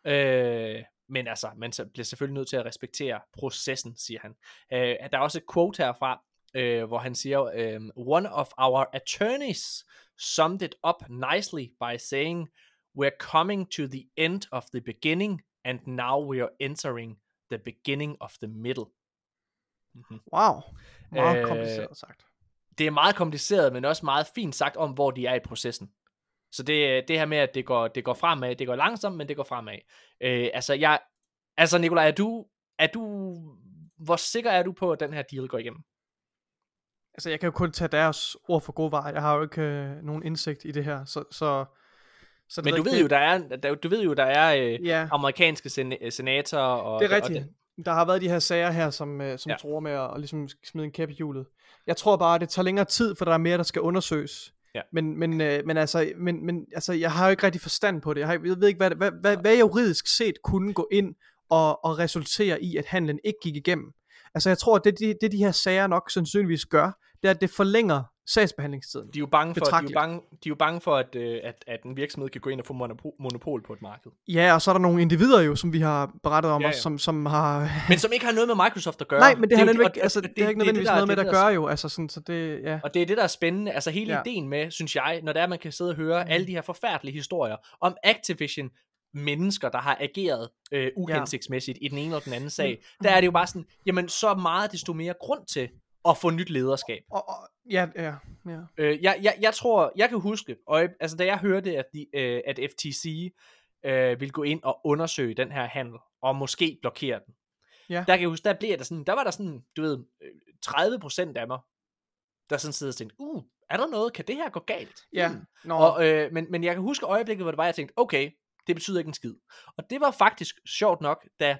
Uh, men altså, man bliver selvfølgelig nødt til at respektere processen, siger han. Uh, der er også et quote herfra, uh, hvor han siger, um, one of our attorneys summed it up nicely by saying, we're coming to the end of the beginning, and now we are entering the beginning of the middle. Mm-hmm. Wow, meget øh, kompliceret sagt. Det er meget kompliceret, men også meget fint sagt om, hvor de er i processen. Så det, det her med, at det går, det går fremad, det går langsomt, men det går fremad. Øh, altså, jeg, altså Nikolaj, er du, er du, hvor sikker er du på, at den her deal går igennem? Altså, jeg kan jo kun tage deres ord for gode varer. Jeg har jo ikke øh, nogen indsigt i det her, så, så, Så Men du ved, jo, der er, der, du ved jo, der er øh, ja. amerikanske sen- senatorer. Og, det er rigtigt. Og det. Der har været de her sager her, som, øh, som ja. tror med at, at ligesom smide en kæp i hjulet. Jeg tror bare, at det tager længere tid, for der er mere, der skal undersøges. Ja. Men, men, øh, men, altså, men, men altså, jeg har jo ikke rigtig forstand på det. Jeg, har, jeg ved ikke, hvad, hvad, hvad, hvad juridisk set kunne gå ind og, og resultere i, at handlen ikke gik igennem. Altså jeg tror, at det, det, det de her sager nok sandsynligvis gør, det er, at det forlænger sagsbehandlingstiden. De er jo bange for, de er jo bange, de er jo bange for at, at, at en virksomhed kan gå ind og få monopol, monopol på et marked. Ja, og så er der nogle individer jo, som vi har berettet om, ja, ja. Os, som, som har... Men som ikke har noget med Microsoft at gøre. Nej, men det, det, har, jo, nemlig, altså, det, det har ikke nødvendigvis noget med det at gøre jo. Altså, sådan, så det, ja. Og det er det, der er spændende. Altså hele ja. ideen med, synes jeg, når det er, man kan sidde og høre mm. alle de her forfærdelige historier om Activision mennesker, der har ageret øh, uhensigtsmæssigt ja. i den ene og den anden sag, mm. der er det jo bare sådan, jamen så meget desto mere grund til at få nyt lederskab. Og, og, ja, ja, ja. Øh, jeg, jeg, jeg tror, jeg kan huske, og, altså da jeg hørte, at, de, øh, at F T C øh, ville gå ind og undersøge den her handel, og måske blokere den, ja. der kan jeg huske, der blev der sådan, der var der sådan, du ved, tredive procent af mig, der sådan sidder og tænkte, uh, er der noget, kan det her gå galt? Ja. Mm. No. Og, øh, men, men jeg kan huske øjeblikket, hvor det var, jeg tænkte, okay, det betyder ikke en skid. Og det var faktisk sjovt nok, da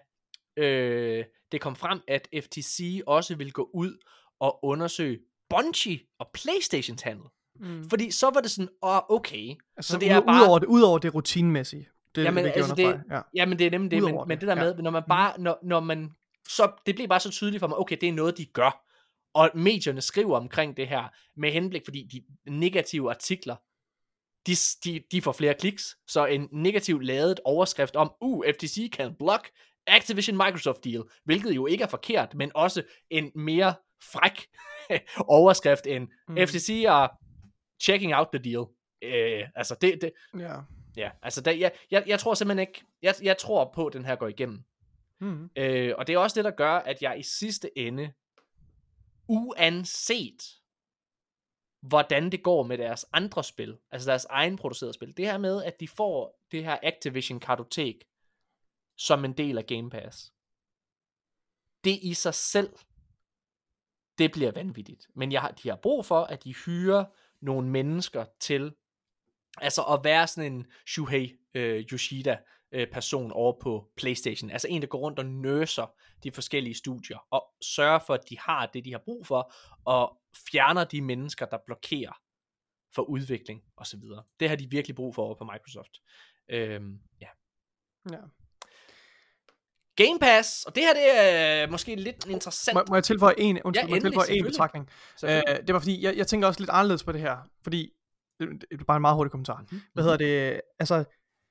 øh, det kom frem, at F T C også ville gå ud og undersøge Bungie og PlayStations handel. Mm. Fordi så var det sådan, åh, oh, okay. Altså, så det er bare... Udover det, udover det rutinemæssige. Det, jamen, det, altså det, ja. jamen, det er nemlig det, men, det. men det der med, ja. når man bare, når, når man, så det blev bare så tydeligt for mig, okay, det er noget, de gør. Og medierne skriver omkring det her, med henblik, fordi de negative artikler, de, de, de får flere kliks, så en negativ ladet overskrift om, uh, F T C can block Activision Microsoft deal, hvilket jo ikke er forkert, men også en mere fræk overskrift end mm. F T C are checking out the deal. Øh, altså det, det ja. ja, altså der, jeg, jeg, jeg tror simpelthen ikke, jeg, jeg tror på, at den her går igennem. Mm. Øh, og det er også det, der gør, at jeg i sidste ende, uanset hvordan det går med deres andre spil, altså deres egen producerede spil, det her med, at de får det her Activision-kartotek som en del af Game Pass, det i sig selv, det bliver vanvittigt. Men jeg har, de har brug for, at de hyrer nogle mennesker til, altså at være sådan en Shuhei øh, Yoshida øh, person over på PlayStation, altså en, der går rundt og nøser de forskellige studier, og sørger for, at de har det, de har brug for, og fjerner de mennesker, der blokerer for udvikling, og så videre. Det har de virkelig brug for over på Microsoft. Øhm, ja. Ja. Game Pass, og det her, det er måske lidt interessant. Må, må jeg tilføje en, undskyld, ja, må jeg tilføje en betragtning? Uh, det var fordi, jeg, jeg tænker også lidt anderledes på det her, fordi, det, det er bare en meget hurtig kommentar. Mm-hmm. Hvad hedder det, altså,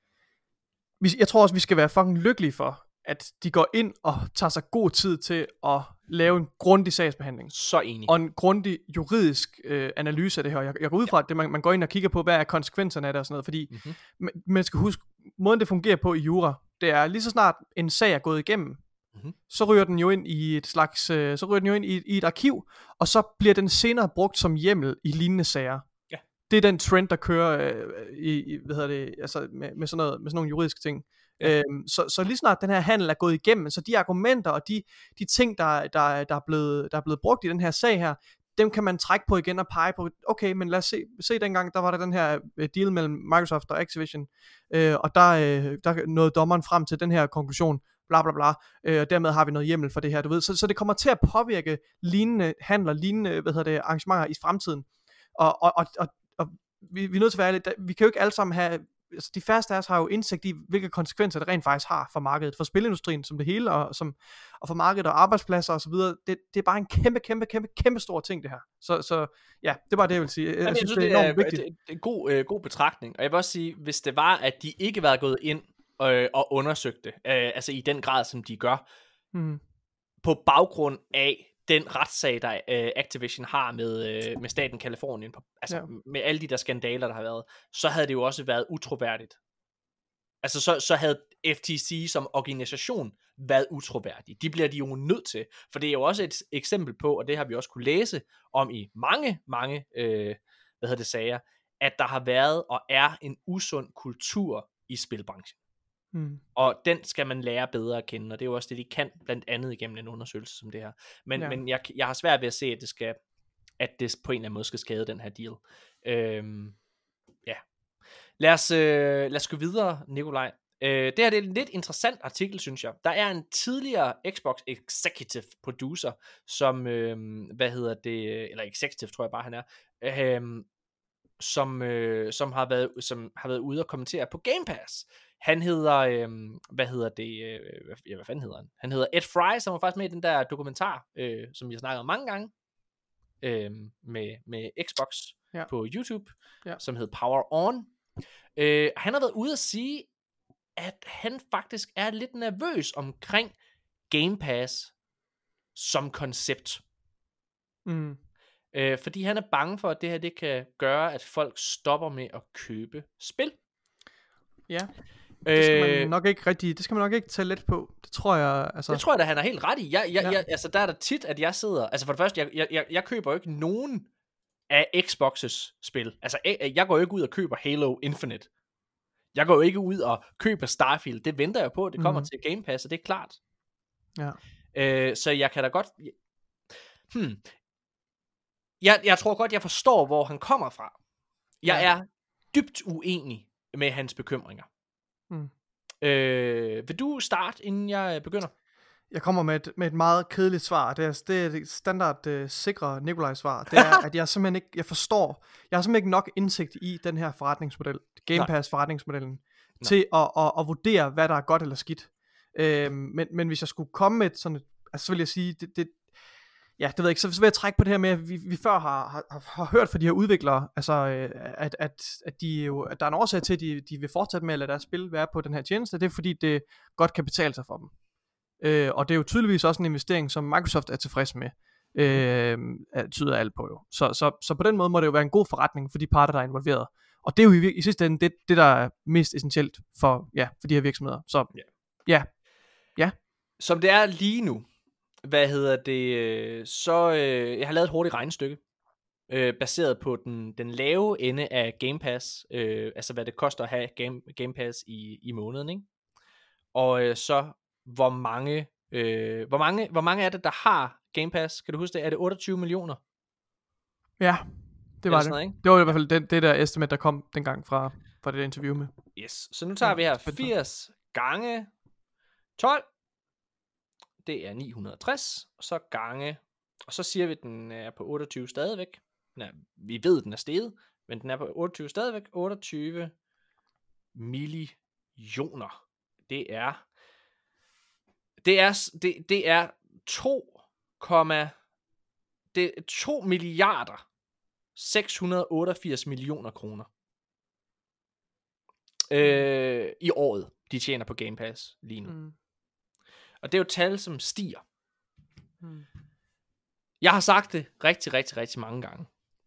vi, jeg tror også, vi skal være fucking lykkelige for, at de går ind og tager sig god tid til at lave en grundig sagsbehandling. Så enig. Og en grundig juridisk øh, analyse af det her. Jeg, jeg går ud fra, ja. at det, man, man går ind og kigger på, hvad er konsekvenserne af det og sådan noget, fordi mm-hmm. man, man skal huske, måden det fungerer på i jura, det er lige så snart en sag er gået igennem, mm-hmm. så ryger den jo ind i et slags, øh, så ryger den jo ind i, i et arkiv, og så bliver den senere brugt som hjemmel i lignende sager. Ja. Det er den trend, der kører øh, i, i, hvad hedder det, altså med, med, sådan noget, med sådan nogle juridiske ting. Ja. Øhm, så, så lige snart den her handel er gået igennem, så de argumenter og de, de ting, der, der, der, er blevet, der er blevet brugt i den her sag her, dem kan man trække på igen og pege på, okay, men lad os se, se dengang, der var der den her deal mellem Microsoft og Activision, øh, og der, øh, der nåede dommeren frem til den her konklusion, bla bla bla, øh, og dermed har vi noget hjemmel for det her, du ved, så, så det kommer til at påvirke lignende handler, lignende, hvad hedder det, arrangementer i fremtiden, og, og, og, og, og vi, vi er nødt til at være lidt, vi kan jo ikke alle sammen have, altså de færreste af os har jo indsigt i, hvilke konsekvenser det rent faktisk har for markedet, for spilindustrien som det hele, og, som, og for markedet og arbejdspladser og så videre. Det, det er bare en kæmpe, kæmpe, kæmpe, kæmpe stor ting det her. Så, så ja, det var det, jeg vil sige. Jeg, Jamen, jeg synes, det er enormt vigtigt. Det er en god, øh, god betragtning. Og jeg vil også sige, hvis det var, at de ikke var gået ind øh, og undersøgt det, øh, altså i den grad, som de gør, mm. på baggrund af den retssag, der øh, Activision har med, øh, med staten Kalifornien, altså ja. med alle de der skandaler, der har været, så havde det jo også været utroværdigt. Altså så, så havde F T C som organisation været utroværdig. De bliver de jo nødt til, for det er jo også et eksempel på, og det har vi også kunne læse om i mange, mange øh, hvad hedder det, sager, at der har været og er en usund kultur i spilbranchen. Mm. Og den skal man lære bedre at kende, og det er jo også det, de kan, blandt andet igennem en undersøgelse som det her. Men, ja. men jeg, jeg har svært ved at se, at det skal, at det på en eller anden måde skal skade den her deal. Øhm, ja. Lad os, øh, lad os gå videre, Nikolaj. Øh, det her det er en lidt interessant artikel, synes jeg. Der er en tidligere Xbox Executive Producer, som, øh, hvad hedder det, eller Executive tror jeg bare han er, øh, som, øh, som, har været, som har været ude og kommentere på Game Pass. Han hedder, øh, hvad hedder det, øh, ja, hvad fanden hedder han? Han hedder Ed Fry, som var faktisk med i den der dokumentar, øh, som vi har snakket om mange gange, øh, med, med Xbox ja. på YouTube, ja. som hed Power On. Øh, han har været ude at sige, at han faktisk er lidt nervøs omkring Game Pass som koncept. Mm. Øh, fordi han er bange for, at det her det kan gøre, at folk stopper med at købe spil. Ja. Det skal man øh, nok ikke rigtig, det skal man nok ikke tage let på. Det tror jeg, altså. Det tror jeg da, han er helt ret i. Jeg, jeg, ja. jeg, altså, der er der tit, at jeg sidder, altså for det første, jeg, jeg, jeg køber jo ikke nogen af Xbox's spil. Altså, jeg, jeg går jo ikke ud og køber Halo Infinite. Jeg går jo ikke ud og køber Starfield. Det venter jeg på, det kommer mm. til Game Pass, og det er klart. Ja. Øh, så jeg kan da godt... Hmm. Jeg, jeg tror godt, jeg forstår, hvor han kommer fra. Jeg ja. er dybt uenig med hans bekymringer. Mm. Øh, vil du starte, inden jeg begynder? Jeg kommer med et, med et meget kedeligt svar. Det er, det er et standard uh, sikre Nikolajs svar. Det er, at jeg simpelthen ikke, jeg forstår, jeg har simpelthen ikke nok indsigt i den her forretningsmodel, Game Pass forretningsmodellen, Nej. til at, at, at vurdere, hvad der er godt eller skidt. Øh, men, men hvis jeg skulle komme med sådan et, altså så vil jeg sige, det, det, ja, det ved jeg ikke, så, så vil jeg trække på det her med, at vi, vi før har, har, har hørt fra de her udviklere, altså at, at, at, de jo, at der er en årsag til, at de, de vil fortsætte med at lade deres spil være på den her tjeneste. Det er fordi, det godt kan betale sig for dem. Øh, og det er jo tydeligvis også en investering, som Microsoft er tilfreds med. Øh, tyder alt på jo. Så, så, så på den måde må det jo være en god forretning for de parter, der er involveret. Og det er jo i, i sidste ende det, det, der er mest essentielt for, ja, for de her virksomheder. Så ja. ja, ja. Som det er lige nu, hvad hedder det, så øh, jeg har lavet et hurtigt regnestykke, øh, baseret på den, den lave ende af Game Pass, øh, altså hvad det koster at have Game, Game Pass i, i måneden, ikke? Og øh, så hvor mange, øh, hvor mange, hvor mange er det, der har Game Pass? Kan du huske det? Er det otteogtyve millioner? Ja, det var det. Noget, det var i hvert fald det, det der estimate, der kom dengang fra, fra det interview med. Yes, så nu tager vi her firs gange tolv. Det er ni hundrede og tres, og så gange, og så siger vi, at den er på otteogtyve stadigvæk. Nej, vi ved, at den er steget, men den er på otteogtyve stadigvæk. otteogtyve millioner. Det er, det er, det, det er to, det er to milliarder seks hundrede og otteogfirs millioner kroner øh, i året, de tjener på Game Pass lige nu. Mm. Og det er jo tal, som stiger. Hmm. Jeg har sagt det rigtig, rigtig, rigtig mange gange.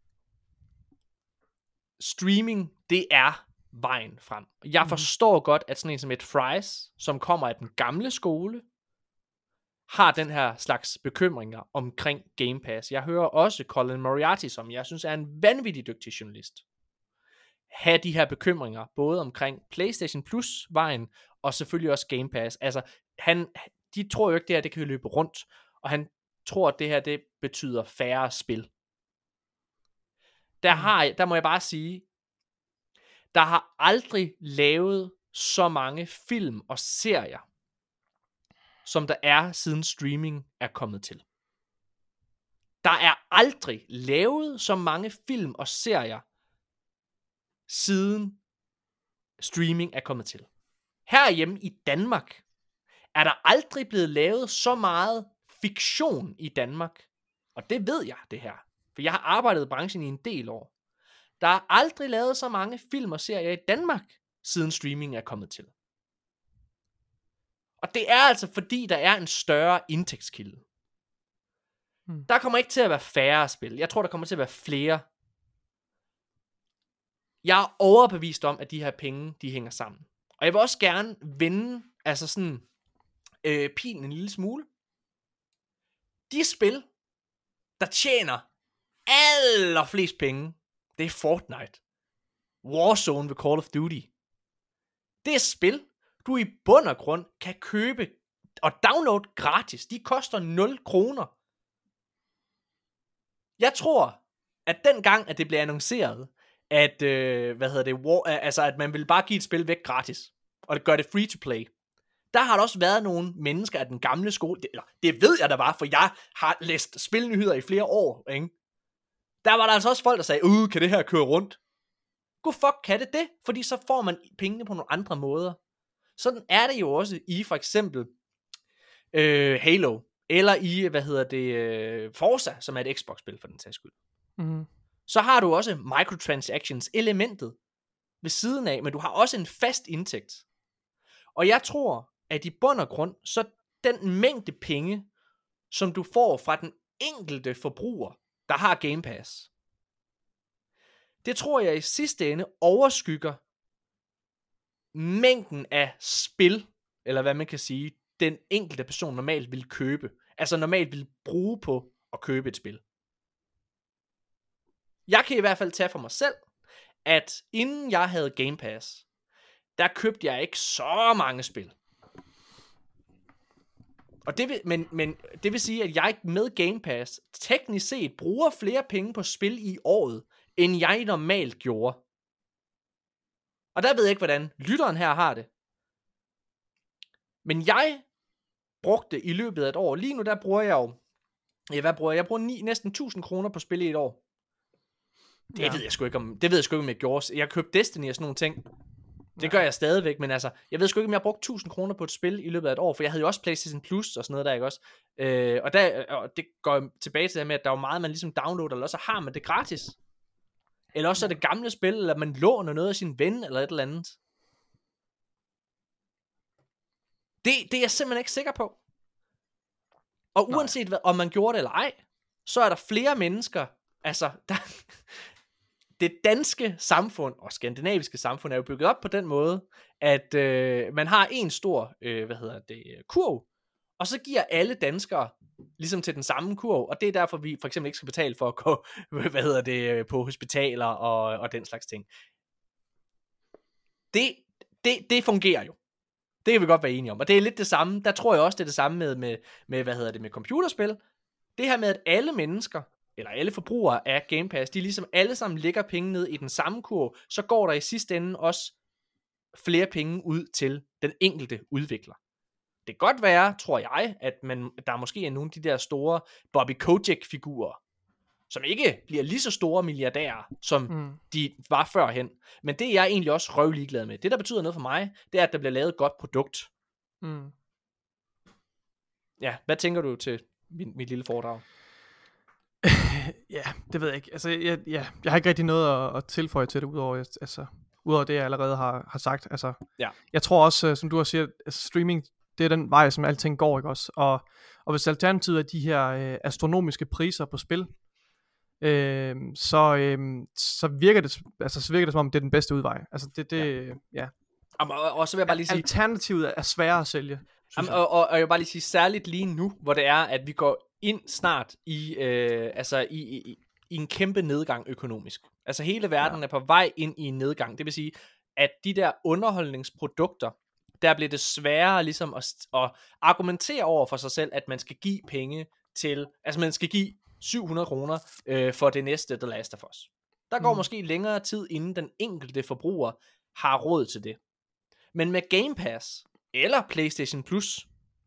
Streaming, det er vejen frem. Jeg forstår hmm. godt, at sådan en som Ed Fries, som kommer af den gamle skole, har den her slags bekymringer omkring Game Pass. Jeg hører også Colin Moriarty, som jeg synes er en vanvittig dygtig journalist, have de her bekymringer, både omkring PlayStation Plus vejen, og selvfølgelig også Game Pass. Altså, han, de tror jo ikke, det her det kan løbe rundt, og han tror, at det her det betyder færre spil. Der, har, der må jeg bare sige, der har aldrig lavet så mange film og serier, som der er, siden streaming er kommet til. Der er aldrig lavet så mange film og serier, siden streaming er kommet til. Herhjemme i Danmark er der aldrig blevet lavet så meget fiktion i Danmark. Og det ved jeg, det her. For jeg har arbejdet i branchen i en del år. Der er aldrig lavet så mange film og serier i Danmark, siden streaming er kommet til. Og det er altså fordi, der er en større indtægtskilde. Hmm. Der kommer ikke til at være færre spil. Jeg tror, der kommer til at være flere. Jeg er overbevist om, at de her penge, de hænger sammen. Og jeg vil også gerne vende, altså sådan, øh, pilen en lille smule. De spil, der tjener allerflest penge, det er Fortnite. Warzone ved Call of Duty. Det er spil, du i bund og grund kan købe og downloade gratis. De koster nul kroner. Jeg tror, at den gang, at det blev annonceret, at, øh, hvad hedder det, war, altså at man vil bare give et spil væk gratis, og det gør det free to play. Der har der også været nogle mennesker af den gamle skole, det, eller det ved jeg der var, for jeg har læst spilnyheder i flere år, ikke? Der var der altså også folk, der sagde, uh, kan det her køre rundt? God fuck, kan det det? Fordi så får man pengene på nogle andre måder. Sådan er det jo også i for eksempel øh, Halo, eller i, hvad hedder det, øh, Forza, som er et Xbox-spil for den sags skyld. Mm. Så har du også microtransactions-elementet ved siden af, men du har også en fast indtægt. Og jeg tror, at i bund og grund, så den mængde penge, som du får fra den enkelte forbruger, der har Game Pass, det tror jeg i sidste ende overskygger mængden af spil, eller hvad man kan sige, den enkelte person normalt vil købe. Altså normalt vil bruge på at købe et spil. Jeg kan i hvert fald tage for mig selv, at inden jeg havde Game Pass, der købte jeg ikke så mange spil. Og det vil, men, men det vil sige, at jeg med Game Pass teknisk set bruger flere penge på spil i året, end jeg normalt gjorde. Og der ved jeg ikke, hvordan lytteren her har det. Men jeg brugte i løbet af et år, lige nu der bruger jeg jo, ja, hvad bruger jeg? Jeg bruger ni, næsten tusind kroner på spil i et år. Det ja. ved jeg sgu ikke om, det ved jeg sgu ikke, om jeg gjorde. Jeg købte Destiny og sådan nogle ting. Det ja. gør jeg stadigvæk, men altså, jeg ved sgu ikke, om jeg har brugt tusind kroner på et spil i løbet af et år, for jeg havde jo også PlayStation Plus og sådan noget der, ikke også? Øh, og, der, og det går tilbage til det med, at der er jo meget, man ligesom downloader, eller så har man det gratis. Eller også er det gamle spil, eller man låner noget af sin ven, eller et eller andet. Det, det er jeg simpelthen ikke sikker på. Og uanset hvad, om man gjorde det eller ej, så er der flere mennesker, altså, der, det danske samfund, og skandinaviske samfund, er jo bygget op på den måde, at øh, man har en stor, øh, hvad hedder det, kurv, og så giver alle danskere ligesom til den samme kurv, og det er derfor, vi for eksempel ikke skal betale for at gå, hvad hedder det, på hospitaler og, og den slags ting. Det, det, det fungerer jo. Det kan vi godt være enige om, og det er lidt det samme, der tror jeg også, det er det samme med, med, med hvad hedder det, med computerspil. Det her med, at alle mennesker, eller alle forbrugere af Game Pass, de ligesom alle sammen lægger penge ned i den samme kurv, så går der i sidste ende også flere penge ud til den enkelte udvikler. Det kan godt være, tror jeg, at man, der måske er nogle af de der store Bobby Kotick-figurer, som ikke bliver lige så store milliardærer, som mm. de var førhen. Men det er jeg egentlig også røvlig glad med. Det, der betyder noget for mig, det er, at der bliver lavet et godt produkt. Mm. Ja, hvad tænker du til min, mit lille foredrag? Ja, det ved jeg ikke. Altså, jeg, ja, jeg har ikke rigtig noget at, at tilføje til det, udover, altså, udover det, jeg allerede har, har sagt. Altså, ja. Jeg tror også, som du har sagt, altså, streaming, det er den vej, som alting går, ikke også? Og, og hvis alternativet er de her øh, astronomiske priser på spil, øh, så, øh, så, virker det, altså, så virker det, som om det er den bedste udvej. Altså, det, det, ja. ja. Og, og, og så vil jeg bare lige sige... Alternativet er sværere at sælge. Jamen, og, og, og jeg vil bare lige sige, særligt lige nu, hvor det er, at vi går ind snart i, øh, altså i, i, i en kæmpe nedgang økonomisk. Altså hele verden ja. er på vej ind i en nedgang. Det vil sige, at de der underholdningsprodukter, der bliver det sværere ligesom at, at argumentere over for sig selv, at man skal give penge til, altså man skal give syv hundrede kroner øh, for det næste The Last of Us. Der går mm. måske længere tid, inden den enkelte forbruger har råd til det. Men med Game Pass eller PlayStation Plus,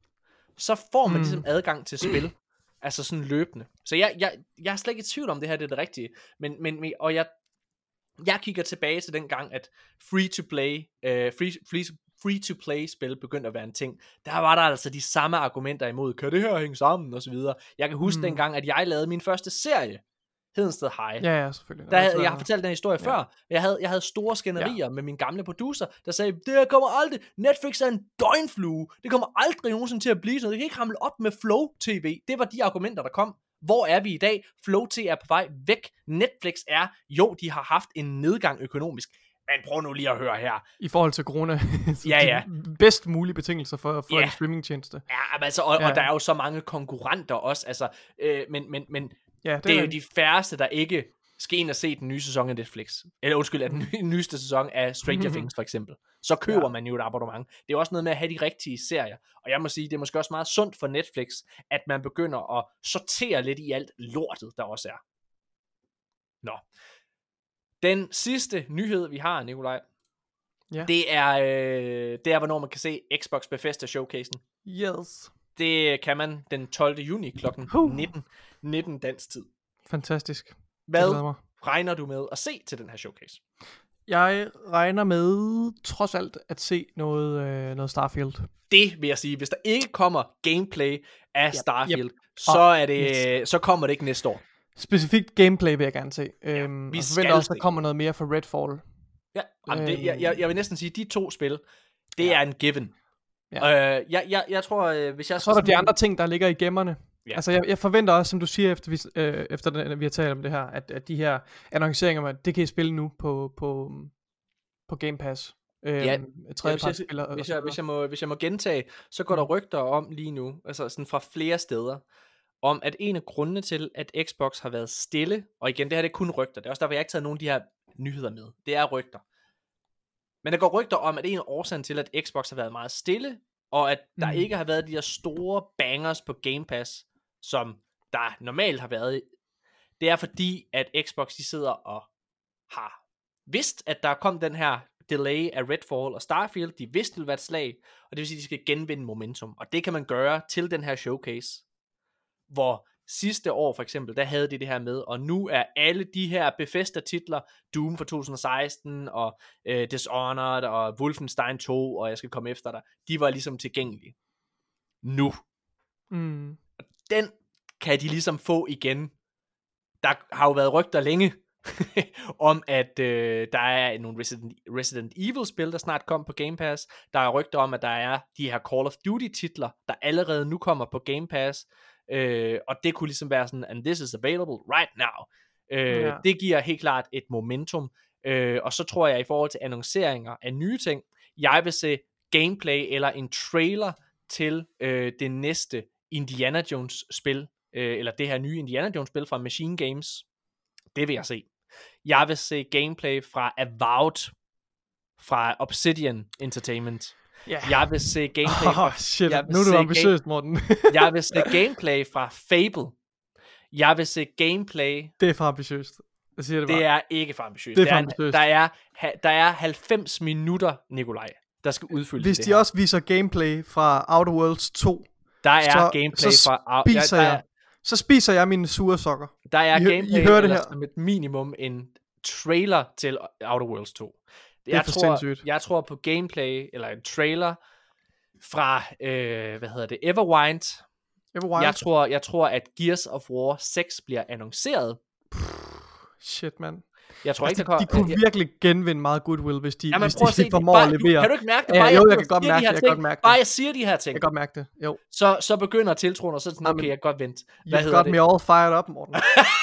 så får man mm. ligesom adgang til spil. Altså sådan løbende. Så jeg, jeg, jeg er slet ikke i tvivl om, det her det er det rigtige. Men, men, og jeg, jeg kigger tilbage til den gang, at free-to-play, uh, free, free, free-to-play-spil begyndte at være en ting. Der var der altså de samme argumenter imod, kan det her hænge sammen, og så videre. Jeg kan huske mm. dengang, at jeg lavede min første serie, Hedensted High. Ja, ja, selvfølgelig. Der havde, jeg har fortalt den historie ja. før. Jeg havde, jeg havde store skænderier ja. med min gamle producer, der sagde, det her kommer aldrig, Netflix er en døgnflue, det kommer aldrig nogensinde til at blive sådan, det kan ikke hamle op med Flow T V. Det var de argumenter, der kom. Hvor er vi i dag? Flow T V er på vej væk. Netflix er, jo, de har haft en nedgang økonomisk. Men prøv nu lige at høre her. I forhold til corona. ja, ja. Bedst mulige betingelser for, for ja. en streamingtjeneste. Ja, men altså, og, ja. og der er jo så mange konkurrenter også. Altså, øh, men, men, men ja, det, det er jo de færreste, der ikke skal ind og se den nye sæson af Netflix. Eller undskyld, at den nye, nyeste sæson af Stranger Things for eksempel. Så køber ja. man jo et abonnement. Det er jo også noget med at have de rigtige serier. Og jeg må sige, det er måske også meget sundt for Netflix, at man begynder at sortere lidt i alt lortet, der også er. Nå. Den sidste nyhed, vi har, Nikolaj, Ja. det er, øh, det er, hvornår man kan se Xbox Bethesda Showcasen. Yes. Det kan man den tolvte juni klokken Huh. nitten, nitten dansk tid. Fantastisk. Jeg Hvad glæder mig. regner du med at se til den her showcase? Jeg regner med, trods alt, at se noget, øh, noget Starfield. Det vil jeg sige. Hvis der ikke kommer gameplay af Yep, Starfield, yep. så, Og- er det, så kommer det ikke næste år. Specifikt gameplay vil jeg gerne se. Øhm, vi og skal forventer også, se. der kommer noget mere for Redfall. Ja, jamen det, jeg, jeg, jeg vil næsten sige, at de to spil, det Ja. er en given. Ja. Øh, jeg, jeg, jeg tror, øh, hvis jeg Så er der sådan- de andre ting, der ligger i gemmerne. Ja. Altså, jeg, jeg forventer også, som du siger, efter vi, øh, efter den, vi har talt om det her, at, at de her annonceringer, at det kan I spille nu på, på, på Game Pass. Øh, Ja, tredjepartsspil og, hvis, og jeg, så hvis, jeg videre. må, hvis jeg må gentage, så går der rygter om lige nu, altså sådan fra flere steder, om at en af grundene til, at Xbox har været stille, og igen, det her det er kun rygter, det er også derfor, jeg har ikke taget nogen af de her nyheder med, det er rygter. Men der går rygter om, at en af årsagen til, at Xbox har været meget stille, og at der Mm. ikke har været de her store bangers på Game Pass, som der normalt har været, det er fordi, at Xbox de sidder og har vidst, at der kom den her delay af Redfall og Starfield. De vidste, det ville være et slag, og det vil sige, at de skal genvinde momentum. Og det kan man gøre til den her showcase, hvor sidste år for eksempel, der havde de det her med, og nu er alle de her Bethesda-titler, Doom for to tusind og seksten, og øh, Dishonored, og Wolfenstein to, og jeg skal komme efter dig, de var ligesom tilgængelige. Nu. Mm. Den kan de ligesom få igen. Der har jo været rygter længe, om at øh, der er nogle Resident, Resident Evil spil, der snart kommer på Game Pass. Der er rygter om, at der er de her Call of Duty titler, der allerede nu kommer på Game Pass. Øh, og det kunne ligesom være sådan, and this is available right now. Øh, Ja. Det giver helt klart et momentum. Øh, og så tror jeg, i forhold til annonceringer af nye ting, jeg vil se gameplay eller en trailer til øh, det næste Indiana Jones spil, øh, eller det her nye Indiana Jones spil fra Machine Games. Det vil jeg se. Jeg vil se gameplay fra Avowed, fra Obsidian Entertainment. Yeah. Jeg vil se gameplay Åh, fra, oh, shit. jeg vil Nu er du se ambitiøs, Morten. jeg vil se gameplay fra Fable. Jeg vil se gameplay. Det er for ambitiøst. Jeg siger det bare. Det er ikke for ambitiøst. Det er for Der ambitiøst. Der er, ha- der er halvfems minutter, Nikolaj, der skal udfylde Hvis det de her. også viser gameplay fra Outer Worlds to, Der er så, gameplay så fra... spiser ja, der, jeg, så spiser jeg mine sure sokker. der er I- I gameplay hører det eller her. som et minimum en trailer til Outer Worlds to. Det er Jeg for tror, sindssygt. jeg tror på gameplay, eller en trailer fra, øh, hvad hedder det, Everwild. Everwild. Jeg tror, jeg tror, at Gears of War seks bliver annonceret. Shit, mand. Jeg tror Altså, ikke, der de, kommer... de kunne virkelig genvinde meget goodwill, hvis de, Jamen, hvis prøv de at se, formår bare, at levere. du, kan du ikke mærke det? Ja, Bare jo, jeg, jeg kan godt siger mærke de her det, jeg ting, kan godt mærke det. Bare jeg siger de her ting, Jeg kan godt mærke det, jo. så, så begynder tiltroen, og så er det sådan, okay, jeg kan godt vente. Hvad You've hedder got det? me all fired up, Morten.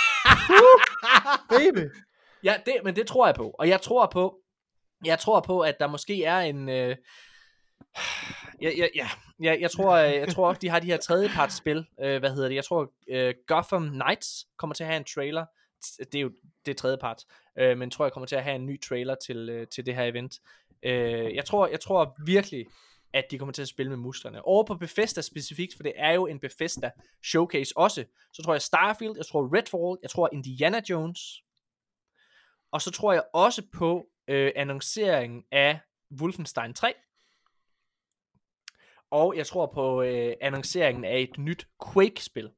Baby. Ja, det, men det tror jeg på. Og jeg tror på, jeg tror på, at der måske er en... Øh, ja, ja, ja, ja, jeg tror, øh, jeg tror også, de har de her tredjepartsspil. Øh, hvad hedder det? Jeg tror, øh, Gotham Knights kommer til at have en trailer. Det er jo det er tredjepart. Øh, men tror jeg kommer til at have en ny trailer til, øh, til det her event. Øh, jeg tror, jeg tror virkelig, at de kommer til at spille med musklerne. Over på Bethesda specifikt, for det er jo en Bethesda showcase også. Så tror jeg Starfield, jeg tror Redfall, jeg tror Indiana Jones. Og så tror jeg også på øh, annonceringen af Wolfenstein tre. Og jeg tror på øh, annonceringen af et nyt Quake-spil.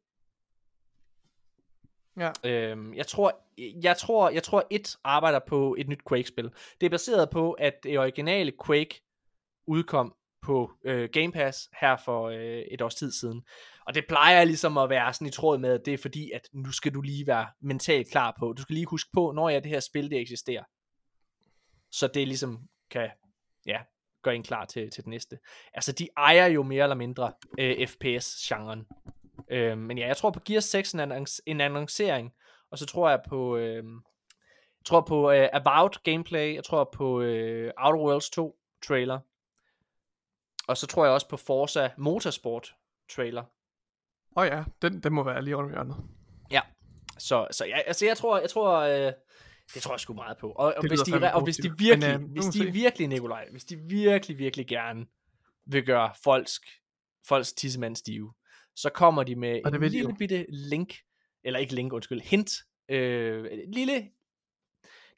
Ja. Øhm, jeg tror, jeg tror, jeg tror et arbejder på et nyt Quake-spil. Det er baseret på, at det originale Quake udkom på øh, Game Pass her for øh, et års tid siden. Og det plejer ligesom at være sådan i tråd med, at det er fordi, at nu skal du lige være mentalt klar på. Du skal lige huske på, når jeg det her spil, det eksisterer. Så det ligesom kan, ja, gøre en klar til, til det næste. Altså, de ejer jo mere eller mindre øh, F P S-genren. Øh, men ja, jeg tror på Gears seks en, annonc- en annoncering, og så tror jeg på, øh, jeg tror på øh, Avowed gameplay, jeg tror på øh, Outer Worlds to trailer, og så tror jeg også på Forza Motorsport trailer. Åh oh ja, den, den må være lige under hjørnet. Ja, så, så ja, altså jeg tror, jeg tror, øh, det tror jeg sgu meget på. Og, og, Det hvis, lyder de, fandme og hvis de positivt. virkelig, Men, øh, hvis nu må de vi se. virkelig, Nikolaj, hvis de virkelig, virkelig gerne vil gøre folks, folks tissemand stive, så kommer de med Og det en vil de lille jo. bitte link, eller ikke link, undskyld, hint, øh, et lille,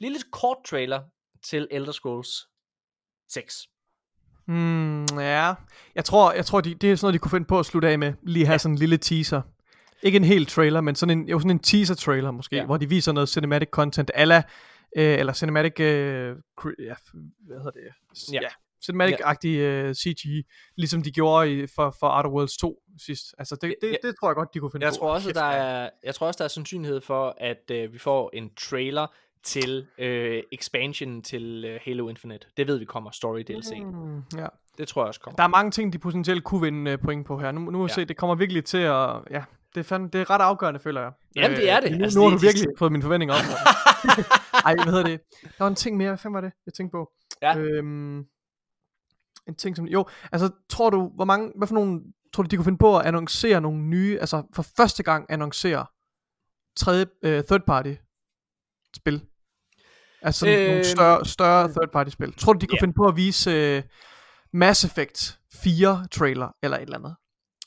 lille kort trailer til Elder Scrolls seks. Hmm, ja. Jeg tror, jeg tror de, det er sådan noget, de kunne finde på at slutte af med. Lige have ja. sådan en lille teaser. Ikke en hel trailer, men sådan en, jo, sådan en teaser trailer måske, ja. hvor de viser noget cinematic content, alla, øh, eller cinematic, øh, cre- ja, hvad hedder det? Ja, ja cinematic-agtig øh, C G I, ligesom de gjorde i, for, for Outer Worlds to sidst. Altså det, det, ja. det tror jeg godt, de kunne finde jeg på. Tror også, der er, jeg tror også, der er sandsynlighed for, at øh, vi får en trailer til øh, expansion til øh, Halo Infinite. Det ved vi kommer, story D L C. Mm, ja. Det tror jeg også kommer. Der er mange ting, de potentielt kunne vinde øh, point på her. Nu, nu må vi ja. se, det kommer virkelig til at... Ja, det er, fandme, det er ret afgørende, føler jeg. Jamen, det er det. Øh, nu, altså, nu det har du virkelig fået mine forventninger op. Ej, hvad hedder det? Der var en ting mere. Hvad fanden var det, jeg tænkte på? Ja. Øhm, en ting som... Jo, altså, tror du, hvor mange... Hvad for nogle... Tror du, de kunne finde på at annoncere nogle nye... Altså, for første gang annoncere tredje... Øh, third party spil? Altså, øh, nogle større, større third party spil. Tror du, de kunne yeah. finde på at vise øh, Mass Effect fire trailer, eller et eller andet?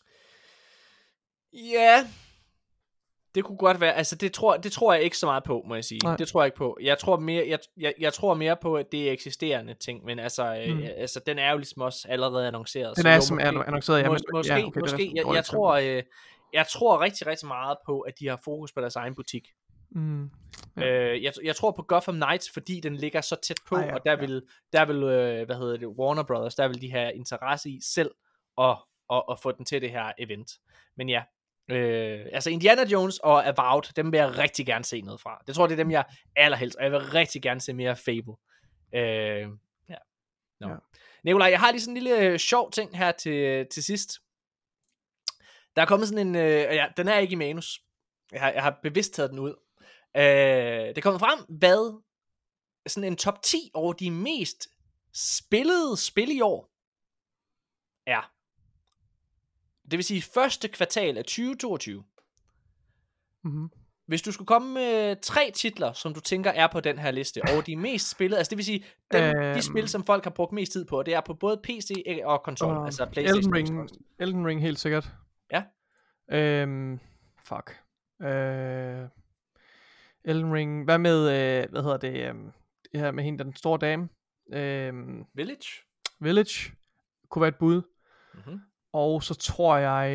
Ja, det kunne godt være. Altså det tror, det tror jeg ikke så meget på, må jeg sige. Nej. Det tror jeg ikke på. Jeg tror mere, jeg, jeg, jeg tror mere på, at det er eksisterende ting. Men altså, mm. øh, altså den er jo ligesom også allerede annonceret. Den er som er annonceret, ja. Mås- måske, ja, okay, måske. Jeg, jeg tror, øh, jeg tror rigtig, rigtig meget på, at de har fokus på deres egen butik. Mm. Ja. Øh, jeg, jeg tror på Gotham Knights, fordi den ligger så tæt på, ah, ja, og der vil, ja. der vil øh, hvad hedder det, Warner Brothers, der vil de have interesse i selv at, at, at få den til det her event. Men ja, øh, altså Indiana Jones og Avowed, dem vil jeg rigtig gerne se noget fra. Det tror jeg, det er dem, jeg allerhelst, og jeg vil rigtig gerne se mere Fable. Øh, ja. No. Ja. Nikolaj, jeg har lige sådan en lille øh, sjov ting her til, til sidst. Der er kommet sådan en, øh, ja, den er ikke i manus. Jeg har, jeg har bevidst taget den ud. Øh, det kommer frem, hvad sådan en top ti over de mest spillede spil i år er. Det vil sige første kvartal af tyve toogtyve. Mm-hmm. Hvis du skulle komme med tre titler, som du tænker er på den her liste, over de mest spillede, altså det vil sige dem, um, de spil, som folk har brugt mest tid på, det er på både P C og konsol, uh, altså PlayStation. Elden Ring, Elden Ring helt sikkert. Ja. Øhm, fuck. Øh, Elden Ring. Hvad med, øh, hvad hedder det, øh, det her med hende, den store dame? Øh, Village. Village. Kunne være et bud. Mm-hmm. Og så tror jeg,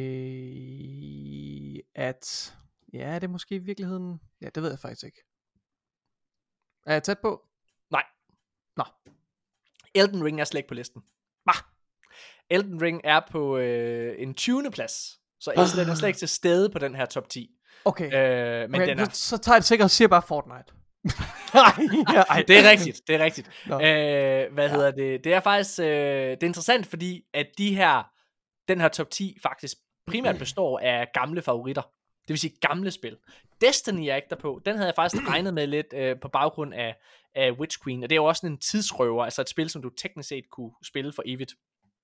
at, ja, det er måske i virkeligheden, ja, det ved jeg faktisk ikke. Er jeg tæt på? Nej. Nå. Elden Ring er slet ikke på listen. Bah. Elden Ring er på øh, en tyvende plads. Så Elden er slet ikke til stede på den her top ti. Okay. Øh, men okay, den er... så, så tager jeg det sikkert og siger bare Fortnite. Nej, ja, det er rigtigt, det er rigtigt. Øh, hvad ja. hedder det? Det er faktisk øh, det er interessant, fordi at de her, den her top ti faktisk primært består af gamle favoritter. Det vil sige gamle spil. Destiny er ikke der på. Den havde jeg faktisk regnet med lidt øh, på baggrund af, af Witch Queen. Og det er jo også en tidsrøver, altså et spil, som du teknisk set kunne spille for evigt.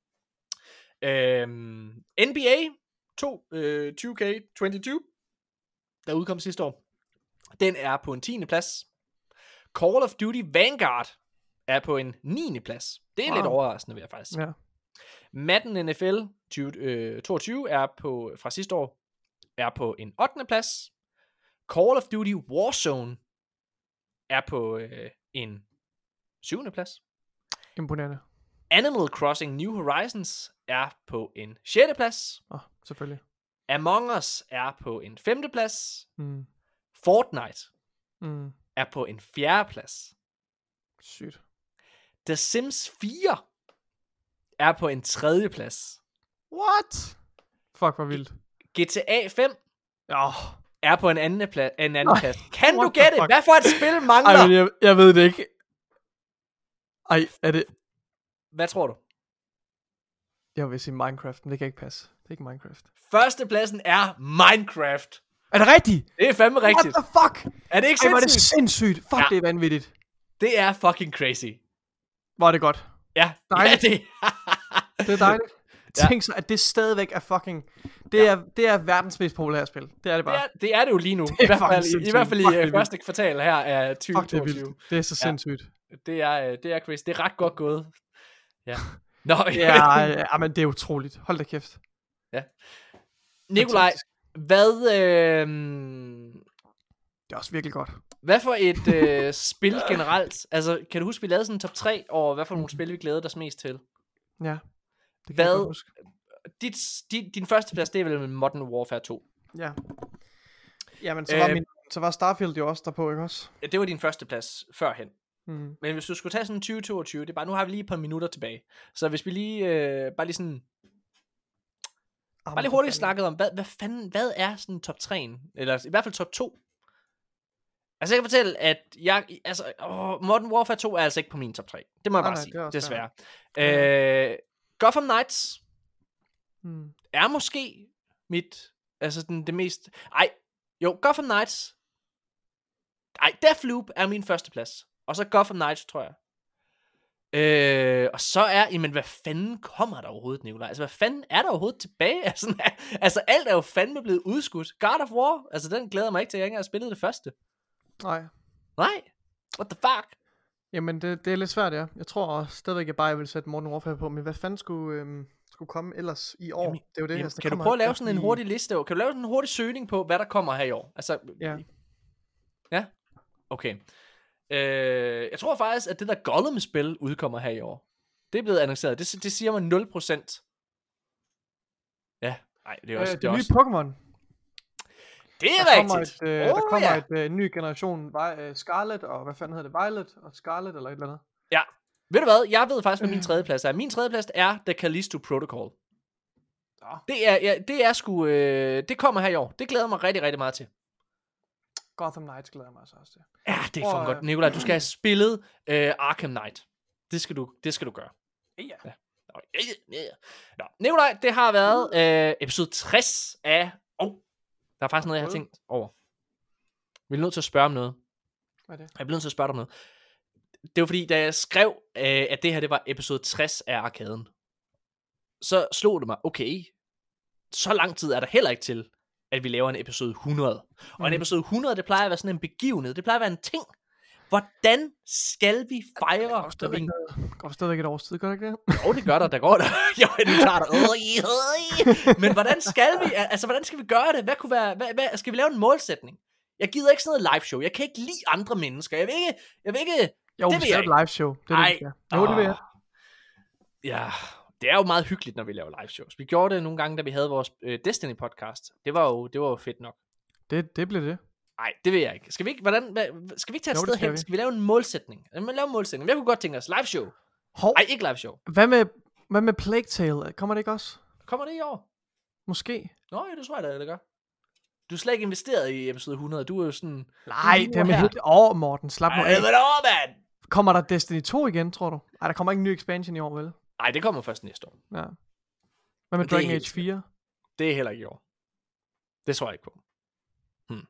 Øh, N B A to, øh, tyve K toogtyve, der udkom sidste år. Den er på en tiende plads. Call of Duty Vanguard er på en niende plads. Det er wow. lidt overraskende, vil jeg faktisk sige. Ja. Madden N F L tyve toogtyve er på, fra sidste år, er på en ottende plads. Call of Duty Warzone er på øh, en syvende plads. Imponerende. Animal Crossing New Horizons er på en sjette plads. Åh, oh, selvfølgelig. Among Us er på en femte plads. Mm. Fortnite mm. er på en fjerde plads. Sygt. The Sims fire er på en tredje plads. What? Fuck, hvor vildt. G T A fem oh. er på en anden, pla- en anden plads. Kan du gætte, hvad for et spil mangler? Ej, jeg, jeg ved det ikke. Ej, er det... Hvad tror du? Jeg vil sige Minecraft, men det kan ikke passe. Det er ikke Minecraft. Førstepladsen er Minecraft. Er det rigtigt? Det er fandme rigtigt. What the fuck? Er det ikke Ej, sindssygt? var det sindssygt? Fuck, ja. Det er vanvittigt. Det er fucking crazy. Var det godt? Ja. Dejligt. Ja, det... det er dejligt. Ja. Tænk så, at det stadigvæk er fucking... Det, ja. er, det er verdens mest populære spil. Det er det bare. Det er det, er det jo lige nu. I hvert fald i, i, hvert fald i uh, første kvartal her af tyve toogtyve. Fuck, det er vildt. Det er så sindssygt. Ja. Det, er, det er crazy. Det er ret godt gået. Ja. Nå, ja, ja, men det er utroligt. Hold da kæft. Ja. Nikolaj, hvad... Øh... Det er også virkelig godt. Hvad for et øh, spil generelt? Altså, kan du huske, vi lavede sådan en top tre over, hvad for nogle spil, vi glæder os mest til? Ja, det kan Hvad, jeg godt huske. Dit, din, din første plads, det er vel Modern Warfare to? Ja. Jamen, så var, Øh, min, så var Starfield jo også derpå, ikke også? Ja, det var din første plads førhen. Mm. Men hvis du skulle tage sådan tyve toogtyve, det er bare, nu har vi lige et par minutter tilbage. Så hvis vi lige, øh, bare lige sådan, Ah, bare lige hurtigt snakket om, hvad, hvad fanden, hvad er sådan top tre'en? Eller i hvert fald top to? Altså jeg kan fortælle, at jeg, altså, åh, Modern Warfare to er altså ikke på min top tre. Det må jeg Nej, bare nej, sige, det er også desværre. fair. Øh, Gotham Knights Mm. er måske mit, altså den, det mest, ej, jo, Gotham Knights, ej, Deathloop er min første plads. Og så Gotham Knights, tror jeg. Øh, og så er, jamen hvad fanden kommer der overhovedet, Nikolaj? Altså hvad fanden er der overhovedet tilbage? Altså, altså alt er jo fandme blevet udskudt. God of War, altså den glæder mig ikke til, at jeg ikke har spillet det første. Nej. Nej, what the fuck? Jamen, det, det er lidt svært, ja. Jeg tror stadigvæk, jeg bare vil sætte Modern Warfare på, men hvad fanden skulle, øhm, skulle komme ellers i år? Jamen, det er jo det, jamen, altså, der kan du kommer prøve at lave først sådan en i- hurtig liste? Kan du lave sådan en hurtig søgning på, hvad der kommer her i år? Altså, Ja. Ja? Okay. Øh, jeg tror faktisk, at det der Gollum-spil udkommer her i år. Det er blevet annonceret. Det, det siger mig nul procent. Ja, nej, det er også... Øh, det er det nye også Pokémon. det er Der kommer rigtigt. et, øh, der Oh, kommer ja. et øh, ny generation øh, Scarlet, og hvad fanden hedder det? Violet og Scarlet eller et eller andet. Ja. Ved du hvad? Jeg ved faktisk, hvad min tredje plads er. Min tredje plads er The Callisto Protocol. Ja. Det er, ja, det er sgu... Øh, det kommer her i år. Det glæder jeg mig rigtig, rigtig meget til. Gotham Knights glæder jeg mig altså også til. Ja, det er for Og, godt. øh, Nikolaj, du skal have spillet øh, Arkham Knight. Det skal du, det skal du gøre. Ja. Ja. Nå, ja, ja, ja. Nå, Nikolaj, det har været øh, episode tres af... Åh, oh, der er faktisk noget, jeg har tænkt over. Vi er nødt til at spørge om noget. Hvad er det? Jeg bliver nødt til at spørge dig om noget. Det var fordi, da jeg skrev, øh, at det her det var episode tres af Arkaden, så slog det mig, okay, så lang tid er der heller ikke til, at vi laver en episode hundrede. Og en Mhm. episode hundrede, det plejer at være sådan en begivenhed. Det plejer at være en ting. Hvordan skal vi fejre? Der stadigvæk, Når går stadigvæk et års tid, gør det ikke det? vi... Jo, det gør der, der går der. Jo, du tager der. Øj, øj. Men hvordan skal vi, altså hvordan skal vi gøre det? Hvad kunne være, hvad, hvad, skal vi lave en målsætning? Jeg gider ikke sådan noget live show. Jeg kan ikke lide andre mennesker. Jeg vil ikke, jeg vil ikke, Jo, det vi vil skal jeg lave et live show. Det er Ej. det, vi skal. Jo, det vil jeg. Ja, det er jo meget hyggeligt, når vi laver live shows. Vi gjorde det nogle gange, da vi havde vores øh, Destiny podcast. Det var jo, det var jo fedt nok. Det, det bliver det. Nej, det vil jeg ikke. Skal vi ikke, hvordan, hvad, skal vi ikke tage et Jo, det sted skal hen? vi. Skal vi lave en målsætning? Lad mig lave en målsætning. Jeg kunne godt tænke os live show. Hov, Nej, ikke live show. hvad med, hvad med Plague Tale? Kommer det ikke også? Kommer det i år? Måske. Nå, ja, det tror jeg da, det gør. Du er slet ikke investeret i episode hundrede. Du er jo sådan... Nej, lige det nu er med her. helt år, Morten. Slap nu Ej, af. hvornår, mand? Kommer der Destiny to igen, tror du? Nej, der kommer ikke en ny expansion i år, vel? Nej, det kommer først næste år. Ja. Hvad med Det er Dragon helt Age fire? Det er heller ikke i år. Det tror jeg ikke på. Hmm.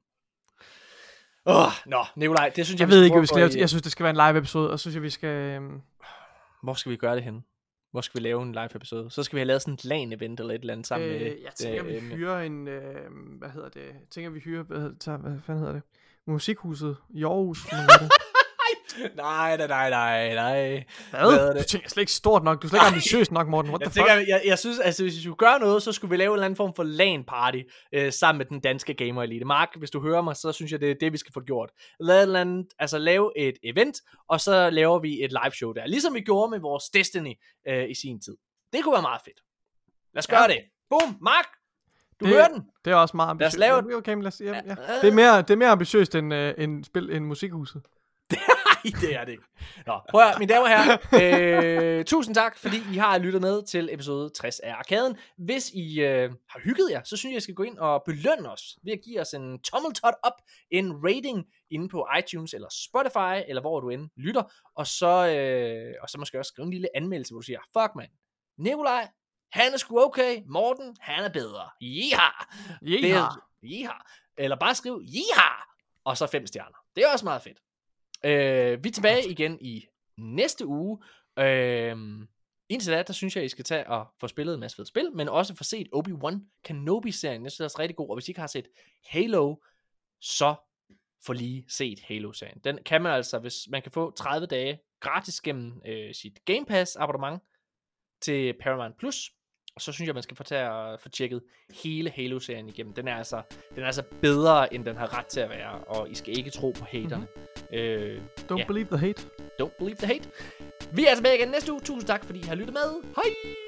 Åh, oh, nå, Nikolaj, det synes jeg, Jeg vi ved skal ikke, prøve hvis at det gå er, i- jeg synes, det skal være en live episode, og så synes jeg, vi skal... Øhm, Hvor skal vi gøre det henne? Hvor skal vi lave en live episode? Så skal vi have lavet sådan et LAN-event eller et eller andet sammen med... øh, jeg tænker, vi øh, med- hyrer en... Øh, hvad hedder det? Jeg tænker, vi hyrer... Hvad, hedder, hvad fanden hedder det? Musikhuset i Aarhus. må man gøre det. Nej, nej, nej, nej, nej. Hvad er Hvad? det? Du tænker slet ikke stort nok. Du er slet ikke ambitiøs nok, Morten. What Jeg the fuck? tænker, jeg, jeg synes, altså hvis vi skulle gøre noget, så skulle vi lave en eller anden form for LAN-party øh, sammen med den danske gamer elite. Mark, hvis du hører mig, så synes jeg, det er det, vi skal få gjort. Lad et eller andet, altså lave et event, og så laver vi et live show der. Ligesom vi gjorde med vores Destiny øh, i sin tid. Det kunne være meget fedt. Lad os gøre Ja. det. Boom, Mark! Du Det- hører den. Det er også meget Lad os ambitiøst. lave- Ja, okay, men lad os, ja, ja. Ja. Det, er mere, det er mere ambitiøst end, øh, end, spil, end Musikhuset. Nej, det er det ikke. Nå, prøv at høre, mine damer og herrer. Øh, tusind tak, fordi I har lyttet med til episode tres af Arkaden. Hvis I øh, har hygget jer, så synes jeg, I skal gå ind og belønne os ved at give os en tommeltot op, en rating inde på iTunes eller Spotify, eller hvor du end lytter. Og så, øh, og så måske også skrive en lille anmeldelse, hvor du siger, fuck man, Nikolaj, han er sgu okay, Morten, han er bedre. Jeha! Det Jeha. er, jeha. Eller bare skriv, jeha! Og så fem stjerner. Det er også meget fedt. Øh, vi er tilbage igen i næste uge. Øh, indtil da, der synes jeg, I skal tage og få spillet en masse fede spil, men også få set Obi-Wan Kenobi-serien. Jeg synes, det er rigtig god, og hvis I ikke har set Halo, så få lige set Halo-serien. Den kan man altså, hvis man kan få tredive dage gratis gennem øh, sit Game Pass abonnement til Paramount Plus, Og så synes jeg, man skal få, tage og få tjekket hele Halo-serien igennem. Den er, altså, den er altså bedre, end den har ret til at være. Og I skal ikke tro på haterne. Mm-hmm. Øh, Don't ja. believe the hate. Don't believe the hate. Vi er tilbage igen næste uge. Tusind tak, fordi I har lyttet med. Hej!